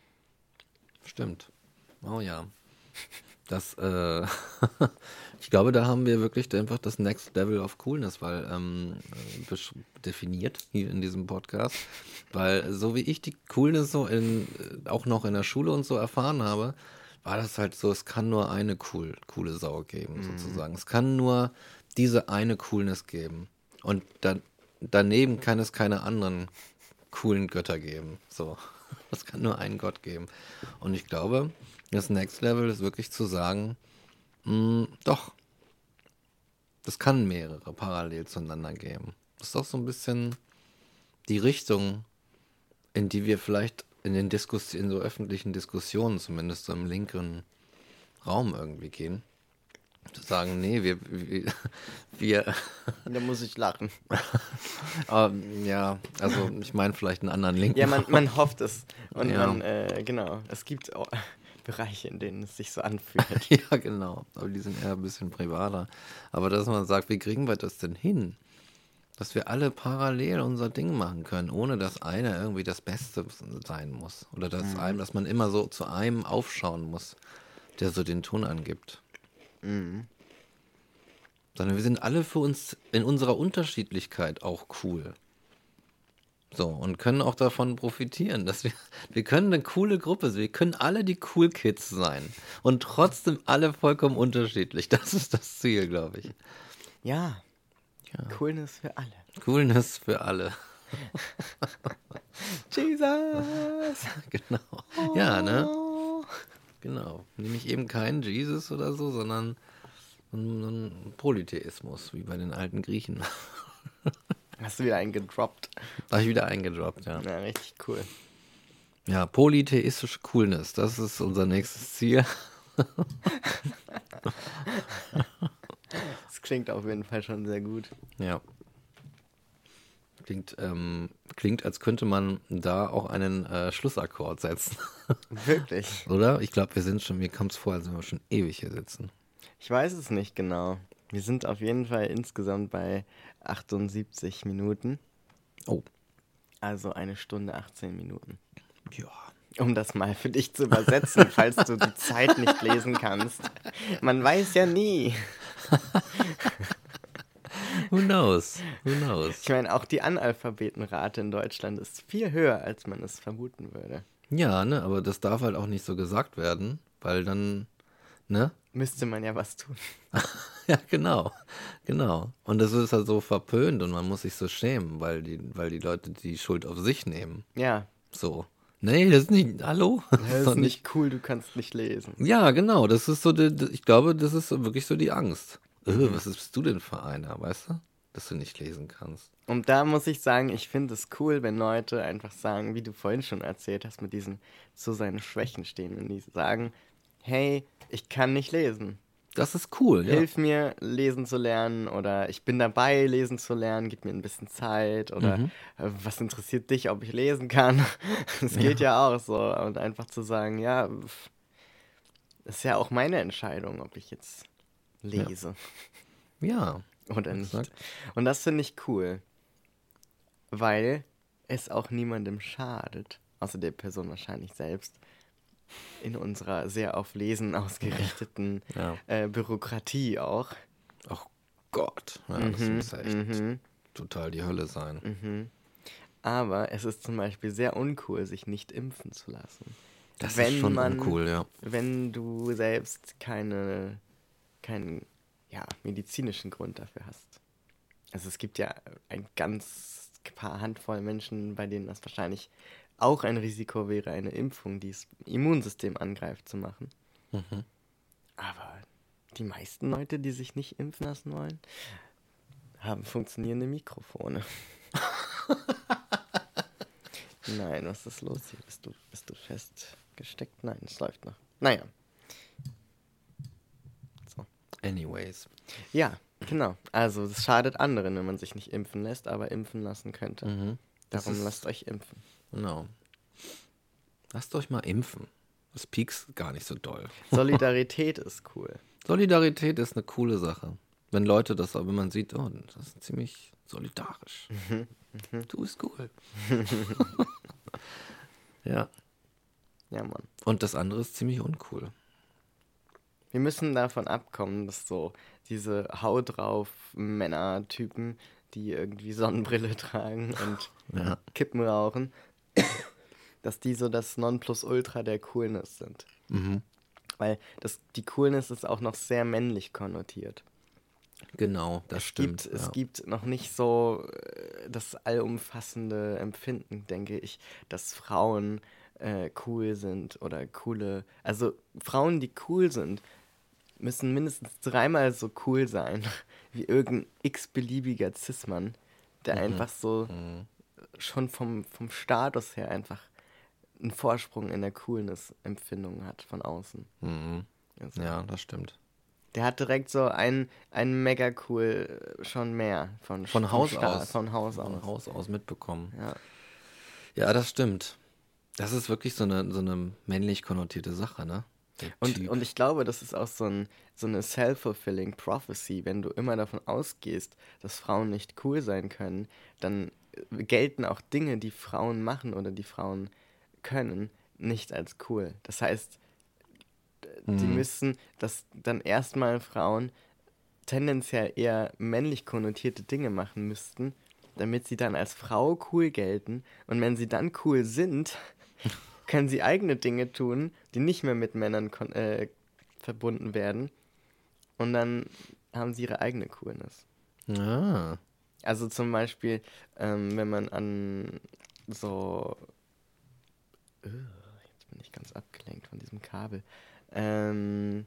Stimmt. Oh ja. Das, äh, ich glaube, da haben wir wirklich einfach das Next Level of Coolness, weil ähm, besch- definiert hier in diesem Podcast, weil so wie ich die Coolness so in, auch noch in der Schule und so erfahren habe, war das halt so, es kann nur eine cool, coole Sau geben, Mhm. sozusagen. Es kann nur diese eine Coolness geben. Und da, daneben kann es keine anderen coolen Götter geben. So. Es kann nur einen Gott geben. Und ich glaube, das Next Level ist wirklich zu sagen, mh, doch, das kann mehrere parallel zueinander geben. Das ist doch so ein bisschen die Richtung, in die wir vielleicht in den Diskus- in so öffentlichen Diskussionen, zumindest so im linkeren Raum irgendwie gehen. Zu sagen, nee, wir, wir, wir Da muss ich lachen. ähm, ja, also ich meine vielleicht einen anderen linken Ja, man, Raum. man hofft es. Und Ja. man, äh, genau, es gibt auch Bereiche, in denen es sich so anfühlt. Ja, genau. Aber die sind eher ein bisschen privater. Aber dass man sagt, wie kriegen wir das denn hin? Dass wir alle parallel unser Ding machen können, ohne dass einer irgendwie das Beste sein muss. Oder dass, einem, dass man immer so zu einem aufschauen muss, der so den Ton angibt. Mhm. Sondern wir sind alle für uns in unserer Unterschiedlichkeit auch cool. So, und können auch davon profitieren, dass wir, wir können eine coole Gruppe sein, wir können alle die Cool Kids sein und trotzdem alle vollkommen unterschiedlich. Das ist das Ziel, glaube ich. Ja, Ja. Coolness für alle. Coolness für alle. Jesus! Genau. Ja, ne? Genau. Nämlich eben kein Jesus oder so, sondern ein, ein Polytheismus, wie bei den alten Griechen. Hast du wieder einen gedroppt? Da habe ich wieder eingedroppt, ja. Ja, richtig cool. Ja, polytheistische Coolness, das ist unser nächstes Ziel. Das klingt auf jeden Fall schon sehr gut. Ja. Klingt, ähm, klingt, als könnte man da auch einen äh, Schlussakkord setzen. Wirklich? Oder? Ich glaube, wir sind schon, mir kommt es vor, als wenn wir schon ewig hier sitzen. Ich weiß es nicht genau. Wir sind auf jeden Fall insgesamt bei achtundsiebzig Minuten. Oh. Also eine Stunde achtzehn Minuten. Ja. Um das mal für dich zu übersetzen, falls du die Zeit nicht lesen kannst. Man weiß ja nie. Who knows? Who knows? Ich meine, auch die Analphabetenrate in Deutschland ist viel höher, als man es vermuten würde. Ja, ne, aber das darf halt auch nicht so gesagt werden, weil dann, ne? Müsste man ja was tun. Ja, genau, genau. Und das ist halt so verpönt und man muss sich so schämen, weil die, weil die Leute die Schuld auf sich nehmen. Ja. So. Nee, das ist nicht, hallo? Das ist doch nicht cool, du kannst nicht lesen. Ja, genau, das ist so, die, die- ich glaube, das ist so wirklich so die Angst. Äh, was bist du denn für einer, weißt du? Dass du nicht lesen kannst. Und da muss ich sagen, ich finde es cool, wenn Leute einfach sagen, wie du vorhin schon erzählt hast, mit diesen zu seinen Schwächen stehen. Wenn die sagen, hey, ich kann nicht lesen. Das ist cool, ja. Hilf mir, lesen zu lernen, oder ich bin dabei, lesen zu lernen, gib mir ein bisschen Zeit, oder Mhm. äh, was interessiert dich, ob ich lesen kann? Das geht ja. auch so. Und einfach zu sagen, ja, pf, ist ja auch meine Entscheidung, ob ich jetzt lese Ja, oder nicht. exakt. Und das finde ich cool, weil es auch niemandem schadet, außer der Person wahrscheinlich selbst, in unserer sehr auf Lesen ausgerichteten Ja. äh, Bürokratie auch. Ach Gott, ja, das Mhm, muss ja echt mhm. total die Hölle sein. Aber es ist zum Beispiel sehr uncool, sich nicht impfen zu lassen. Das wenn ist schon man, uncool, ja. Wenn du selbst keine, keinen ja, medizinischen Grund dafür hast. Also es gibt ja ein ganz paar Handvoll Menschen, bei denen das wahrscheinlich auch ein Risiko wäre, eine Impfung, die das Immunsystem angreift, zu machen. Mhm. Aber die meisten Leute, die sich nicht impfen lassen wollen, haben funktionierende Mikrofone. Nein, was ist los hier? Bist du, bist du festgesteckt? Nein, es läuft noch. Naja. So. Anyways. Ja, genau. Also es schadet anderen, wenn man sich nicht impfen lässt, aber impfen lassen könnte. Mhm. Das Darum ist- lasst euch impfen. Genau. Lasst euch mal impfen. Das piekst gar nicht so doll. Solidarität ist cool. Solidarität ist eine coole Sache. Wenn Leute das, wenn man sieht, oh, das ist ziemlich solidarisch. Du bist cool. Ja. Ja, Mann. Und das andere ist ziemlich uncool. Wir müssen davon abkommen, dass so diese Hau drauf Männertypen, die irgendwie Sonnenbrille tragen und Ja. Kippen rauchen, dass die so das Nonplusultra der Coolness sind. Mhm. Weil das, die Coolness ist auch noch sehr männlich konnotiert. Genau, das es stimmt. Gibt, Es ja. gibt noch nicht so äh, das allumfassende Empfinden, denke ich, dass Frauen äh, cool sind oder coole. Also Frauen, die cool sind, müssen mindestens dreimal so cool sein wie irgendein x-beliebiger Cis-Mann, der einfach so Mhm. schon vom, vom Status her einfach einen Vorsprung in der Coolness-Empfindung hat von außen. Mhm. Also, Ja, das stimmt. Der hat direkt so ein, ein mega cool äh, schon mehr von, Von vom Haus Staat, aus. Von Haus Von aus. Haus aus mitbekommen. Ja. Ja, das stimmt. Das ist wirklich so eine, so eine männlich konnotierte Sache, ne? Der Und, Typ. und ich glaube, das ist auch so, ein, so eine self-fulfilling prophecy. Wenn du immer davon ausgehst, dass Frauen nicht cool sein können, dann äh, gelten auch Dinge, die Frauen machen oder die Frauen können, nicht als cool. Das heißt, die Mhm. müssen, dass dann erstmal Frauen tendenziell eher männlich konnotierte Dinge machen müssten, damit sie dann als Frau cool gelten. Und wenn sie dann cool sind, können sie eigene Dinge tun, die nicht mehr mit Männern kon- äh, verbunden werden. Und dann haben sie ihre eigene Coolness. Ah. Also zum Beispiel, ähm, wenn man an so... Ugh, jetzt bin ich ganz abgelenkt von diesem Kabel. Ähm...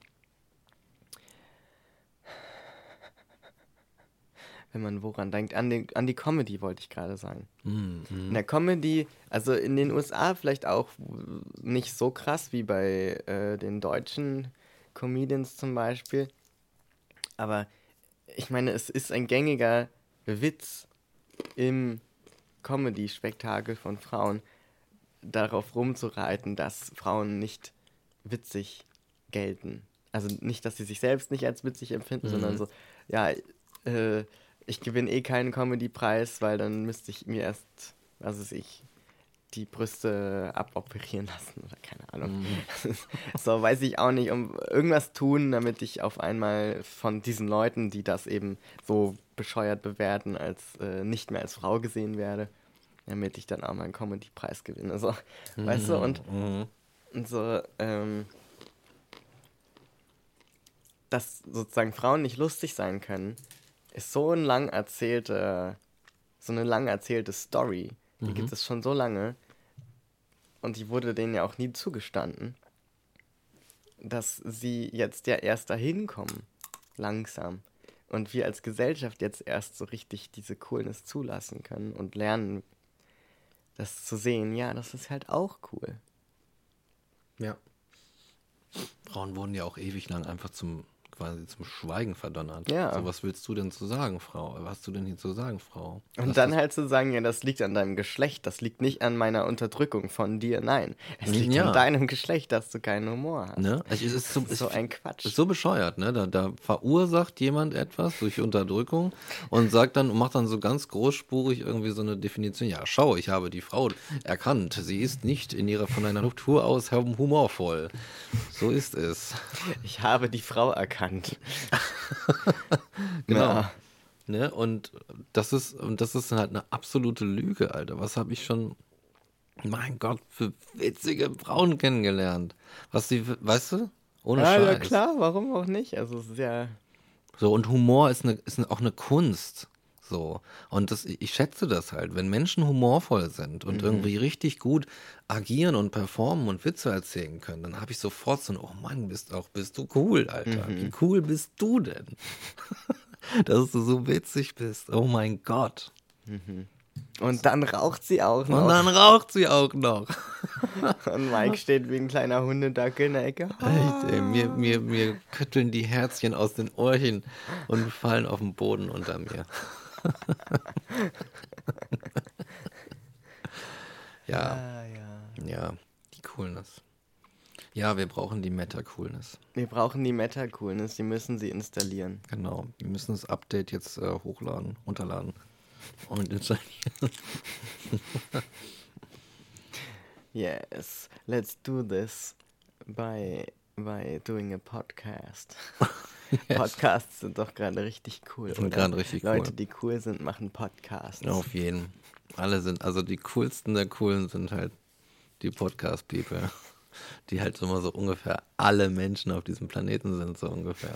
Wenn man woran denkt, an, den, an die Comedy wollte ich gerade sagen. Mhm. In der Comedy, also in den U S A vielleicht auch nicht so krass wie bei äh, den deutschen Comedians zum Beispiel. Aber ich meine, es ist ein gängiger Witz im Comedy-Spektakel von Frauen, darauf rumzureiten, dass Frauen nicht witzig gelten. Also nicht, dass sie sich selbst nicht als witzig empfinden, mhm. sondern so, ja, äh, ich gewinne eh keinen Comedy-Preis, weil dann müsste ich mir erst, was weiß ich, die Brüste aboperieren lassen oder keine Ahnung. Mhm. So, weiß ich auch nicht, um irgendwas tun, damit ich auf einmal von diesen Leuten, die das eben so bescheuert bewerten, als äh, nicht mehr als Frau gesehen werde, damit ich dann auch mal einen Comedy-Preis gewinne. So, mhm. Weißt du, und, mhm. und so, ähm, dass sozusagen Frauen nicht lustig sein können, ist so ein lang erzählte, so eine lang erzählte Story. Die mhm. gibt es schon so lange. Und die wurde denen ja auch nie zugestanden, dass sie jetzt ja erst dahin kommen. Langsam. Und wir als Gesellschaft jetzt erst so richtig diese Coolness zulassen können und lernen, das zu sehen. Ja, das ist halt auch cool. Ja. Frauen wurden ja auch ewig lang einfach zum quasi zum Schweigen verdonnert. Ja. So, was willst du denn zu sagen, Frau? Was hast du denn hier zu sagen, Frau? Und Lass dann das halt zu sagen, ja, das liegt an deinem Geschlecht, das liegt nicht an meiner Unterdrückung von dir, nein. Es liegt ja. an deinem Geschlecht, dass du keinen Humor hast. Ne? Es ist so, das ist so ein Quatsch. Ist so bescheuert, ne? Da, da verursacht jemand etwas durch Unterdrückung und sagt dann, macht dann so ganz großspurig irgendwie so eine Definition. Ja, schau, ich habe die Frau erkannt. Sie ist nicht in ihrer von einer Natur aus humorvoll. So ist es. Ich habe die Frau erkannt. Genau. Ja. Ne? Und das ist, und das ist halt eine absolute Lüge, Alter. Was habe ich schon, mein Gott, für witzige Frauen kennengelernt. Was sie, weißt du? Ohne ja, Scheiß. Ja, klar, warum auch nicht? Also, es ist ja. So, und Humor ist, eine, ist auch eine Kunst. So. Und das, ich schätze das halt, wenn Menschen humorvoll sind und mhm. irgendwie richtig gut agieren und performen und Witze erzählen können, dann habe ich sofort so ein, oh Mann, bist auch, bist du cool, Alter. Mhm. Wie cool bist du denn? Dass du so witzig bist. Oh mein Gott. Mhm. Und dann raucht sie auch noch. Und dann raucht sie auch noch. Und Mike steht wie ein kleiner Hundedackel in der Ecke. Echt, ey, mir, mir, mir kötteln die Herzchen aus den Ohrchen und fallen auf den Boden unter mir. ja. Ah, ja. Ja, die Coolness. Ja, wir brauchen die Meta-Coolness. Wir brauchen die Meta-Coolness, die müssen sie installieren. Genau, wir müssen das Update jetzt äh, hochladen, runterladen und installieren. Yes, let's do this by, by doing a podcast. Yes. Podcasts sind doch gerade richtig cool. Sind gerade richtig Leute, cool. Leute, die cool sind, machen Podcasts. Auf jeden. Alle sind, also die coolsten der Coolen sind halt die Podcast-People. Die halt immer so ungefähr alle Menschen auf diesem Planeten sind, so ungefähr.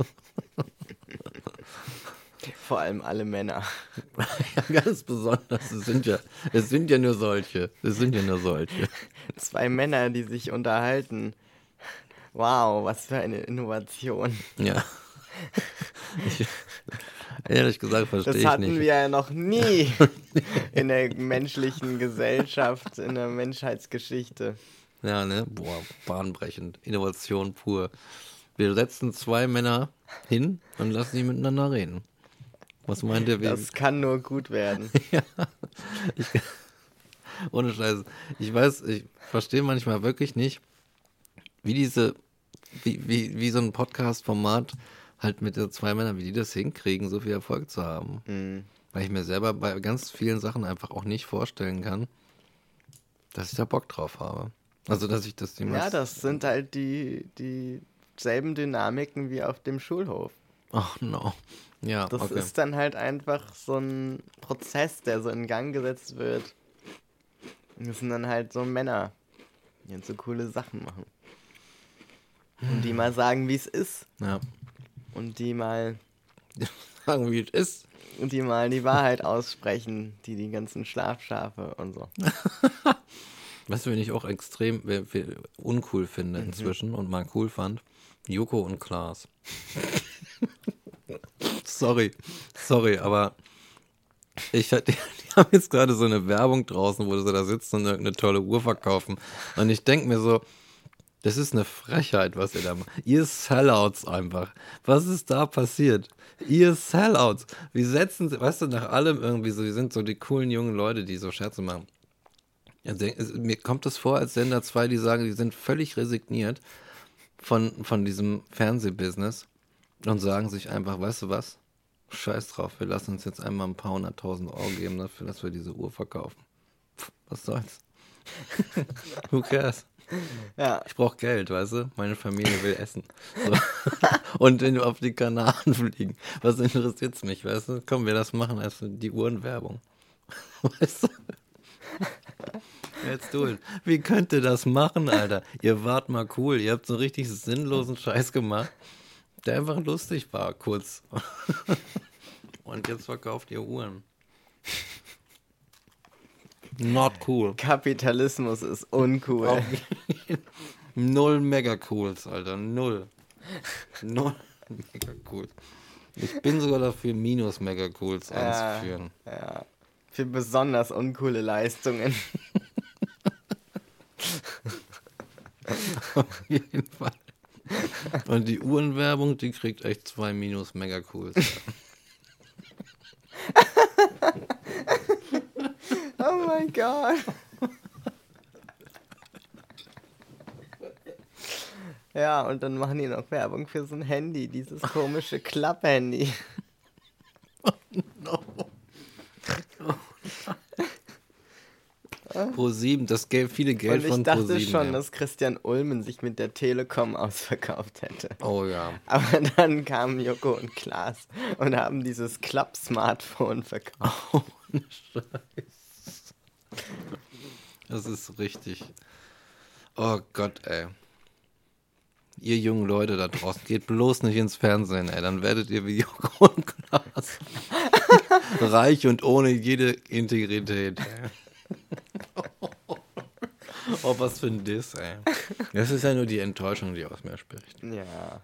Vor allem alle Männer. Ja, ganz besonders. Es sind ja, es sind ja nur solche. Es sind ja nur solche. Zwei Männer, die sich unterhalten. Wow, was für eine Innovation. Ja. Ich, ehrlich gesagt verstehe ich nicht. Das hatten wir ja noch nie in der menschlichen Gesellschaft, in der Menschheitsgeschichte. Ja, ne? Boah, bahnbrechend. Innovation pur. Wir setzen zwei Männer hin und lassen die miteinander reden. Was meint ihr? Das kann nur gut werden. Ja. Ich, ohne Scheiß. Ich weiß, ich verstehe manchmal wirklich nicht, wie diese, wie, wie, wie so ein Podcast-Format halt mit den zwei Männern, wie die das hinkriegen, so viel Erfolg zu haben. Mhm. Weil ich mir selber bei ganz vielen Sachen einfach auch nicht vorstellen kann, dass ich da Bock drauf habe. Also, dass ich das jemals... Ja, das sind halt die, dieselben Dynamiken wie auf dem Schulhof. Ach, no. Ja, das okay. ist dann halt einfach so ein Prozess, der so in Gang gesetzt wird. Das sind dann halt so Männer, die jetzt so coole Sachen machen. Und die mal sagen, wie es ist. Ja. Und die mal... sagen, wie es ist. Und die mal die Wahrheit aussprechen, die die ganzen Schlafschafe und so. Weißt du, wen ich auch extrem wer, wer uncool finde mhm. inzwischen und mal cool fand? Joko und Klaas. sorry, sorry, aber ich die, die haben jetzt gerade so eine Werbung draußen, wo sie da sitzen und irgendeine tolle Uhr verkaufen. Und ich denke mir so, Das ist eine Frechheit, was ihr da macht. Ihr Sellouts einfach. Was ist da passiert? Ihr Sellouts. Wie setzen sie, weißt du, nach allem irgendwie so, die sind so die coolen jungen Leute, die so Scherze machen. Also, mir kommt es vor, als Sender zwei, die sagen, die sind völlig resigniert von, von diesem Fernsehbusiness und sagen sich einfach, weißt du was? Scheiß drauf, wir lassen uns jetzt einmal ein paar hunderttausend Euro geben dafür, dass wir diese Uhr verkaufen. Pff, was soll's? Who cares? Ja. Ich brauche Geld, weißt du? Meine Familie will essen. So. Und wenn wir auf die Kanaren fliegen, was interessiert's mich, weißt du? Komm, wir das machen als die Uhrenwerbung. Weißt du? Jetzt du. Wie könnt ihr das machen, Alter? Ihr wart mal cool. Ihr habt so richtig sinnlosen Scheiß gemacht, der einfach lustig war, kurz. Und jetzt verkauft ihr Uhren. Not cool. Kapitalismus ist uncool. Null Mega-Cools, Alter. Null. Null Mega-Cools. Ich bin sogar dafür, minus Mega-Cools Ja, einzuführen. ja. Für besonders uncoole Leistungen. Auf jeden Fall. Und die Uhrenwerbung, die kriegt echt zwei minus Mega-Cools. Oh mein Gott. Ja, und dann machen die noch Werbung für so ein Handy, dieses komische Klapp-Handy. Oh no. Pro sieben, das Geld, viele Geld Und ich von dachte Pro sieben. schon, Ja. dass Christian Ulmen sich mit der Telekom ausverkauft hätte. Oh ja. Aber dann kamen Joko und Klaas und haben dieses Klapp-Smartphone verkauft. Oh, Scheiße. Das ist richtig. Oh Gott, ey. Ihr jungen Leute da draußen, geht bloß nicht ins Fernsehen, ey. Dann werdet ihr wie Joko und Klaas. Reich und ohne jede Integrität, ey. Oh, was für ein Diss, ey. Das ist ja nur die Enttäuschung, die aus mir spricht. Ja.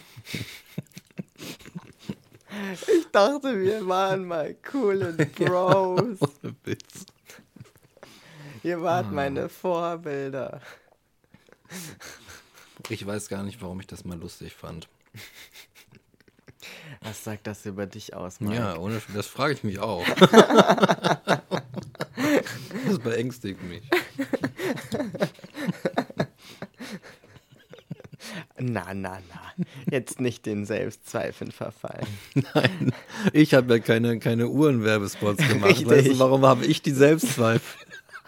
Ich dachte, wir waren mal coole Bros. Ohne Witz. Ihr wart meine Vorbilder. Ich weiß gar nicht, warum ich das mal lustig fand. Was sagt das über dich aus, Mike? Ja, ohne, das frage ich mich auch. Das beängstigt mich. Na, na, na. Jetzt nicht den Selbstzweifeln verfallen. Nein, ich habe ja keine, keine Uhrenwerbespots gemacht. Richtig. Weißt du, warum habe ich die Selbstzweifel?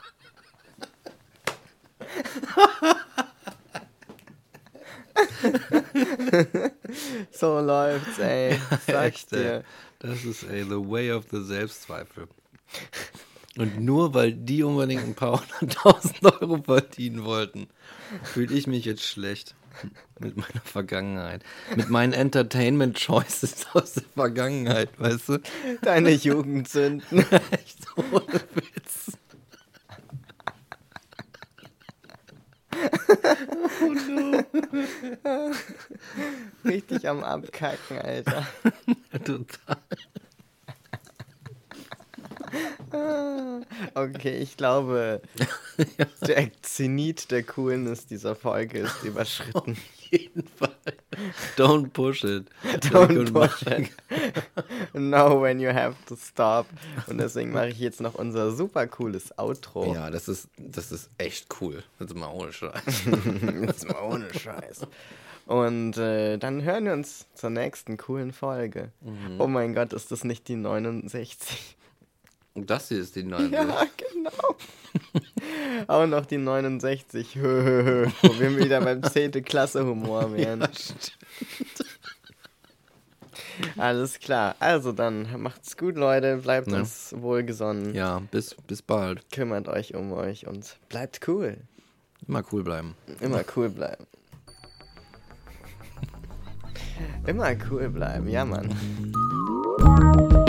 So läuft's, ey. Sag's Echt, ey. dir. Das ist, ey, the way of the Selbstzweifel. Und nur weil die unbedingt ein paar hunderttausend Euro verdienen wollten, fühle ich mich jetzt schlecht. Mit meiner Vergangenheit. Mit meinen Entertainment-Choices aus der Vergangenheit, weißt du? Deine Jugendsünden. Echt ohne Witz. Oh no. Richtig am Abkacken, Alter. Total. Okay, ich glaube, der Zenit der Coolness dieser Folge ist überschritten. Auf jeden Fall. Don't push it. Don't push it. Know when you have to stop. Und deswegen mache ich jetzt noch unser super cooles Outro. Ja, das ist, das ist echt cool. Das ist mal ohne Scheiß. Jetzt mal ohne Scheiß. Und äh, dann hören wir uns zur nächsten coolen Folge. Mhm. Oh mein Gott, ist das nicht die neunundsechzig? Und das hier ist die neue. Ja, genau. Auch noch die neunundsechzig. Wo wir wieder beim zehnte Klasse Humor wären. Ja, stimmt. Alles klar. Also dann macht's gut, Leute. Bleibt Ja. uns wohlgesonnen. Ja, bis, bis bald. Kümmert euch um euch und bleibt cool. Immer cool bleiben. Immer cool bleiben. Immer cool bleiben, ja Mann.